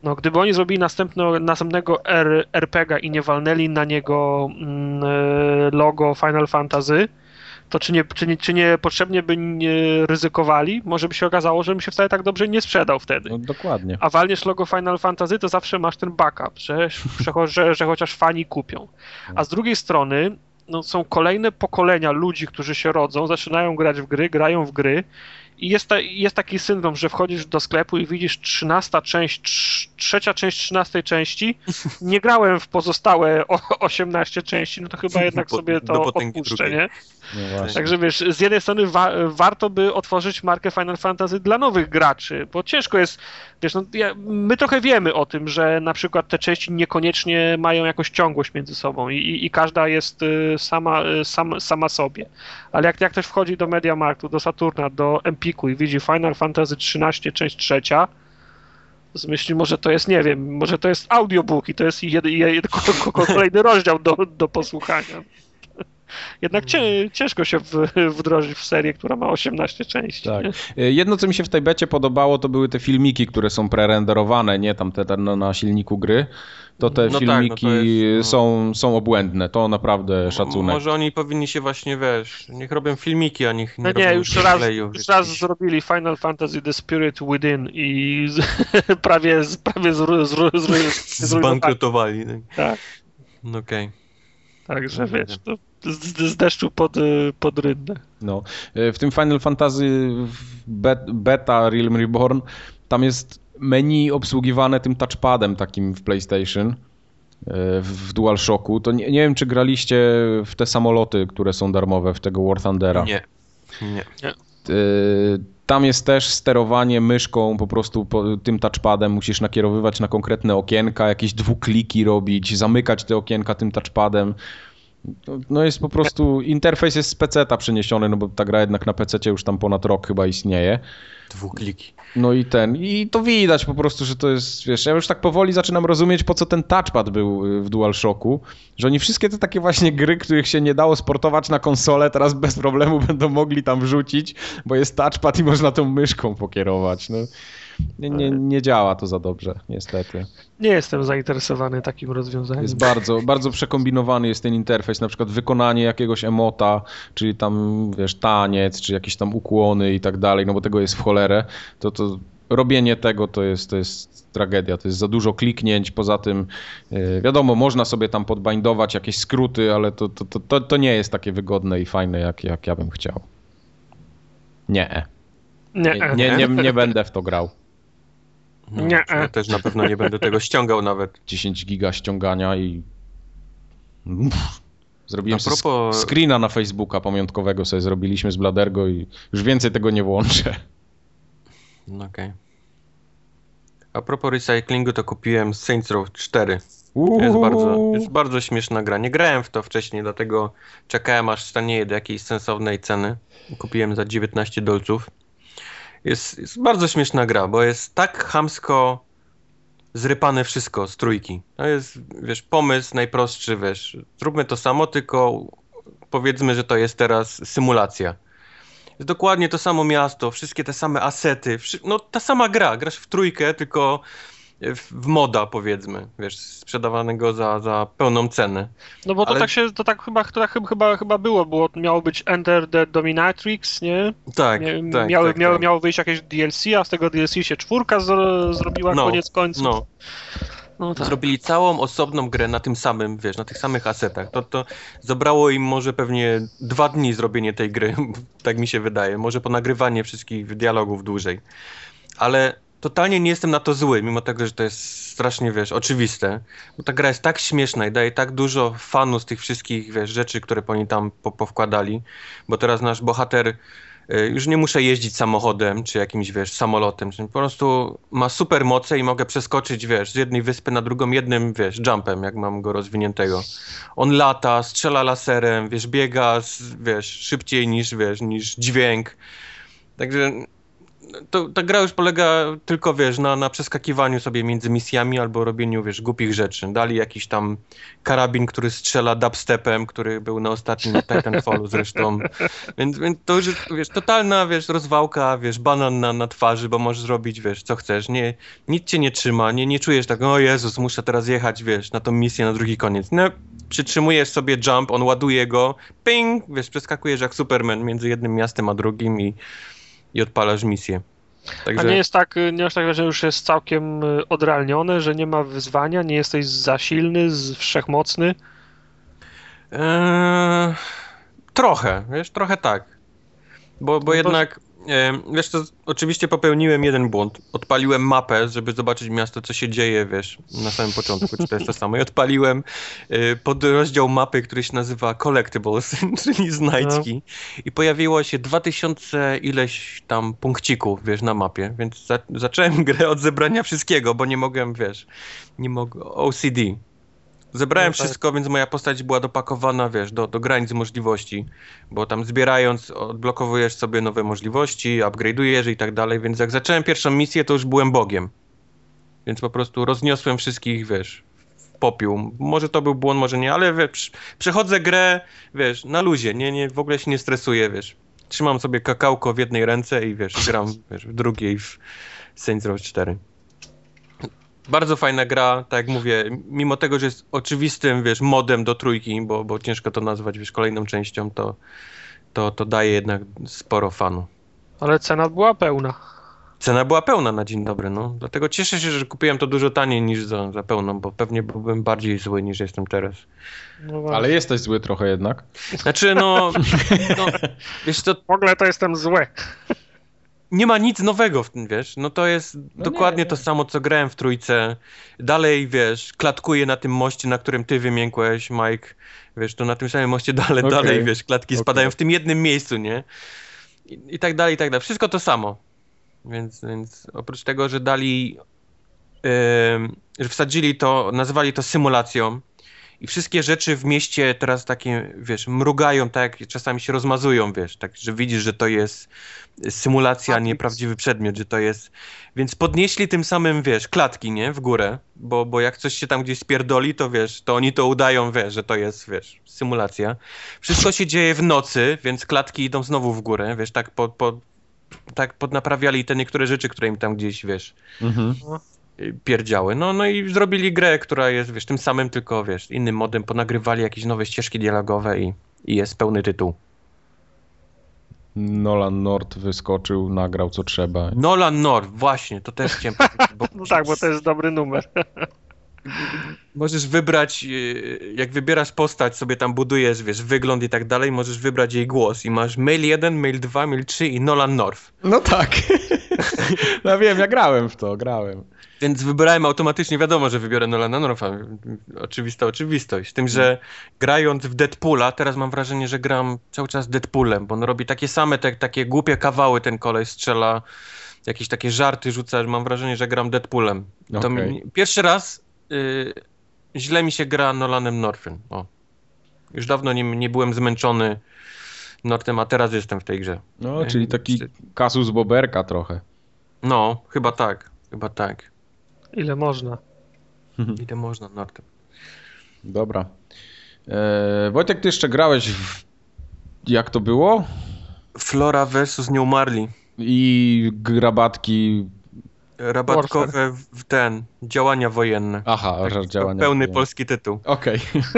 No, gdyby oni zrobili następnego RPG i nie walnęli na niego logo Final Fantasy, to czy nie potrzebnie by nie ryzykowali? Może by się okazało, że bym się wcale tak dobrze nie sprzedał wtedy. No, dokładnie. A walniesz logo Final Fantasy, to zawsze masz ten backup, że chociaż fani kupią. A z drugiej strony no, są kolejne pokolenia ludzi, którzy się rodzą, zaczynają grać w gry, grają w gry i jest taki syndrom, że wchodzisz do sklepu i widzisz trzecia część 13 części. Nie grałem w pozostałe 18 części, no to chyba jednak sobie to odpuszczę, nie? No także wiesz, z jednej strony warto by otworzyć markę Final Fantasy dla nowych graczy, bo ciężko jest, wiesz, no, my trochę wiemy o tym, że na przykład te części niekoniecznie mają jakąś ciągłość między sobą i każda jest sama sobie. Ale jak ktoś wchodzi do MediaMarktu, do Saturna, do Empiku i widzi Final Fantasy 13, część 3, z myśli, może to jest, nie wiem, może to jest audiobook i to jest kolejny rozdział do posłuchania. Jednak ciężko się wdrożyć w serię, która ma 18 części. Tak. Jedno, co mi się w tej becie podobało, to były te filmiki, które są prerenderowane, nie tam na silniku gry. To te filmiki są obłędne. To naprawdę szacunek. Może oni powinni się właśnie, wiesz, niech robią filmiki, a niech nie robią już raz zrobili Final Fantasy The Spirit Within i prawie zbankrutowali. Tak. No okej. Także wiesz, to z deszczu pod rynnę. No. W tym Final Fantasy Beta Realm Reborn tam jest menu obsługiwane tym touchpadem takim w PlayStation, w DualShocku. To nie wiem, czy graliście w te samoloty, które są darmowe, w tego War Thundera. Nie. Tam jest też sterowanie myszką, po prostu tym touchpadem musisz nakierowywać na konkretne okienka, jakieś dwukliki robić, zamykać te okienka tym touchpadem. No jest po prostu, interfejs jest z PC-ta przeniesiony, no bo ta gra jednak na PC-cie już tam ponad rok chyba istnieje. Dwukliki. No i to widać po prostu, że to jest, wiesz, ja już tak powoli zaczynam rozumieć, po co ten touchpad był w DualShocku, że oni wszystkie te takie właśnie gry, których się nie dało sportować na konsolę, teraz bez problemu będą mogli tam wrzucić, bo jest touchpad i można tą myszką pokierować, no. Nie działa to za dobrze, niestety. Nie jestem zainteresowany takim rozwiązaniem. Jest bardzo, bardzo przekombinowany jest ten interfejs, na przykład wykonanie jakiegoś emota, czyli tam, wiesz, taniec, czy jakieś tam ukłony i tak dalej, no bo tego jest w cholerę, to robienie tego to jest tragedia, to jest za dużo kliknięć, poza tym wiadomo, można sobie tam podbindować jakieś skróty, ale to nie jest takie wygodne i fajne, jak ja bym chciał. Nie będę w to grał. No, ja też na pewno nie będę tego ściągał nawet. 10 giga ściągania i... Zrobiłem screena na Facebooka pamiątkowego sobie zrobiliśmy z Bladergo i już więcej tego nie włączę. No okej. A propos recyklingu, to kupiłem Saints Row 4. Jest bardzo śmieszna gra. Nie grałem w to wcześniej, dlatego czekałem, aż stanieje do jakiejś sensownej ceny. Kupiłem za $19. Jest bardzo śmieszna gra, bo jest tak chamsko zrypane wszystko z trójki. To jest, wiesz, pomysł najprostszy, wiesz, zróbmy to samo, tylko powiedzmy, że to jest teraz symulacja. Jest dokładnie to samo miasto, wszystkie te same asety, no ta sama gra, grasz w trójkę, tylko w moda, powiedzmy, wiesz, sprzedawanego za pełną cenę. No bo to tak chyba było, miało być Enter the Dominatrix, nie? Tak, miało wyjść jakieś DLC, a z tego DLC się 4 zrobiła koniec końców. No tak. Zrobili całą osobną grę na tym samym, wiesz, na tych samych asetach. To zabrało im może pewnie 2 dni zrobienie tej gry, tak mi się wydaje. Może ponagrywanie wszystkich dialogów dłużej. Ale totalnie nie jestem na to zły, mimo tego, że to jest strasznie, wiesz, oczywiste. Bo ta gra jest tak śmieszna i daje tak dużo fanu z tych wszystkich, wiesz, rzeczy, które oni tam powkładali. Bo teraz nasz bohater już nie muszę jeździć samochodem, czy jakimś, wiesz, samolotem. Po prostu ma super moce i mogę przeskoczyć, wiesz, z jednej wyspy na drugą jednym, wiesz, jumpem, jak mam go rozwiniętego. On lata, strzela laserem, wiesz, biega, wiesz, szybciej niż dźwięk. Także ta gra już polega tylko, wiesz, na przeskakiwaniu sobie między misjami albo robieniu, wiesz, głupich rzeczy. Dali jakiś tam karabin, który strzela dubstepem, który był na ostatnim Titanfallu zresztą. Więc to już, wiesz, totalna, wiesz, rozwałka, wiesz, banan na twarzy, bo możesz zrobić, wiesz, co chcesz. Nic cię nie trzyma, nie czujesz tak, o Jezus, muszę teraz jechać, wiesz, na tą misję na drugi koniec. No, przytrzymujesz sobie jump, on ładuje go, ping, wiesz, przeskakujesz jak Superman między jednym miastem a drugim i odpalasz misję. Także... A nie jest tak, że już jest całkiem odrealnione, że nie ma wyzwania, nie jesteś za silny, wszechmocny? Trochę, wiesz, trochę tak. Bo jednak, wiesz co, oczywiście popełniłem jeden błąd. Odpaliłem mapę, żeby zobaczyć miasto, co się dzieje, wiesz, na samym początku, czy to jest to samo. I odpaliłem podrozdział mapy, który się nazywa Collectibles, czyli znajdźki. I pojawiło się 2000 ileś tam punkcików, wiesz, na mapie. Więc zacząłem grę od zebrania wszystkiego, bo nie mogłem, wiesz, OCD. Zebrałem wszystko, więc moja postać była dopakowana, wiesz, do granic możliwości, bo tam zbierając odblokowujesz sobie nowe możliwości, upgrade'ujesz i tak dalej, więc jak zacząłem pierwszą misję, to już byłem Bogiem. Więc po prostu rozniosłem wszystkich, wiesz, w popiół. Może to był błąd, może nie, ale wiesz, przechodzę grę, wiesz, na luzie, w ogóle się nie stresuję, wiesz. Trzymam sobie kakałko w jednej ręce i wiesz, gram, wiesz, w drugiej w Saints Row 4. Bardzo fajna gra, tak jak mówię, mimo tego, że jest oczywistym, wiesz, modem do trójki, bo ciężko to nazwać, wiesz, kolejną częścią, to daje jednak sporo fanu. Ale cena była pełna. Cena była pełna na dzień dobry, no. Dlatego cieszę się, że kupiłem to dużo taniej niż za pełną, bo pewnie byłbym bardziej zły niż jestem teraz. No ale jesteś zły trochę jednak. Znaczy, wiesz co... W ogóle to jestem zły. Nie ma nic nowego w tym, wiesz, no to jest dokładnie to samo, co grałem w trójce. Dalej, wiesz, klatkuję na tym moście, na którym ty wymiękłeś, Mike, wiesz, to na tym samym moście dalej, wiesz, klatki spadają w tym jednym miejscu, nie? I tak dalej, i tak dalej. Wszystko to samo. Więc oprócz tego, że dali, że wsadzili to, nazwali to symulacją i wszystkie rzeczy w mieście teraz takie, wiesz, mrugają, tak, czasami się rozmazują, wiesz, tak, że widzisz, że to jest symulacja, nie prawdziwy przedmiot, że to jest... Więc podnieśli tym samym, wiesz, klatki, nie, w górę, bo jak coś się tam gdzieś spierdoli, to wiesz, to oni to udają, wiesz, że to jest, wiesz, symulacja. Wszystko się dzieje w nocy, więc klatki idą znowu w górę, wiesz, tak tak podnaprawiali te niektóre rzeczy, które im tam gdzieś, wiesz, pierdziały. No i zrobili grę, która jest, wiesz, tym samym, tylko, wiesz, innym modem, ponagrywali jakieś nowe ścieżki dialogowe i jest pełny tytuł. Nolan North wyskoczył, nagrał co trzeba. Nolan North, właśnie, to też chciałem powiedzieć. No tak, bo to jest dobry numer. Możesz wybrać, jak wybierasz postać, sobie tam budujesz, wiesz, wygląd i tak dalej, możesz wybrać jej głos i masz Mail 1, Mail 2, Mail 3 i Nolan North. No tak. No wiem, ja grałem w to. Więc wybrałem automatycznie, wiadomo, że wybiorę Nolana Northa. Oczywista oczywistość. Z tym, że grając w Deadpoola, teraz mam wrażenie, że gram cały czas Deadpoolem, bo on robi takie same, takie głupie kawały, ten kolej strzela, jakieś takie żarty rzuca, mam wrażenie, że gram Deadpoolem. To pierwszy raz źle mi się gra Nolanem Northem. Już dawno nie byłem zmęczony Northem, a teraz jestem w tej grze. No, czyli taki kasus boberka trochę. No, chyba tak. Ile można? Ile można, Northem. Dobra. Wojtek, ty jeszcze grałeś jak to było? Flora versus Nieumarli. I rabatki... Rabatkowe działania wojenne. Aha, działania pełny wojenne. Polski tytuł. Okej.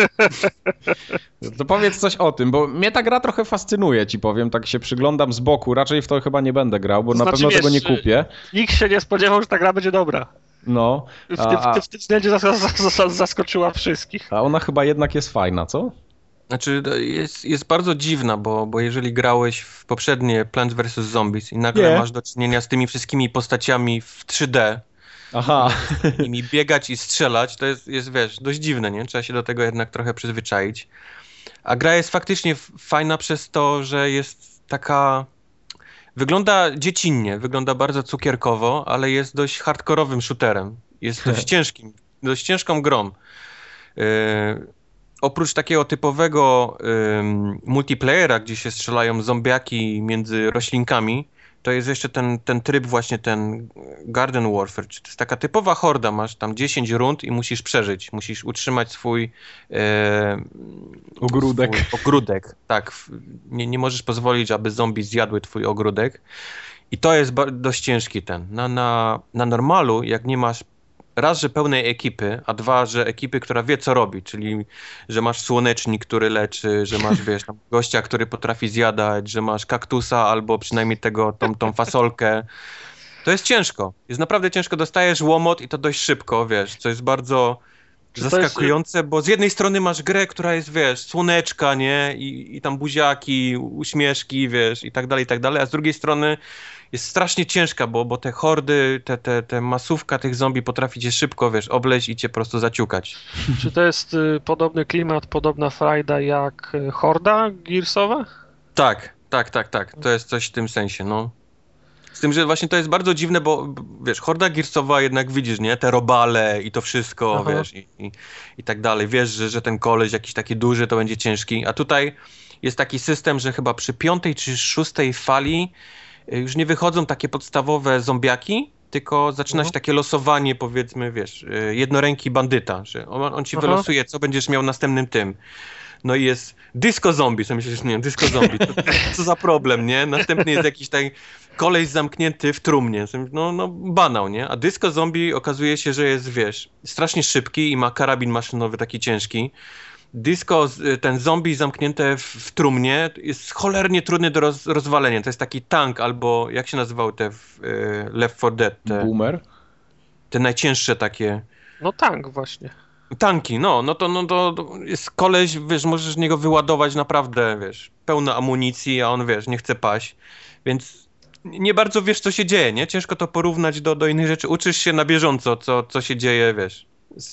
To powiedz coś o tym, bo mnie ta gra trochę fascynuje, ci powiem, tak się przyglądam z boku, raczej w to chyba nie będę grał, bo na pewno tego nie kupię. Nikt się nie spodziewał, że ta gra będzie dobra. No. W tym względzie zaskoczyła wszystkich. A ona chyba jednak jest fajna, co? Znaczy jest bardzo dziwna, bo jeżeli grałeś w poprzednie Plants vs. Zombies i nagle masz do czynienia z tymi wszystkimi postaciami w 3D, aha, nimi biegać i strzelać, to jest, wiesz, dość dziwne, nie? Trzeba się do tego jednak trochę przyzwyczaić. A gra jest faktycznie fajna przez to, że jest taka... Wygląda dziecinnie, wygląda bardzo cukierkowo, ale jest dość hardkorowym shooterem. Jest dość ciężką grą. Oprócz takiego typowego multiplayera, gdzie się strzelają zombiaki między roślinkami, to jest jeszcze ten tryb właśnie, ten Garden Warfare, to jest taka typowa horda, masz tam 10 rund i musisz przeżyć, musisz utrzymać swój ogródek, tak, nie możesz pozwolić, aby zombie zjadły twój ogródek i to jest dość ciężki na normalu, jak nie masz raz, że pełnej ekipy, a dwa, że ekipy, która wie, co robi, czyli, że masz słonecznik, który leczy, że masz, wiesz, tam gościa, który potrafi zjadać, że masz kaktusa albo przynajmniej tą fasolkę. To jest ciężko. Jest naprawdę ciężko. Dostajesz łomot i to dość szybko, wiesz, co jest bardzo zaskakujące, bo z jednej strony masz grę, która jest, wiesz, słoneczka, nie? I tam buziaki, uśmieszki, wiesz, i tak dalej, a z drugiej strony jest strasznie ciężka, bo te hordy, te masówka tych zombie potrafi cię szybko, wiesz, obleźć i cię po prostu zaciukać. Czy to jest podobny klimat, podobna frajda jak horda Gearsowa? Tak. To jest coś w tym sensie, no. Z tym, że właśnie to jest bardzo dziwne, bo wiesz, horda Gearsowa jednak widzisz, nie? Te robale i to wszystko, aha, wiesz, i tak dalej. Wiesz, że ten koleś jakiś taki duży to będzie ciężki, a tutaj jest taki system, że chyba przy 5. czy 6. fali już nie wychodzą takie podstawowe zombiaki, tylko zaczyna się takie losowanie, powiedzmy, wiesz, jednoręki bandyta, że on ci wylosuje, co będziesz miał następnym tym. No i jest disco zombie, co myślisz, nie, disco zombie, co za problem, nie? Następny jest jakiś taki koleś zamknięty w trumnie, no banał, nie? A disco zombie okazuje się, że jest, wiesz, strasznie szybki i ma karabin maszynowy taki ciężki. Disco, ten zombie zamknięte w trumnie jest cholernie trudny do rozwalenia. To jest taki tank albo, jak się nazywały te Left 4 Dead? Boomer? Te najcięższe takie. No tank właśnie. Tanki, no to jest koleś, wiesz, możesz z niego wyładować naprawdę, wiesz, pełno amunicji, a on, wiesz, nie chce paść, więc nie bardzo wiesz, co się dzieje, nie? Ciężko to porównać do innych rzeczy. Uczysz się na bieżąco, co się dzieje, wiesz,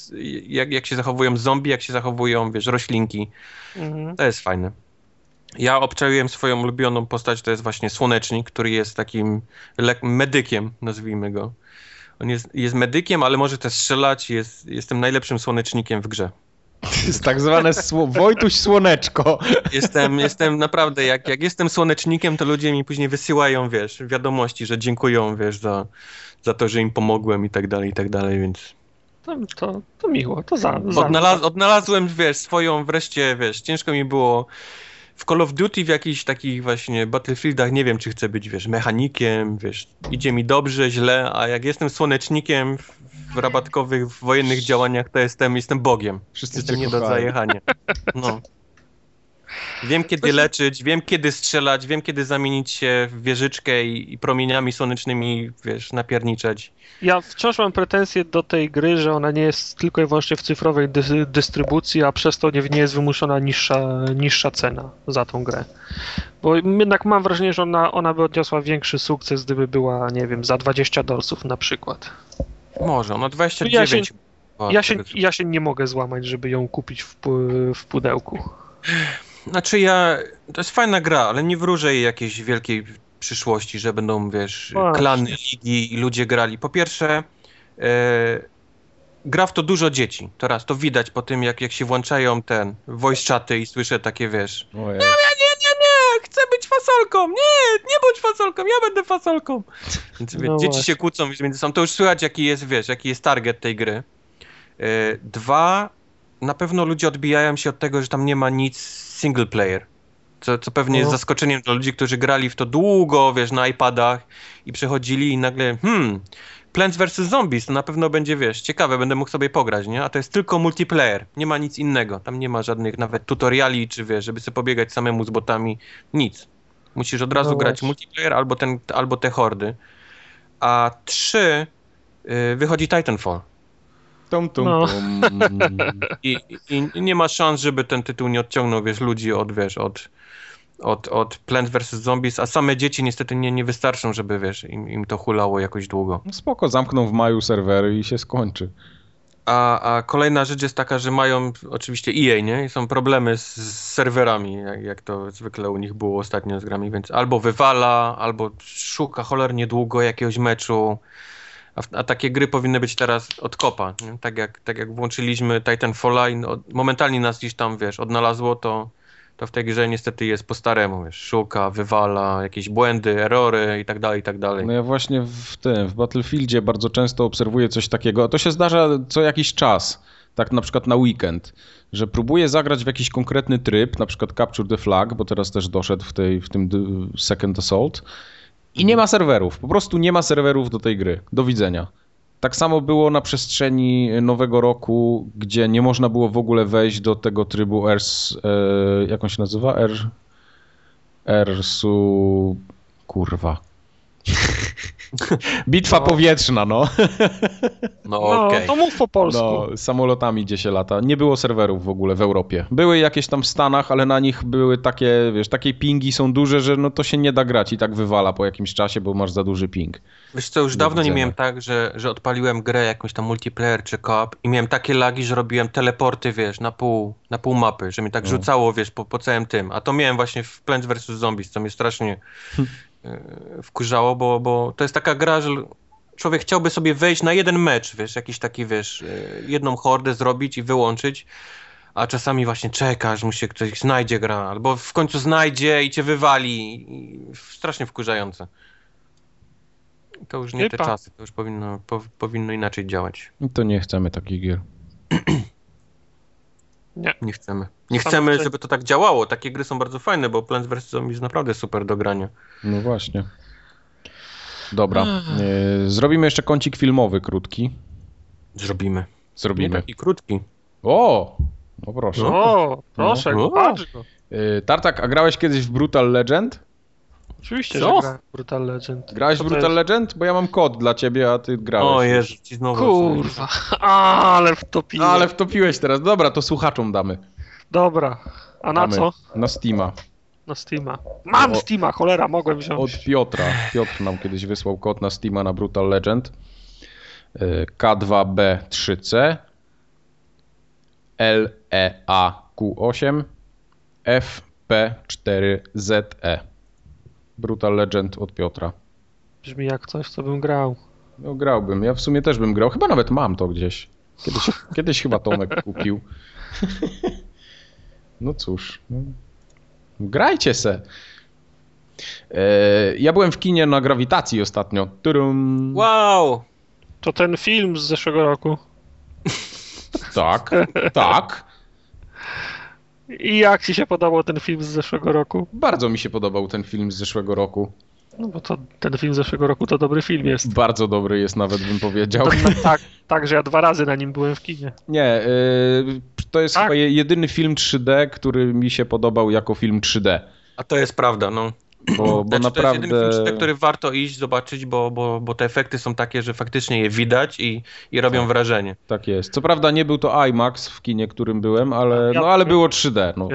jak się zachowują zombie, jak się zachowują, wiesz, roślinki. Mhm. To jest fajne. Ja obczaiłem swoją ulubioną postać, to jest właśnie Słonecznik, który jest takim medykiem, nazwijmy go. On jest medykiem, ale może też strzelać, jestem najlepszym słonecznikiem w grze. To jest tak zwane Wojtuś Słoneczko. Jestem naprawdę, jak jestem słonecznikiem, to ludzie mi później wysyłają, wiesz, wiadomości, że dziękują, wiesz, za to, że im pomogłem i tak dalej, więc... To miło, to za. Odnalazłem, wiesz, swoją wreszcie, wiesz, ciężko mi było w Call of Duty, w jakichś takich właśnie Battlefieldach, nie wiem, czy chcę być, wiesz, mechanikiem, wiesz, idzie mi dobrze, źle, a jak jestem słonecznikiem w rabatkowych, w wojennych działaniach, to jestem Bogiem. Wszyscy cię nie do zajechania. No. Wiem, kiedy leczyć, wiem, kiedy strzelać, wiem, kiedy zamienić się w wieżyczkę i promieniami słonecznymi, wiesz, napierniczać. Ja wciąż mam pretensje do tej gry, że ona nie jest tylko i wyłącznie w cyfrowej dystrybucji, a przez to nie jest wymuszona niższa cena za tą grę. Bo jednak mam wrażenie, że ona by odniosła większy sukces, gdyby była, nie wiem, za $20 na przykład. Może, ona 29. Ja się nie mogę złamać, żeby ją kupić w pudełku. Znaczy to jest fajna gra, ale nie wróżę jej jakiejś wielkiej przyszłości, że będą, wiesz, klany, ligi i ludzie grali. Po pierwsze, gra w to dużo dzieci. To raz, to widać po tym, jak się włączają voice chaty i słyszę takie, wiesz, nie, chcę być fasolką, nie bądź fasolką, ja będę fasolką. Więc dzieci się kłócą między sobą, to już słychać, jaki jest target tej gry. Dwa, na pewno ludzie odbijają się od tego, że tam nie ma nic single player. Co pewnie jest zaskoczeniem dla ludzi, którzy grali w to długo, wiesz, na iPadach i przechodzili i nagle, Plants vs. Zombies, to na pewno będzie, wiesz, ciekawe, będę mógł sobie pograć, nie? A to jest tylko multiplayer, nie ma nic innego. Tam nie ma żadnych nawet tutoriali, czy wiesz, żeby sobie pobiegać samemu z botami, nic. Musisz od razu grać multiplayer albo te hordy. A 3, wychodzi Titanfall. I nie ma szans, żeby ten tytuł nie odciągnął, wiesz, ludzi od Plants vs. Zombies, a same dzieci niestety nie wystarczą, żeby, wiesz, im to hulało jakoś długo. No spoko, zamkną w maju serwery i się skończy. A kolejna rzecz jest taka, że mają oczywiście EA, nie? I są problemy z serwerami, jak to zwykle u nich było ostatnio z grami, więc albo wywala, albo szuka cholernie długo jakiegoś meczu. A takie gry powinny być teraz od kopa. Nie? Tak jak włączyliśmy Titanfalla i momentalnie nas gdzieś tam, wiesz, odnalazło, to to w tej grze niestety jest po staremu, wiesz, szuka, wywala, jakieś błędy, erory i tak dalej, i tak dalej. No ja właśnie w Battlefieldzie bardzo często obserwuję coś takiego, a to się zdarza co jakiś czas, tak na przykład na weekend, że próbuję zagrać w jakiś konkretny tryb, na przykład Capture the Flag, bo teraz też doszedł w tym Second Assault i nie ma serwerów, po prostu nie ma serwerów do tej gry. Do widzenia. Tak samo było na przestrzeni nowego roku, gdzie nie można było w ogóle wejść do tego trybu jak on się nazywa? Kurwa. Bitwa powietrzna, no. No okej. To mów po polsku. No, samolotami gdzie się lata. Nie było serwerów w ogóle w Europie. Były jakieś tam w Stanach, ale na nich były takie, wiesz, takie pingi są duże, że no to się nie da grać i tak wywala po jakimś czasie, bo masz za duży ping. Wiesz co, już dawno nie miałem tak, że odpaliłem grę jakąś tam multiplayer czy co-op i miałem takie lagi, że robiłem teleporty, wiesz, na pół mapy, że mnie tak rzucało, wiesz, po całym tym. A to miałem właśnie w Plants vs. Zombies, co mnie strasznie wkurzało, bo to jest taka gra, że człowiek chciałby sobie wejść na jeden mecz, wiesz, jakiś taki, wiesz, jedną hordę zrobić i wyłączyć, a czasami właśnie czekasz, mu się ktoś znajdzie gra, albo w końcu znajdzie i cię wywali. Strasznie wkurzające. To już nie te czasy, to już powinno inaczej działać. I to nie chcemy takich gier. Nie chcemy. Nie chcemy, żeby to tak działało. Takie gry są bardzo fajne, bo Plants vs. Zombies jest naprawdę super do grania. No właśnie. Dobra. Zrobimy jeszcze kącik filmowy krótki. Zrobimy. Nie taki krótki. O! No proszę. O, proszę, patrz go. Tartak, a grałeś kiedyś w Brutal Legend? Oczywiście, że grałem w Brutal Legend. Grałeś w Brutal Legend? Bo ja mam kod dla ciebie, a ty grałeś. O Jezu, ci znowu. Kurwa, ale wtopiłem. Ale wtopiłeś teraz. Dobra, to słuchaczom damy. Dobra, a na co? Na Steama. Na Steama. Mam Steama, cholera, mogłem wziąć. Od Piotra. Piotr nam kiedyś wysłał kod na Steama na Brutal Legend. K2B3C LEAQ8 FP4ZE. Brutal Legend od Piotra. Brzmi jak coś, co bym grał. No grałbym. Ja w sumie też bym grał. Chyba nawet mam to gdzieś. Kiedyś chyba Tomek kupił. No cóż. Grajcie se. Ja byłem w kinie na Grawitacji ostatnio. Turum. Wow! To ten film z zeszłego roku. Tak. I jak ci się podobał ten film z zeszłego roku? Bardzo mi się podobał ten film z zeszłego roku. No bo ten film z zeszłego roku to dobry film jest. Bardzo dobry jest nawet, bym powiedział. Tak, że ja 2 razy na nim byłem w kinie. Nie, to jest chyba jedyny film 3D, który mi się podobał jako film 3D. A to jest prawda, no. Bo naprawdę... To jest jedyny film 3D, który warto iść zobaczyć, bo te efekty są takie, że faktycznie je widać i robią wrażenie. Tak jest. Co prawda nie był to IMAX w kinie, którym byłem, ale było 3D. No.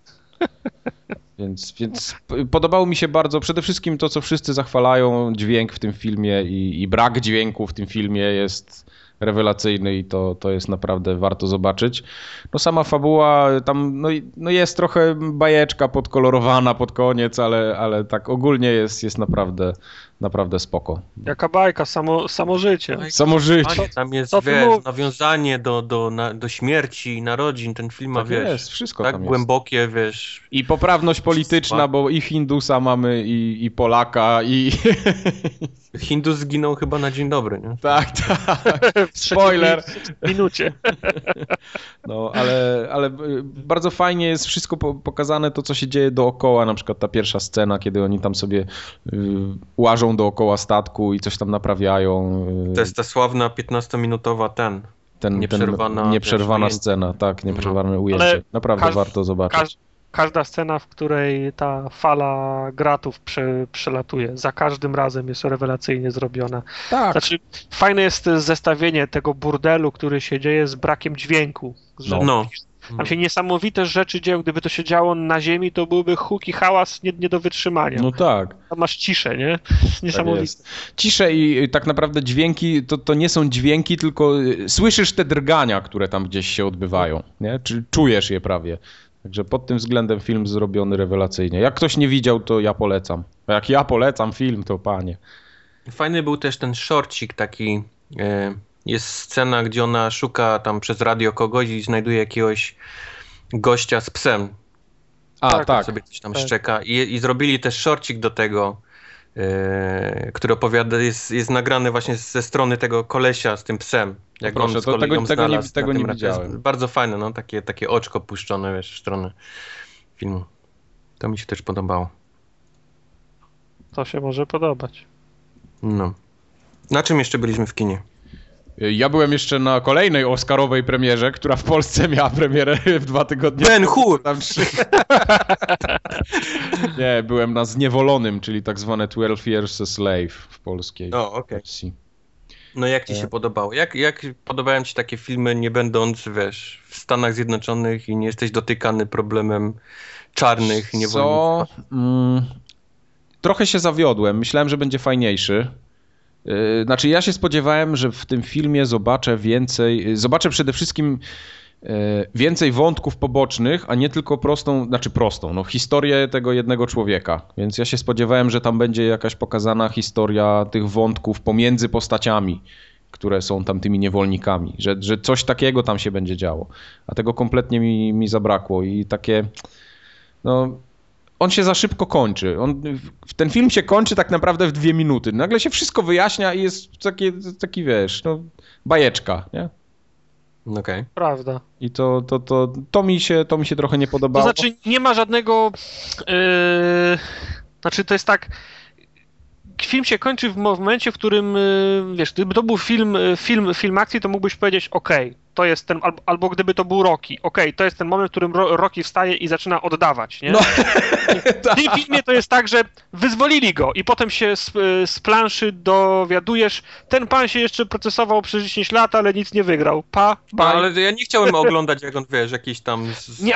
Więc podobało mi się bardzo, przede wszystkim to, co wszyscy zachwalają, dźwięk w tym filmie i brak dźwięku w tym filmie jest rewelacyjny i to jest naprawdę warto zobaczyć. No sama fabuła tam no jest trochę bajeczka podkolorowana pod koniec, ale tak ogólnie jest naprawdę spoko. Jaka bajka, samo życie. Samo życie. Tam jest, nawiązanie do śmierci, narodzin, ten film ma, tak wiesz, jest, wszystko tak tam głębokie, jest. wiesz. I poprawność polityczna, bo i Hindusa mamy, i Polaka, i... Hindus zginął chyba na dzień dobry, nie? Tak. Spoiler. W minucie. No, ale bardzo fajnie jest wszystko pokazane, to co się dzieje dookoła, na przykład ta pierwsza scena, kiedy oni tam sobie łażą dookoła statku i coś tam naprawiają. To jest ta sławna 15-minutowa nieprzerwana scena, tak, nieprzerwane ujęcie. Naprawdę warto zobaczyć. Każda scena, w której ta fala gratów przelatuje, za każdym razem jest rewelacyjnie zrobiona. Tak. Znaczy, fajne jest zestawienie tego burdelu, który się dzieje z brakiem dźwięku. Tam się niesamowite rzeczy dzieją. Gdyby to się działo na ziemi, to byłby huk i hałas nie do wytrzymania. No tak. Tam masz ciszę, nie? Niesamowite. Tak ciszę i tak naprawdę dźwięki to nie są dźwięki, tylko słyszysz te drgania, które tam gdzieś się odbywają, nie? Czy czujesz je prawie. Także pod tym względem film zrobiony rewelacyjnie. Jak ktoś nie widział, to ja polecam. A jak ja polecam film, to panie. Fajny był też ten shortcik taki. Jest scena, gdzie ona szuka tam przez radio kogoś i znajduje jakiegoś gościa z psem. Tak. Sobie coś tam szczeka. I zrobili też shortcik do tego, który opowiada, jest nagrany właśnie ze strony tego kolesia z tym psem. Jak proszę, on z kolei ją znalazł tego nie na tym widziałem. bardzo fajne, no, takie oczko puszczone, wiesz, w stronę filmu. To mi się też podobało. To się może podobać. No. Na czym jeszcze byliśmy w kinie? Ja byłem jeszcze na kolejnej Oscarowej premierze, która w Polsce miała premierę w 2 tygodnie. Ben Hur! Nie, byłem na Zniewolonym, czyli tak zwane 12 Years a Slave w polskiej wersji. No jak ci się podobało? Jak podobają ci takie filmy, nie będąc, wiesz, w Stanach Zjednoczonych i nie jesteś dotykany problemem czarnych niewolników? Trochę się zawiodłem. Myślałem, że będzie fajniejszy. Znaczy ja się spodziewałem, że w tym filmie zobaczę przede wszystkim więcej wątków pobocznych, a nie tylko prostą, historię tego jednego człowieka. Więc ja się spodziewałem, że tam będzie jakaś pokazana historia tych wątków pomiędzy postaciami, które są tam tymi niewolnikami, że coś takiego tam się będzie działo. A tego kompletnie mi zabrakło i takie, on się za szybko kończy. Ten film się kończy tak naprawdę w 2 minuty. Nagle się wszystko wyjaśnia i jest taki wiesz, bajeczka, nie? Okej. Prawda. I to mi się trochę nie podobało. To znaczy nie ma żadnego... to jest tak... Film się kończy w momencie, w którym, wiesz, gdyby to był film akcji, to mógłbyś powiedzieć, to jest ten, albo gdyby to był Rocky, to jest ten moment, w którym Rocky wstaje i zaczyna oddawać, nie? W tym filmie to jest tak, że wyzwolili go i potem się z planszy dowiadujesz, ten pan się jeszcze procesował przez 10 lat, ale nic nie wygrał. Ale ja nie chciałem oglądać, jak on, wiesz, jakiś tam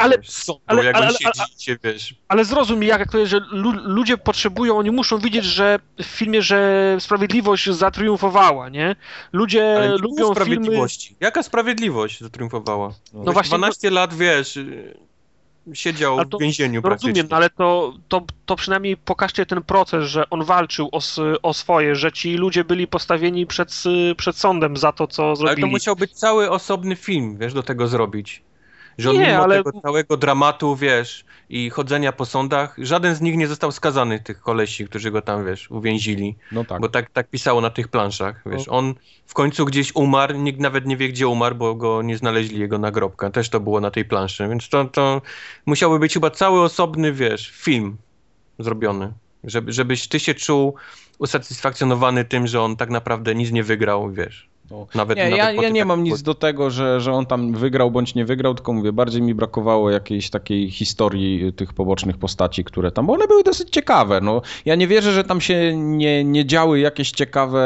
wiesz. Ale zrozum, jak to jest, że ludzie potrzebują, oni muszą widzieć, że w filmie, że sprawiedliwość zatriumfowała, nie? Ludzie lubią sprawiedliwości. Filmy... Jaka sprawiedliwość zatriumfowała? No właśnie, 12 lat, wiesz, siedział w więzieniu praktycznie. Rozumiem, ale to przynajmniej pokażcie ten proces, że on walczył o swoje, że ci ludzie byli postawieni przed sądem za to, co zrobili. Ale to musiał być cały osobny film, wiesz, do tego zrobić. Że mimo tego całego dramatu, wiesz, i chodzenia po sądach, żaden z nich nie został skazany, tych kolesi, którzy go tam, wiesz, uwięzili. No tak. Bo tak pisało na tych planszach, wiesz. On w końcu gdzieś umarł, nikt nawet nie wie, gdzie umarł, bo go nie znaleźli, jego nagrobka. Też to było na tej planszy, więc to musiałby być chyba cały osobny, wiesz, film zrobiony. Żebyś ty się czuł usatysfakcjonowany tym, że on tak naprawdę nic nie wygrał, wiesz. Ja nie mam nic do tego, że on tam wygrał bądź nie wygrał, tylko mówię, bardziej mi brakowało jakiejś takiej historii tych pobocznych postaci, które tam, bo one były dosyć ciekawe. No, ja nie wierzę, że tam się nie działy jakieś ciekawe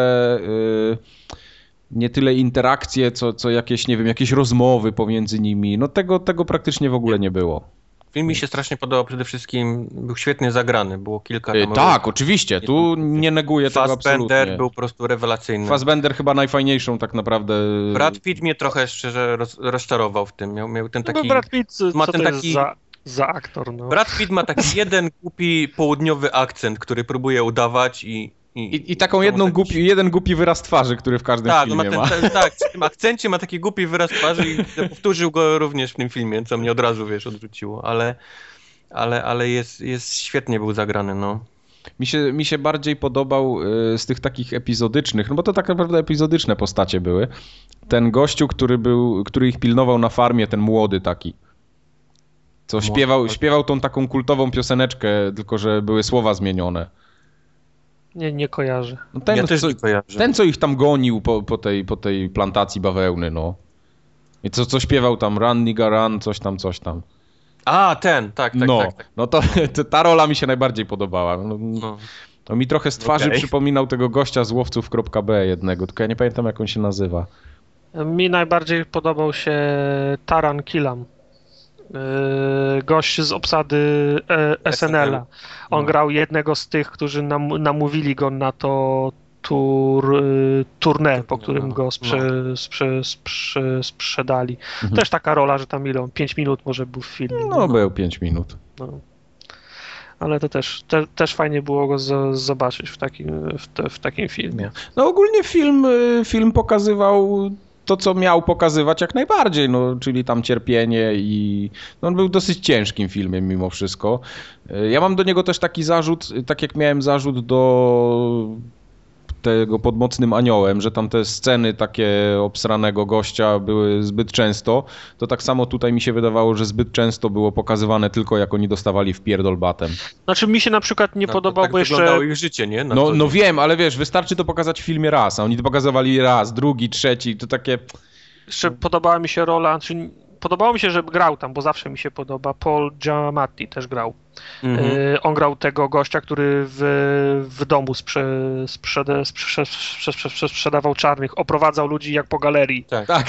nie tyle interakcje, co jakieś, nie wiem, jakieś rozmowy pomiędzy nimi. No tego praktycznie w ogóle nie było. Film mi się strasznie podobał, przede wszystkim był świetnie zagrany, było kilka tam... Tak, oczywiście, tu nie neguję tego absolutnie. Fassbender był po prostu rewelacyjny. Fassbender chyba najfajniejszą tak naprawdę... Brad Pitt mnie trochę szczerze rozczarował w tym, miał ten taki... Brad Pitt, ma ten taki... za aktor, no. Brad Pitt ma taki jeden głupi południowy akcent, który próbuje udawać I taką jeden głupi wyraz twarzy, który w każdym filmie ma. Tak, w tym akcencie ma taki głupi wyraz twarzy i powtórzył go również w tym filmie, co mnie od razu, wiesz, odwróciło, ale jest świetnie był zagrany, no. Mi się bardziej podobał z tych takich epizodycznych, no bo to tak naprawdę epizodyczne postacie były, ten gościu, który ich pilnował na farmie, ten młody taki. Co śpiewał tą taką kultową pioseneczkę, tylko że były słowa zmienione. Nie kojarzę. No ja też nie kojarzę. Ten, co ich tam gonił po tej plantacji bawełny, no. I co śpiewał tam, run, nigga, run, coś tam. A, ten, tak. No to ta rola mi się najbardziej podobała. No mi trochę z twarzy przypominał tego gościa z łowców.b jednego, tylko ja nie pamiętam, jak on się nazywa. Mi najbardziej podobał się Taran Killam. Gość z obsady SNL-a. On grał jednego z tych, którzy namówili go na to tournée, po którym go sprzedali. Też taka rola, że tam 5 minut może był w filmie. No, był 5 minut. No. Ale to też fajnie było go zobaczyć w takim filmie. No ogólnie film pokazywał to, co miał pokazywać jak najbardziej, no, czyli tam cierpienie i no, on był dosyć ciężkim filmem mimo wszystko. Ja mam do niego też taki zarzut, tak jak miałem zarzut do tego Pod mocnym aniołem, że tam te sceny takie obsranego gościa były zbyt często, to tak samo tutaj mi się wydawało, że zbyt często było pokazywane tylko jak oni dostawali w pierdol batem. Znaczy mi się na przykład nie podobało, tak bo jeszcze... wyglądało ich życie, nie? No wiem, ale wiesz, wystarczy to pokazać w filmie raz, a oni to pokazywali raz, drugi, trzeci, to takie... Jeszcze podobała mi się rola, znaczy podobało mi się, że grał tam, bo zawsze mi się podoba. Paul Giamatti też grał. On grał tego gościa, który w domu sprzedawał czarnych, oprowadzał ludzi jak po galerii. Tak.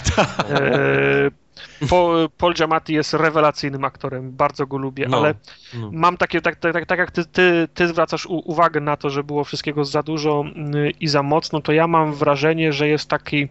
Paul Giamatti jest rewelacyjnym aktorem, bardzo go lubię, ale mam takie, tak jak ty zwracasz uwagę na to, że było wszystkiego za dużo i za mocno, to ja mam wrażenie, że jest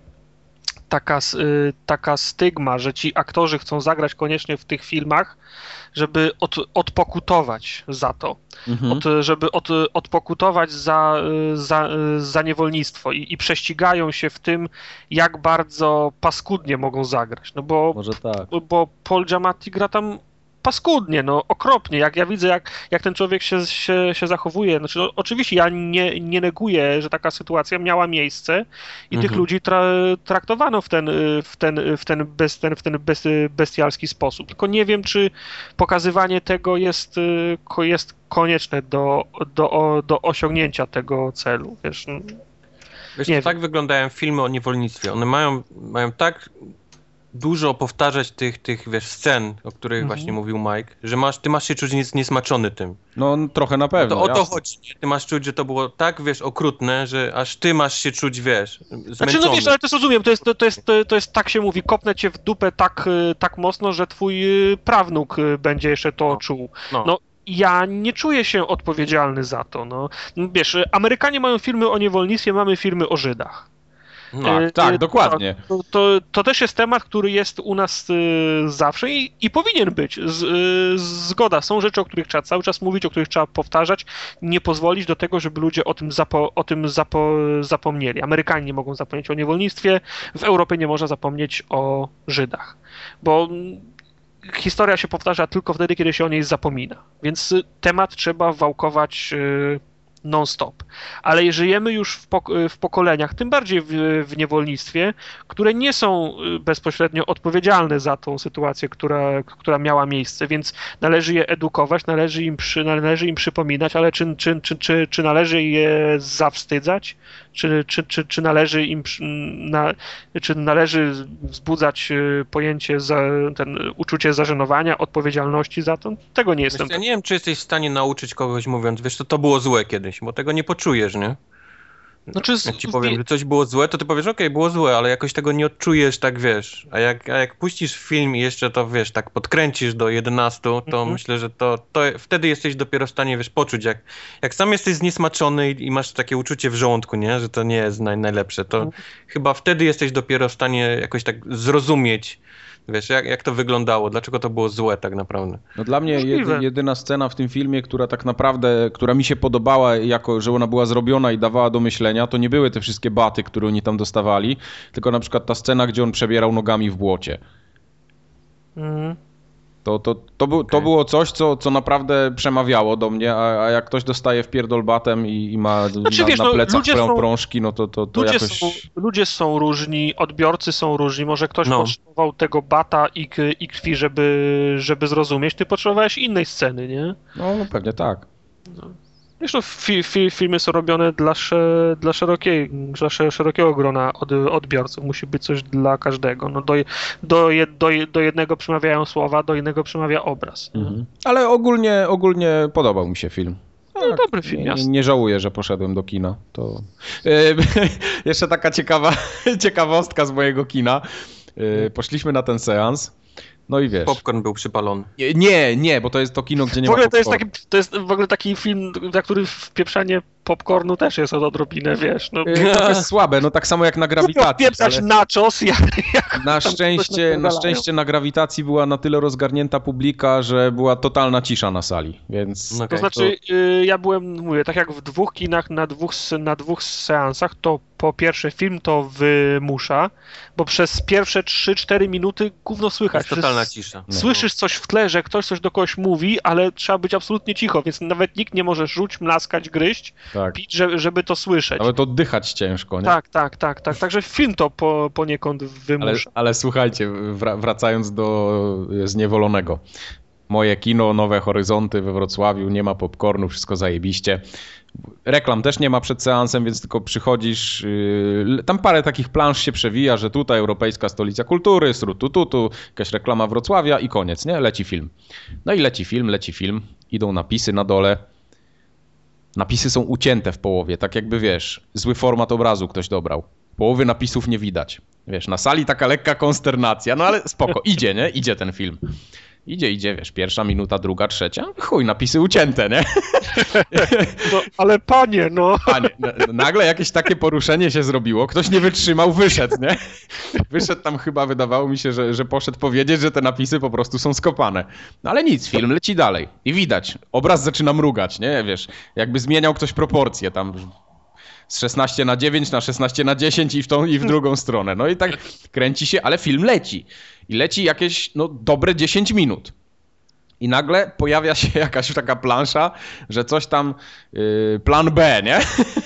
taka stygma, że ci aktorzy chcą zagrać koniecznie w tych filmach, żeby odpokutować za to, żeby odpokutować za niewolnictwo i prześcigają się w tym, jak bardzo paskudnie mogą zagrać, no bo, może tak. Bo Paul Giamatti gra tam paskudnie, no okropnie, jak ja widzę, jak ten człowiek się zachowuje. Znaczy, no, oczywiście ja nie neguję, że taka sytuacja miała miejsce i tych ludzi traktowano w ten bestialski sposób. Tylko nie wiem, czy pokazywanie tego jest konieczne do osiągnięcia tego celu. Wiesz, to tak wyglądają filmy o niewolnictwie. One mają tak dużo powtarzać tych wiesz, scen, o których właśnie mówił Mike, że ty masz się czuć niesmaczony tym. No trochę na pewno. To o to chodzi. Ty masz czuć, że to było tak, wiesz, okrutne, że aż ty masz się czuć, wiesz, zmęczony. Znaczy, no wiesz, ale to rozumiem, to jest tak się mówi, kopnę cię w dupę tak mocno, że twój prawnuk będzie jeszcze to czuł. No. Ja nie czuję się odpowiedzialny za to, no. Wiesz, Amerykanie mają filmy o niewolnictwie, mamy filmy o Żydach. Tak, dokładnie. To też jest temat, który jest u nas zawsze i powinien być. Zgoda, są rzeczy, o których trzeba cały czas mówić, o których trzeba powtarzać, nie pozwolić do tego, żeby ludzie o tym zapomnieli. Amerykanie nie mogą zapomnieć o niewolnictwie, w Europie nie można zapomnieć o Żydach, bo historia się powtarza tylko wtedy, kiedy się o niej zapomina, więc temat trzeba wałkować non-stop. Ale żyjemy już w pokoleniach, tym bardziej w niewolnictwie, które nie są bezpośrednio odpowiedzialne za tą sytuację, która miała miejsce, więc należy je edukować, należy im przypominać, ale czy należy je zawstydzać? Czy należy wzbudzać pojęcie, uczucie zażenowania, odpowiedzialności za to? Tego nie jestem. Ja nie wiem, czy jesteś w stanie nauczyć kogoś mówiąc, wiesz, to było złe kiedyś, bo tego nie poczujesz, nie? Znaczy, jak ci powiem, że coś było złe, to ty powiesz, okej, było złe, ale jakoś tego nie odczujesz, tak wiesz. A jak puścisz film i jeszcze to, wiesz, tak podkręcisz do 11, to myślę, że to wtedy jesteś dopiero w stanie, wiesz, poczuć, jak sam jesteś zniesmaczony i masz takie uczucie w żołądku, nie, że to nie jest najlepsze, to chyba wtedy jesteś dopiero w stanie jakoś tak zrozumieć, wiesz, jak to wyglądało, dlaczego to było złe tak naprawdę. No dla mnie jedyna scena w tym filmie, która mi się podobała, jako że ona była zrobiona i dawała do myślenia, to nie były te wszystkie baty, które oni tam dostawali, tylko na przykład ta scena, gdzie on przebierał nogami w błocie. To było coś, co naprawdę przemawiało do mnie, a jak ktoś dostaje w pierdol batem i ma na plecach prążki, no to jakoś... Ludzie są różni, odbiorcy są różni, może ktoś potrzebował tego bata i krwi, żeby zrozumieć, ty potrzebowałeś innej sceny, nie? No pewnie tak. Zresztą filmy są robione dla szerokiego grona odbiorców. Musi być coś dla każdego. No do jednego przemawiają słowa, do innego przemawia obraz. Ale ogólnie podobał mi się film. No, dobry film, jasne. Nie żałuję, że poszedłem do kina. To jeszcze taka ciekawostka z mojego kina. Poszliśmy na ten seans. No i wiesz. Popcorn był przypalony. Nie, bo to jest to kino, gdzie nie ma popcornu. To jest w ogóle taki film, dla który wpieprzanie popcornu też jest odrobinę, wiesz. No. To jest słabe, no tak samo jak na Grawitacji. Wpieprzać nachos, Na szczęście na Grawitacji była na tyle rozgarnięta publika, że była totalna cisza na sali, więc... To znaczy, ja byłem, mówię, tak jak w dwóch kinach na dwóch seansach, to po pierwsze film to wymusza, bo przez pierwsze 3-4 minuty gówno słychać. Jest totalna cisza. Słyszysz coś w tle, że ktoś coś do kogoś mówi, ale trzeba być absolutnie cicho, więc nawet nikt nie może rzuć, mlaskać, gryźć, pić, żeby to słyszeć. Nawet oddychać ciężko, nie? Tak. Także film to poniekąd wymusza. Ale słuchajcie, wracając do Zniewolonego. Moje kino, Nowe Horyzonty we Wrocławiu, nie ma popcornu, wszystko zajebiście. Reklam też nie ma przed seansem, więc tylko przychodzisz, tam parę takich plansz się przewija, że tutaj Europejska Stolica Kultury, strutututu, jakaś reklama Wrocławia i koniec, nie? Leci film. No i leci film, idą napisy na dole. Napisy są ucięte w połowie, tak jakby wiesz, zły format obrazu ktoś dobrał. Połowy napisów nie widać. Wiesz, na sali taka lekka konsternacja, no ale spoko, idzie, nie? Idzie ten film. Idzie, wiesz, pierwsza minuta, druga, trzecia, chuj, napisy ucięte, nie? No, ale panie, no. Panie, nagle jakieś takie poruszenie się zrobiło, ktoś nie wytrzymał, wyszedł, nie? Wyszedł tam chyba, wydawało mi się, że poszedł powiedzieć, że te napisy po prostu są skopane. No ale nic, film leci dalej i widać, obraz zaczyna mrugać, nie? Wiesz, jakby zmieniał ktoś proporcje tam z 16:9 na 16:10 i w drugą stronę. No i tak kręci się, ale film leci. I leci jakieś, dobre 10 minut. I nagle pojawia się jakaś taka plansza, że coś tam, plan B, nie?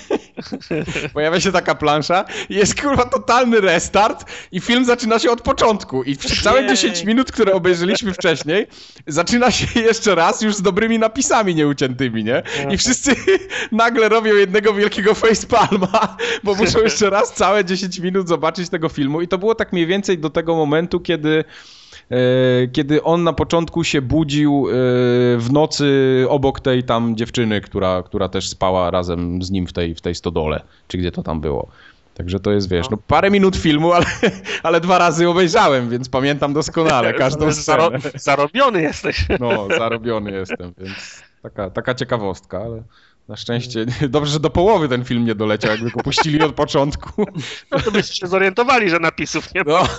Pojawia się taka plansza i jest kurwa totalny restart i film zaczyna się od początku. I całe 10 minut, które obejrzeliśmy wcześniej, zaczyna się jeszcze raz już z dobrymi napisami nieuciętymi, nie? I wszyscy nagle robią jednego wielkiego facepalma, bo muszą jeszcze raz całe 10 minut zobaczyć tego filmu. I to było tak mniej więcej do tego momentu, kiedy on na początku się budził w nocy obok tej tam dziewczyny, która też spała razem z nim w tej stodole, czy gdzie to tam było. Także to jest, wiesz, parę minut filmu, ale 2 razy obejrzałem, więc pamiętam doskonale każdą scenę. Zarobiony jesteś. No, zarobiony jestem, więc taka ciekawostka, ale na szczęście dobrze, że do połowy ten film nie doleciał, jakby go puścili od początku. No to byście się zorientowali, że napisów nie ma.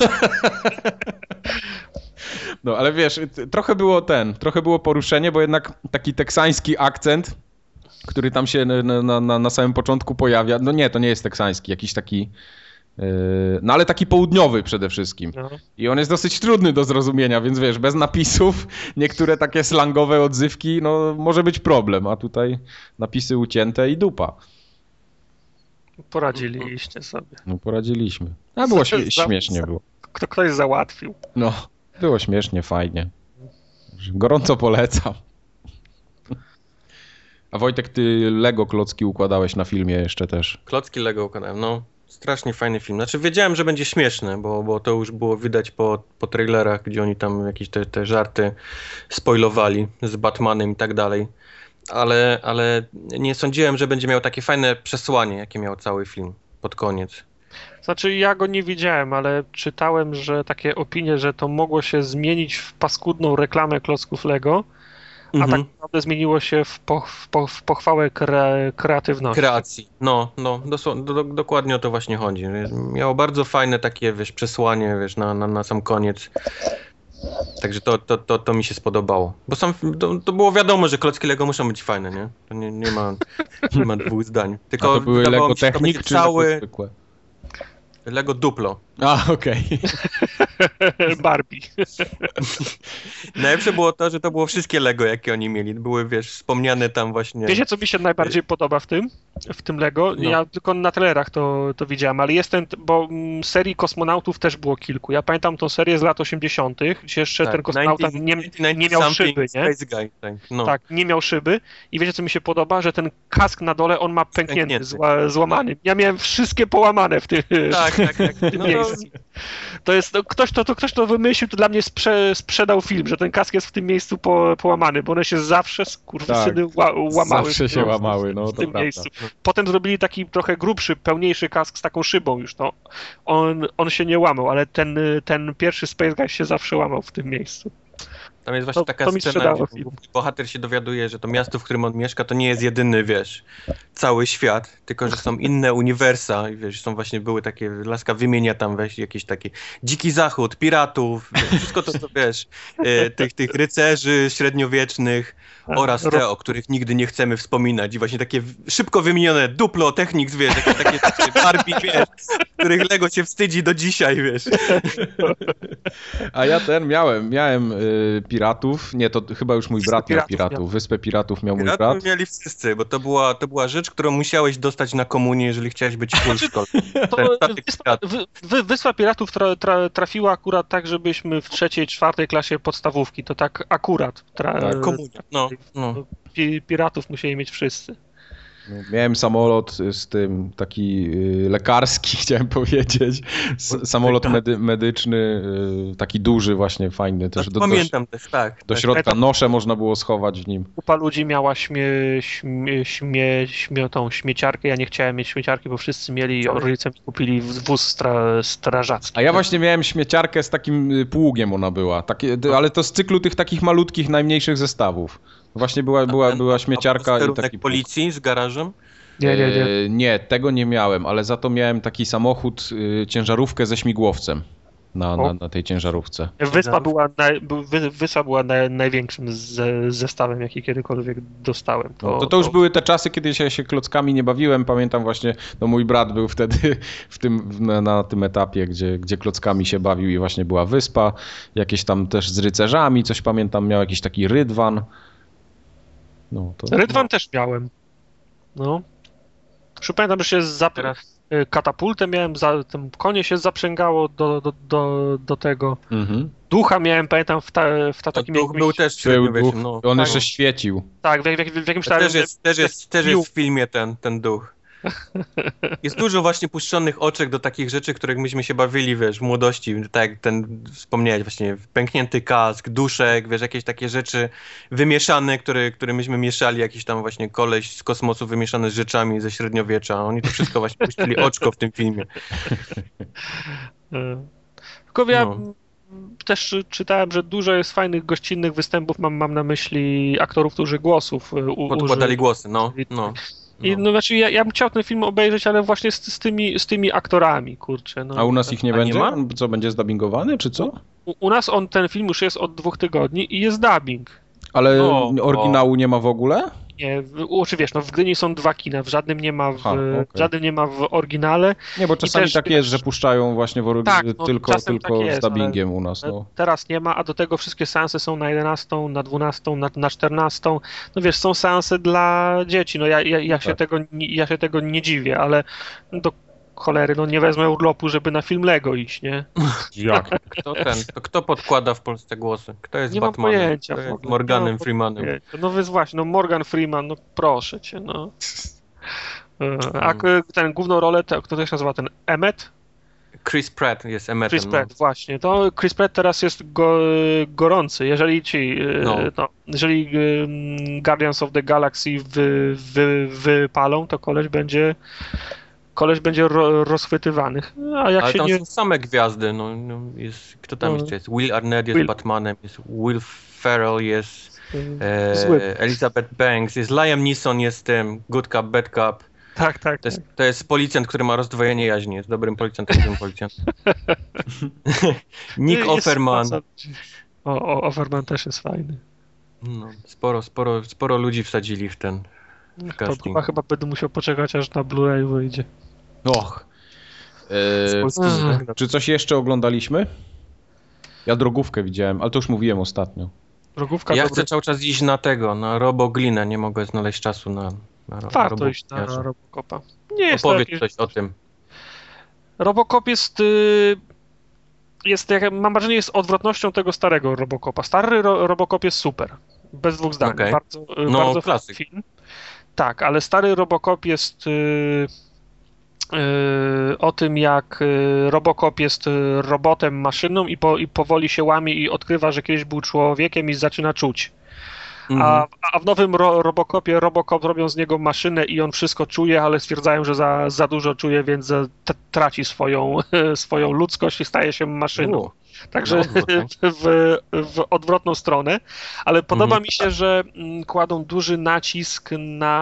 No, ale wiesz, trochę było poruszenie, bo jednak taki teksański akcent, który tam się na samym początku pojawia, no nie, to nie jest teksański, jakiś taki, no ale taki południowy przede wszystkim. No. I on jest dosyć trudny do zrozumienia, więc wiesz, bez napisów niektóre takie slangowe odzywki, no może być problem, a tutaj napisy ucięte i dupa. Poradziliście sobie. No poradziliśmy. A było śmiesznie było. Ktoś załatwił. No, było śmiesznie, fajnie. Gorąco polecam. A Wojtek, ty Lego klocki układałeś na filmie jeszcze też. Klocki Lego układałem, no. Strasznie fajny film. Znaczy wiedziałem, że będzie śmieszny, bo to już było widać po trailerach, gdzie oni tam jakieś te żarty spoilowali z Batmanem i tak dalej. Ale nie sądziłem, że będzie miał takie fajne przesłanie, jakie miał cały film pod koniec. Znaczy ja go nie widziałem, ale czytałem, że takie opinie, że to mogło się zmienić w paskudną reklamę klocków Lego, a tak naprawdę zmieniło się w pochwałę kreatywności. Kreacji. No, dokładnie o to właśnie chodzi. Miało bardzo fajne takie, wiesz, przesłanie, wiesz, na sam koniec. Także to mi się spodobało. Bo to było wiadomo, że klocki Lego muszą być fajne, nie? To nie ma dwóch zdań. Tylko a to były Lego Technik czy Lego zwykłe? Lego Duplo. A, okej. Barbie. Najlepsze było to, że to było wszystkie Lego, jakie oni mieli. Były, wiesz, wspomniane tam właśnie... Wiecie, co mi się najbardziej podoba w tym Lego? No. Ja tylko na trailerach to widziałem, ale jest bo serii kosmonautów też było kilku. Ja pamiętam tą serię z lat 80., gdzie jeszcze ten kosmonauta nie miał szyby, nie? Tak, nie miał szyby. I wiecie, co mi się podoba? Że ten kask na dole, on ma pęknięty. Złamany. Ja miałem wszystkie połamane w tym miejscu. To jest, ktoś to wymyślił, to dla mnie sprzedał film, że ten kask jest w tym miejscu połamany, bo one się zawsze skurwysyny łamały. Zawsze się łamały, no w tym miejscu. Potem zrobili taki trochę grubszy, pełniejszy kask z taką szybą już, no. On się nie łamał, ale ten pierwszy Space Guy się zawsze łamał w tym miejscu. Tam jest właśnie taka scena, gdzie bohater się dowiaduje, że to miasto, w którym on mieszka, to nie jest jedyny, wiesz, cały świat, tylko że są inne uniwersa i wiesz, były takie, Laska wymienia tam, weź jakieś takie Dziki Zachód, piratów, wszystko to, co wiesz, tych rycerzy średniowiecznych oraz te, o których nigdy nie chcemy wspominać i właśnie takie szybko wymienione Duplo, Technics, wiesz, jakieś takie Barbie, wiesz, których Lego się wstydzi do dzisiaj, wiesz. A ja miałem piratów, nie, to chyba już mój brat miał piratów, Wyspę Piratów miał mój brat. Mieli wszyscy, bo to była rzecz, którą musiałeś dostać na komunię, jeżeli chciałeś być full szkol. Wyspa Piratów trafiła akurat tak, żebyśmy w 3., 4. klasie podstawówki, to tak akurat. Komunia, no. Piratów musieli mieć wszyscy. Miałem samolot z tym, taki lekarski, chciałem powiedzieć. Samolot medyczny, taki duży właśnie, fajny. Też pamiętam też, tak. Do środka nosze można było schować w nim. Kupa ludzi miała tą śmieciarkę. Ja nie chciałem mieć śmieciarki, bo wszyscy mieli, rodzice mi kupili wóz strażacki. A ja właśnie miałem śmieciarkę z takim pługiem ona była, ale to z cyklu tych takich malutkich, najmniejszych zestawów. Właśnie była śmieciarka i taki policji z garażem? Nie, tego nie miałem, ale za to miałem taki samochód, ciężarówkę ze śmigłowcem na tej ciężarówce. Wyspa była największym zestawem, jaki kiedykolwiek dostałem. To już były te czasy, kiedy się klockami nie bawiłem. Pamiętam właśnie, mój brat był wtedy na tym etapie, gdzie klockami się bawił i właśnie była wyspa. Jakieś tam też z rycerzami, coś pamiętam, miał jakiś taki rydwan. Rydwan też miałem. Pamiętam, że się katapultę miałem, konie się zaprzęgało do tego. Mhm. Ducha miałem, pamiętam, w takim Duch był też średniowieczny. On jeszcze świecił. Tak, w jakimś tam... Też jest w filmie ten duch. Jest dużo właśnie puszczonych oczek do takich rzeczy, których myśmy się bawili, wiesz, w młodości. Tak jak wspomniałeś właśnie, pęknięty kask, duszek, wiesz, jakieś takie rzeczy wymieszane, które myśmy mieszali, jakiś tam właśnie koleś z kosmosu wymieszany z rzeczami ze średniowiecza. Oni to wszystko właśnie puścili oczko w tym filmie. Tylko ja też czytałem, że dużo jest fajnych, gościnnych występów, mam na myśli aktorów, którzy głosów podkładali głosy, Znaczy ja bym chciał ten film obejrzeć, ale właśnie z tymi aktorami, kurczę. A u nas ich nie będzie? Co, będzie zdubbingowany, czy co? U nas ten film już jest od 2 tygodni i jest dubbing. Ale oryginału nie ma w ogóle? Nie, wiesz, w Gdyni są 2 kina, w żadnym nie ma żadnym nie ma w oryginale. Nie, bo czasami też, tak jest, że puszczają właśnie tylko tak z dubbingiem u nas. Teraz nie ma, a do tego wszystkie seanse są na 11, na 12, na 14. No wiesz, są seanse dla dzieci, ja się tego nie dziwię, ale do cholery, nie wezmę urlopu, żeby na film Lego iść, nie? Jak? Kto podkłada w Polsce głosy? Kto jest nie Batmanem? Mam pojęcia, Kto jest Morganem Freemanem? Właśnie, Morgan Freeman, proszę cię, A ten główną rolę, kto to się nazywa, ten Emmet? Chris Pratt jest Emmetem. Chris Pratt, właśnie. To Chris Pratt teraz jest gorący. Jeżeli jeżeli Guardians of the Galaxy wypalą, to koleś będzie rozchwytywany. A jak ale się tam są same gwiazdy. Kto tam jeszcze jest? Will Arnett jest Batmanem, jest Will Ferrell, jest Elizabeth Banks, jest Liam Neeson, jest tym Good Cop, Bad Cop. Tak. To jest policjant, który ma rozdwojenie jaźni. Jest dobrym policjantem, złym policjantem. Nick Offerman. Offerman też jest fajny. Sporo ludzi wsadzili w ten casting. To chyba będę musiał poczekać, aż na Blu-ray wyjdzie. Czy coś jeszcze oglądaliśmy? Ja Drogówkę widziałem, ale to już mówiłem ostatnio. Ja chcę cały czas iść na Roboglinę, nie mogę znaleźć czasu na warto iść na Robocopa. Opowiedz coś o tym. Robocop mam wrażenie, jest odwrotnością tego starego Robocopa. Stary Robocop jest super. Bez dwóch zdań. Okay. Bardzo klasyk. Film. Tak, ale stary Robocop jest o tym, jak Robocop jest robotem, maszyną i powoli się łamie i odkrywa, że kiedyś był człowiekiem i zaczyna czuć. A w nowym Robocopie Robocop robią z niego maszynę i on wszystko czuje, ale stwierdzają, że za dużo czuje, więc traci swoją ludzkość i staje się maszyną. Także w odwrotną stronę, ale podoba mi się, że kładą duży nacisk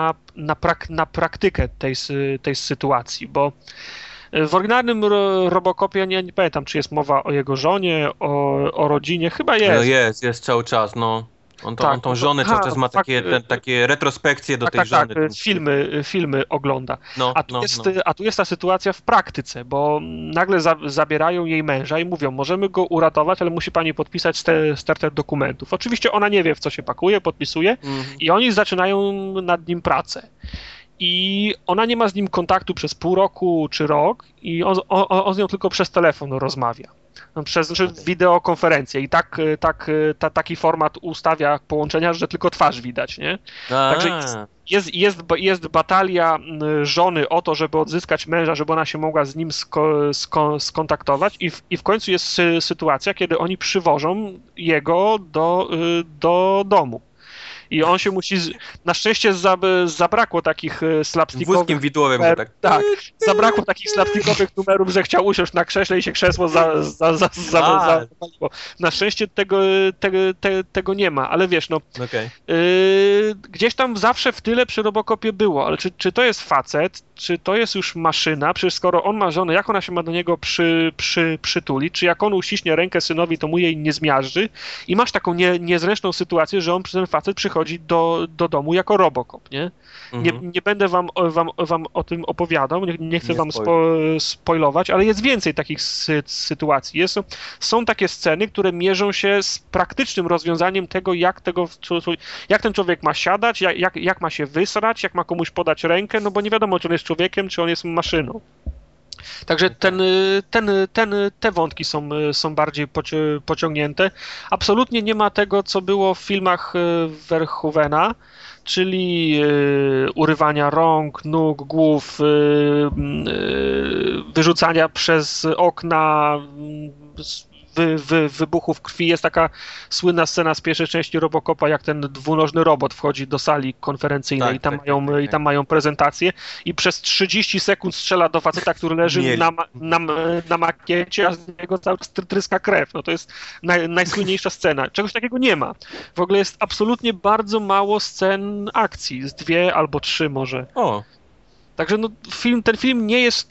na praktykę tej sytuacji, bo w oryginalnym Robocopie, nie pamiętam, czy jest mowa o jego żonie, o rodzinie, chyba jest. Jest cały czas, no. On tą żonę cały czas ma takie retrospekcje do tej żony. Tak, filmy ogląda. A tu jest ta sytuacja w praktyce, bo nagle zabierają jej męża i mówią, możemy go uratować, ale musi pani podpisać stertę dokumentów. Oczywiście ona nie wie, w co się pakuje, podpisuje i oni zaczynają nad nim pracę. I ona nie ma z nim kontaktu przez pół roku czy rok i on z nią tylko przez telefon rozmawia. Przez wideokonferencję i taki format ustawia połączenia, że tylko twarz widać, nie? Także jest batalia żony o to, żeby odzyskać męża, żeby ona się mogła z nim skontaktować i w końcu jest sytuacja, kiedy oni przywożą jego do domu. I on się musi... Na szczęście zabrakło takich slapstickowych... Wózkiem widłowym, tak. Tak, zabrakło takich slapstickowych numerów, że chciał usiąść na krześle i się krzesło zawaliło. Na szczęście tego nie ma, ale wiesz, no... Okay. Gdzieś tam zawsze w tyle przy Robocopie było, ale czy to jest facet, czy to jest już maszyna? Przecież skoro on ma żonę, jak ona się ma do niego przytulić? Czy jak on uściśnie rękę synowi, to mu jej nie zmiażdży? I masz taką niezręczną sytuację, że ten facet przychodzi do domu jako Robocop, nie? Nie będę wam o tym opowiadał, nie chcę wam spoilować, ale jest więcej takich sytuacji. Są takie sceny, które mierzą się z praktycznym rozwiązaniem tego, jak ten człowiek ma siadać, jak ma się wysrać, jak ma komuś podać rękę, no bo nie wiadomo, czy on jest człowiekiem, czy on jest maszyną. Także te wątki są bardziej pociągnięte. Absolutnie nie ma tego, co było w filmach Verhoevena, czyli urywania rąk, nóg, głów, wyrzucania przez okna, wybuchów krwi. Jest taka słynna scena z pierwszej części Robocopa, jak ten dwunożny robot wchodzi do sali konferencyjnej i tam mają prezentację i przez 30 sekund strzela do faceta, który leży na makiecie, a z niego cały czas tryska krew. No to jest najsłynniejsza scena. Czegoś takiego nie ma. W ogóle jest absolutnie bardzo mało scen akcji. Z 2 albo 3 może. Także no, ten film nie jest...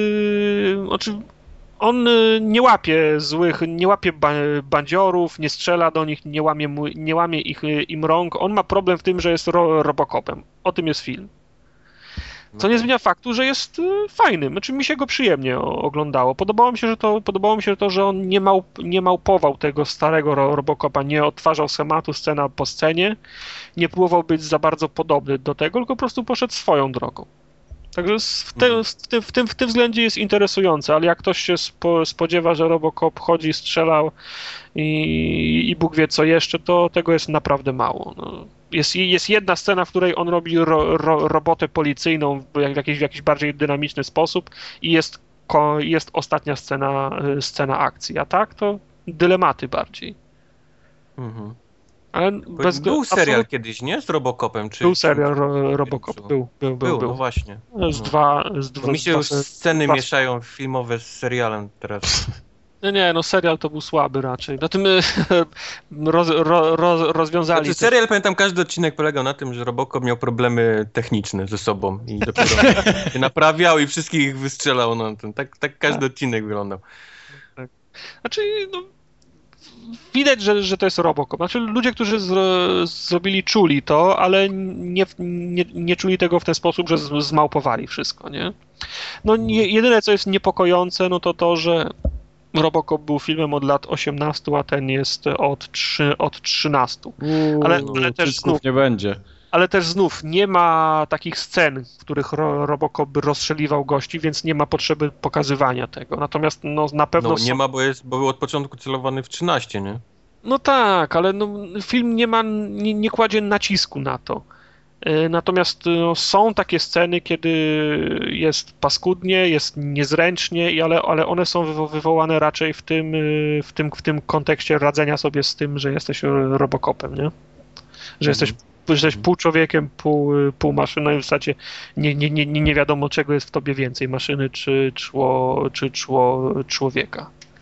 On nie łapie złych, nie łapie bandziorów, nie strzela do nich, nie łamie im rąk. On ma problem w tym, że jest Robocopem. O tym jest film. Co nie zmienia faktu, że jest fajnym. Znaczy mi się go przyjemnie oglądało. Podobało mi się to, że on nie małpował tego starego Robocopa, nie odtwarzał schematu scena po scenie, nie próbował być za bardzo podobny do tego, tylko po prostu poszedł swoją drogą. Także w tym względzie jest interesujące, ale jak ktoś się spodziewa, że Robocop chodzi, strzelał i Bóg wie co jeszcze, to tego jest naprawdę mało. No. Jest jedna scena, w której on robi robotę policyjną w jakiś bardziej dynamiczny sposób i jest ostatnia scena akcji, a tak to dylematy bardziej. Ale był serial kiedyś, nie? Z Robocopem. Był serial Robocop, był. No właśnie. Mi się już sceny sceny mieszają filmowe z serialem teraz. No serial to był słaby raczej. Na tym rozwiązali... Znaczy, serial, pamiętam, każdy odcinek polegał na tym, że Robocop miał problemy techniczne ze sobą i dopiero się naprawiał i wszystkich ich wystrzelał. No, tak każdy odcinek wyglądał. Tak. Znaczy, no... Widać, że to jest Robocop. Znaczy ludzie, którzy zrobili, czuli to, ale nie czuli tego w ten sposób, że zmałpowali wszystko, nie? No jedyne, co jest niepokojące, no to, że Robocop był filmem od lat 18, a ten jest od 13. Ale też znów nie będzie. Ale też znów nie ma takich scen, w których Robocop by rozstrzeliwał gości, więc nie ma potrzeby pokazywania tego. Natomiast no, na pewno... nie ma, bo był od początku celowany w 13, nie? No tak, ale no, film nie kładzie nacisku na to. Natomiast no, są takie sceny, kiedy jest paskudnie, jest niezręcznie, ale one są wywołane raczej w tym kontekście radzenia sobie z tym, że jesteś Robocopem, nie? Że jesteś pół człowiekiem, pół maszyną i w zasadzie nie wiadomo, czego jest w tobie więcej, maszyny czy człowieka.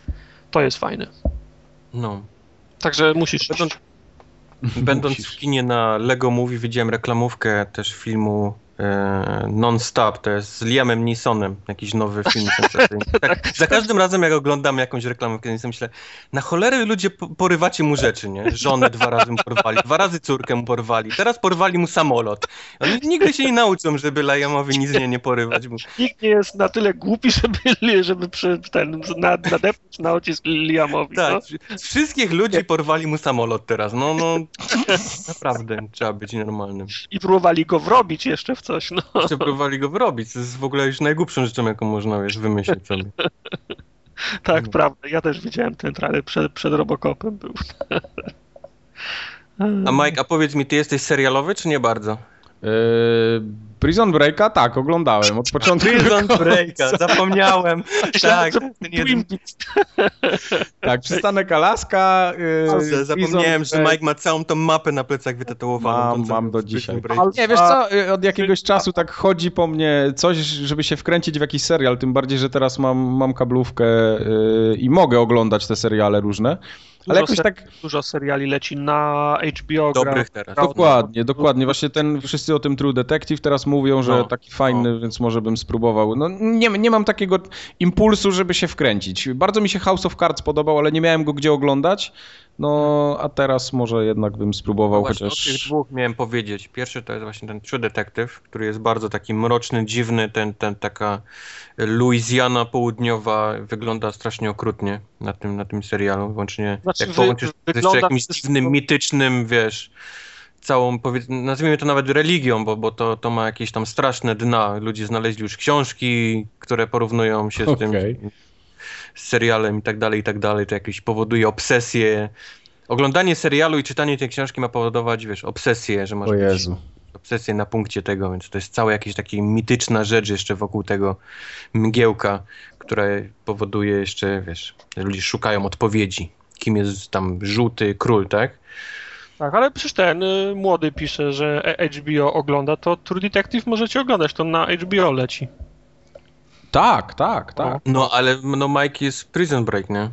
To jest fajne. No. Także musisz... Będąc w kinie na Lego Movie widziałem reklamówkę też filmu Non-Stop, to jest z Liamem Neesonem, jakiś nowy film sensacyjny. Tak, za każdym razem jak oglądam jakąś reklamówkę, myślę, na cholerę ludzie porywacie mu rzeczy, nie? Żonę 2 razy mu porwali, 2 razy córkę mu porwali, teraz porwali mu samolot. Oni nigdy się nie nauczą, żeby Liamowi nic nie porywać mu. Nikt nie jest na tyle głupi, żeby nadepnąć na odcisk Liamowi. Tak, wszystkich ludzi porwali mu samolot teraz, no naprawdę trzeba być normalnym. I próbowali go wrobić jeszcze w coś, no. Jeszcze próbowali go wrobić, to jest w ogóle już najgłupszą rzeczą, jaką można, wymyślić sobie. Tak, prawda, ja też widziałem ten trailer przed Robocopem był. A Mike, a powiedz mi, ty jesteś serialowy, czy nie bardzo? Prison Breaka tak, oglądałem od początku. Prison Breaka, zapomniałem. Tak, tak, przystanek Alaska. Zapomniałem, że Mike ma całą tą mapę na plecach wytatuowaną. Mam do dzisiaj. Nie, wiesz co, od jakiegoś czasu tak chodzi po mnie coś, żeby się wkręcić w jakiś serial, tym bardziej, że teraz mam kablówkę i mogę oglądać te seriale różne. Ale jakoś Dużo seriali leci na HBO. Dobrych teraz. Dokładnie. Właśnie wszyscy o tym True Detective teraz mówią, że taki fajny, więc może bym spróbował. No nie mam takiego impulsu, żeby się wkręcić. Bardzo mi się House of Cards podobał, ale nie miałem go gdzie oglądać. No, a teraz może jednak bym spróbował, chociaż... O tych dwóch miałem powiedzieć. Pierwszy to jest właśnie ten True Detective, który jest bardzo taki mroczny, dziwny, taka Luizjana południowa wygląda strasznie okrutnie na tym serialu, łącznie jak połączysz z jeszcze jakimś dziwnym, mitycznym, wiesz, całą, nazwijmy to nawet religią, bo to ma jakieś tam straszne dna. Ludzie znaleźli już książki, które porównują się z tym z serialem i tak dalej, to jakieś powoduje obsesję. Oglądanie serialu i czytanie tej książki ma powodować, wiesz, obsesję, że masz obsesję na punkcie tego, więc to jest cała jakaś taka mityczna rzecz jeszcze wokół tego mgiełka, która powoduje jeszcze, wiesz, że ludzie szukają odpowiedzi. Kim jest tam żółty król, tak? Tak, ale przecież ten młody pisze, że HBO ogląda, to True Detective możecie oglądać, to na HBO leci. Tak. No, ale Mike jest Prison Break, nie?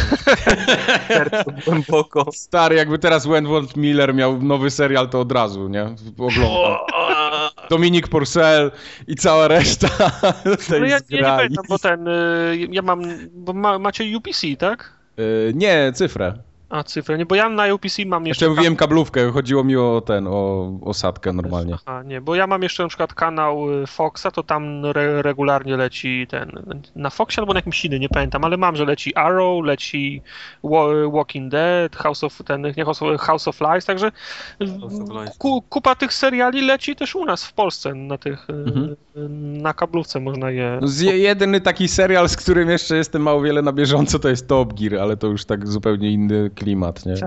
Głęboko. Stary, jakby teraz Wentworth Miller miał nowy serial, to od razu, nie? Oglądam. Dominik Purcell i cała reszta. No ja nie pamiętam, bo macie UPC, tak? Nie, cyfrę. A, cyfrę, nie, bo ja na UPC mam jeszcze... Jeszcze mówiłem kablówkę, chodziło mi o osadkę normalnie. Aha, nie, bo ja mam jeszcze na przykład kanał Foxa, to tam regularnie leci na Foxie albo na jakimś innym, nie pamiętam, ale mam, że leci Arrow, leci Walking Dead, House of Lies, także kupa tych seriali leci też u nas w Polsce, na kablówce można je... Jedyny taki serial, z którym jeszcze jestem mało wiele na bieżąco, to jest Top Gear, ale to już tak zupełnie inny klimat, nie?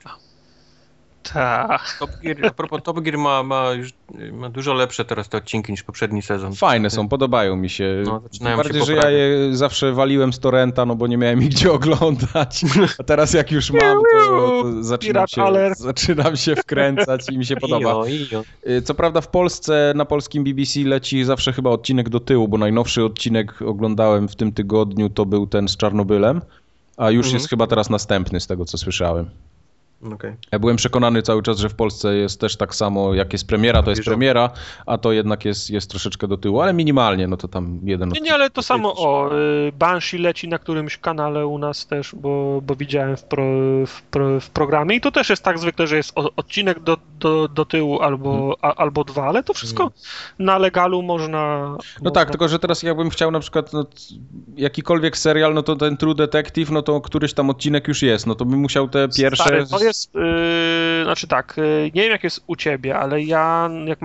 Tak. A propos Top Gear ma dużo lepsze teraz te odcinki niż poprzedni sezon. Fajne są, podobają mi się. Zaczynają bardziej, się że ja je zawsze waliłem z torrenta, no bo nie miałem ich gdzie oglądać. A teraz jak już mam, to zaczynam się wkręcać i mi się podoba. Co prawda w Polsce, na polskim BBC leci zawsze chyba odcinek do tyłu, bo najnowszy odcinek oglądałem w tym tygodniu, to był ten z Czarnobylem, a już jest chyba teraz następny z tego, co słyszałem. Okay. Ja byłem przekonany cały czas, że w Polsce jest też tak samo, jak jest premiera, to jest premiera, a to jednak jest troszeczkę do tyłu, ale minimalnie, no to tam jeden... Nie, ale to samo, Banshee leci na którymś kanale u nas też, bo widziałem w programie i to też jest tak zwykle, że jest odcinek do tyłu albo dwa, ale to wszystko na legalu można... No tak, tylko że teraz jakbym chciał na przykład jakikolwiek serial, no to ten True Detective, no to któryś tam odcinek już jest, no to bym musiał te pierwsze... Stary, to jest, znaczy tak, nie wiem jak jest u ciebie, ale jak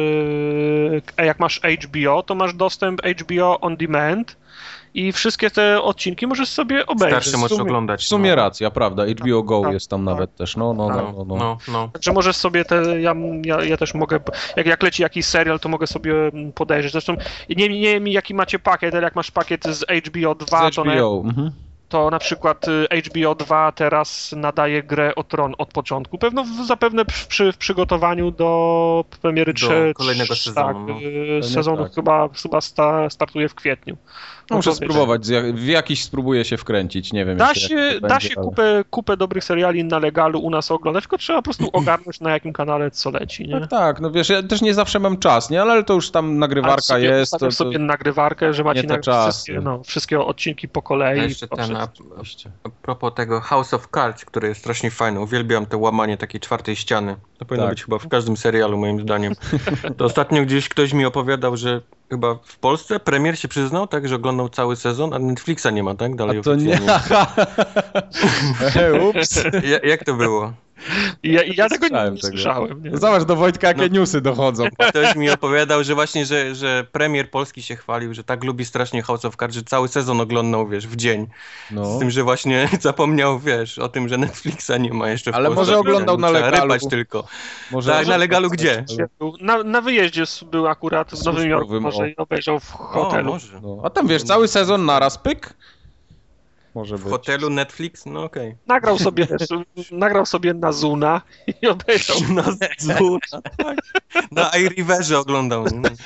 masz HBO, to masz dostęp HBO On Demand i wszystkie te odcinki możesz sobie obejrzeć. Starsze możesz oglądać. W sumie racja, prawda, HBO Go jest tam nawet też, no. Także możesz sobie ja też mogę, jak leci jakiś serial, to mogę sobie podejrzeć. Zresztą nie wiem jaki macie pakiet, ale jak masz pakiet z HBO 2, z HBO. to na przykład HBO 2 teraz nadaje grę o Tron od początku. Zapewne w przygotowaniu do premiery kolejnego sezonu. Tak, sezonu tak. Chyba startuje w kwietniu. Muszę spróbować, w jakiś spróbuję się wkręcić, nie wiem. Da się kupę dobrych seriali na legalu u nas oglądać, tylko trzeba po prostu ogarnąć na jakim kanale co leci, nie? Tak, no wiesz, ja też nie zawsze mam czas, nie? Ale to już tam nagrywarka jest. To sobie nagrywarkę, że macie wszystkie odcinki po kolei. A jeszcze a propos tego House of Cards, który jest strasznie fajny, uwielbiam to łamanie takiej czwartej ściany. To powinno być chyba w każdym serialu, moim zdaniem. To ostatnio gdzieś ktoś mi opowiadał, że chyba w Polsce premier się przyznał, tak, że oglądał cały sezon, a Netflixa nie ma, tak? Dalej a to nie. Ups. Jak to było? Ja tego nie słyszałem. Nie? Zobacz, do Wojtka jakie newsy dochodzą. Ktoś mi opowiadał, że właśnie, że premier polski się chwalił, że tak lubi strasznie House of Cards, że cały sezon oglądał, wiesz, w dzień. No. Z tym, że właśnie zapomniał, wiesz, o tym, że Netflixa nie ma jeszcze w Ale Polsce. może oglądał na legalu. Rybać tylko. Może tak, na legalu gdzie? Na wyjeździe był akurat w Nowym Jorku, może i obejrzał w hotelu. No. A tam, wiesz, cały sezon naraz pyk. Może w hotelu Netflix? No okej. Nagrał sobie na Zuna i obejrzał. Na Zuna, tak. Na iRiverze oglądał.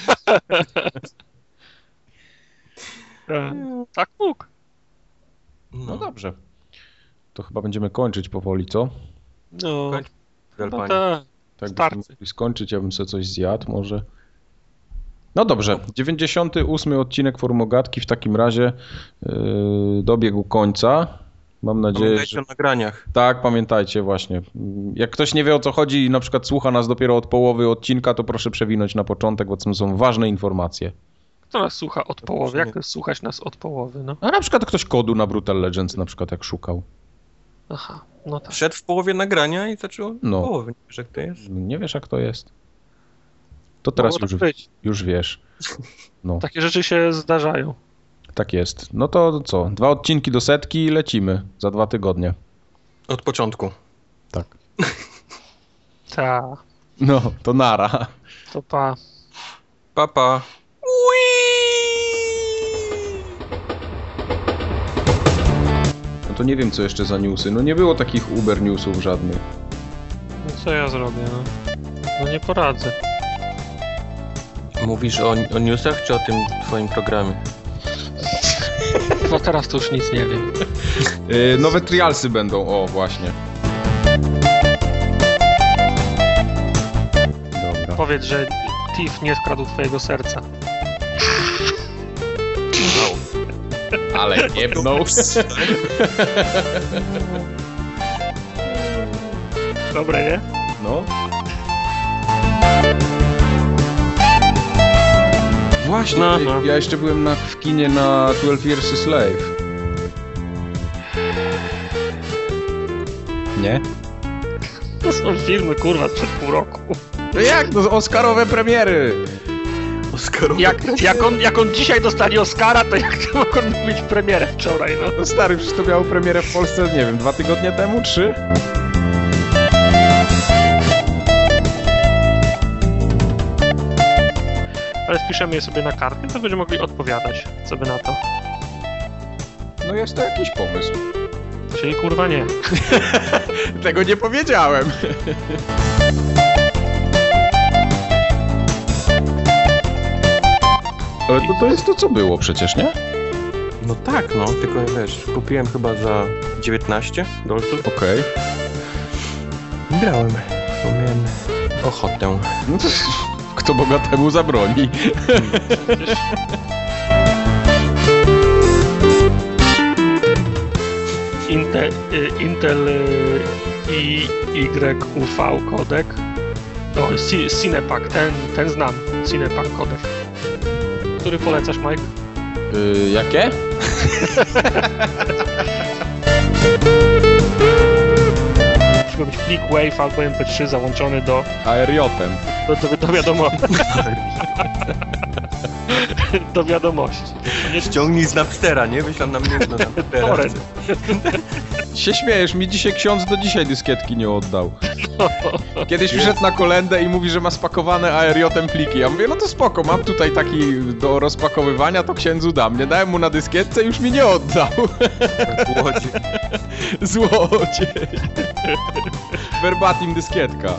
Tak mógł. No dobrze. To chyba będziemy kończyć powoli, co? No tak byśmy mogli skończyć, ja bym sobie coś zjadł może. No dobrze, 98. odcinek Forumogatki w takim razie dobiegł końca. Mam nadzieję, pamiętajcie o nagraniach. Tak, pamiętajcie właśnie. Jak ktoś nie wie o co chodzi i na przykład słucha nas dopiero od połowy odcinka, to proszę przewinąć na początek, bo to są ważne informacje. Kto nas słucha od połowy? Jak to jest słuchać nas od połowy? No? A na przykład ktoś kodu na Brutal Legends na przykład jak szukał. Aha, no tak. Szedł w połowie nagrania i zaczął połowy. Nie wiesz jak to jest? Nie wiesz jak to jest. To teraz już wiesz. No. Takie rzeczy się zdarzają. Tak jest. No to co? 2 odcinki do 100 i lecimy za 2 tygodnie. Od początku. Tak. Tak. No, to nara. To pa. Pa, pa. No to nie wiem co jeszcze za newsy. No nie było takich Uber newsów żadnych. No co ja zrobię, no? No nie poradzę. Mówisz o newsach, czy o tym twoim programie? No teraz to już nic nie wiem. Nowe trialsy będą, o właśnie. Dobra. Powiedz, że Tiff nie skradł twojego serca. No. Ale jebnął. Dobre, nie? No. Właśnie, ja jeszcze byłem w kinie na 12 Years a Slave. Nie? To są filmy, kurwa, sprzed pół roku. No jak? No Oscarowe premiery! Jak on dzisiaj dostali Oscara, to jak to mógł mieć premierę wczoraj, no? No stary, przecież to miało premierę w Polsce, nie wiem, 2 tygodnie temu, 3? Ale spiszemy je sobie na kartkę, to będziemy mogli odpowiadać. Co by na to? No jest to jakiś pomysł. Czyli kurwa nie. Tego nie powiedziałem. Ale to jest to, co było przecież, nie? No tak, no, tylko wiesz, kupiłem chyba za 19 dolców. Okej. Grałem, bo miałem ochotę. No to kto bogatemu zabroni. Intel IYUV kodek. O, Cinepak, ten znam. Cinepak kodek. Który polecasz, Mike? Jakie? Musi być plik WAV albo MP3 załączony do... ARJ-em. Do wiadomości. Do wiadomości. Ściągnij z Napstera, nie? Wyślą na mnie na Napstera. się śmiejesz, mi dzisiaj ksiądz do dzisiaj dyskietki nie oddał. Kiedyś przyszedł na kolędę i mówi, że ma spakowane ARJ-em pliki. Ja mówię, no to spoko, mam tutaj taki do rozpakowywania, to księdzu dam. Nie dałem mu na dyskietce i już mi nie oddał. Złodziej. Złodziej. Verbatim dyskietka.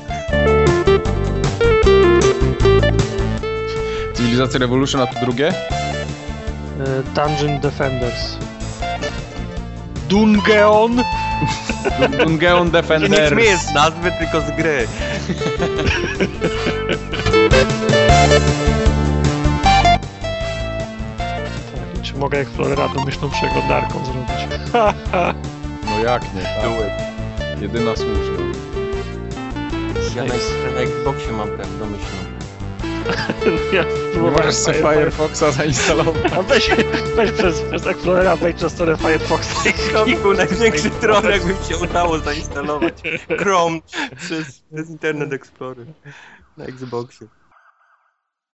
Cywilizacja Revolution, a to drugie? Dungeon Defenders. Dungeon! Dungeon Nie Defenders. śmieję z nazwy, tylko z gry. Tak, czy mogę Explorera domyślną przeglądarką zrobić? No jak nie, tak. Jedyna słuszna. Ja na Xboxie mam grę domyślną. Ja Nie możesz sobie Firefoxa zainstalować. A weź przez Explorera wejdź na stronę Firefoxa. To by był największy troll, jakby mi się udało zainstalować Chrome przez Internet Explorer na Xboxie.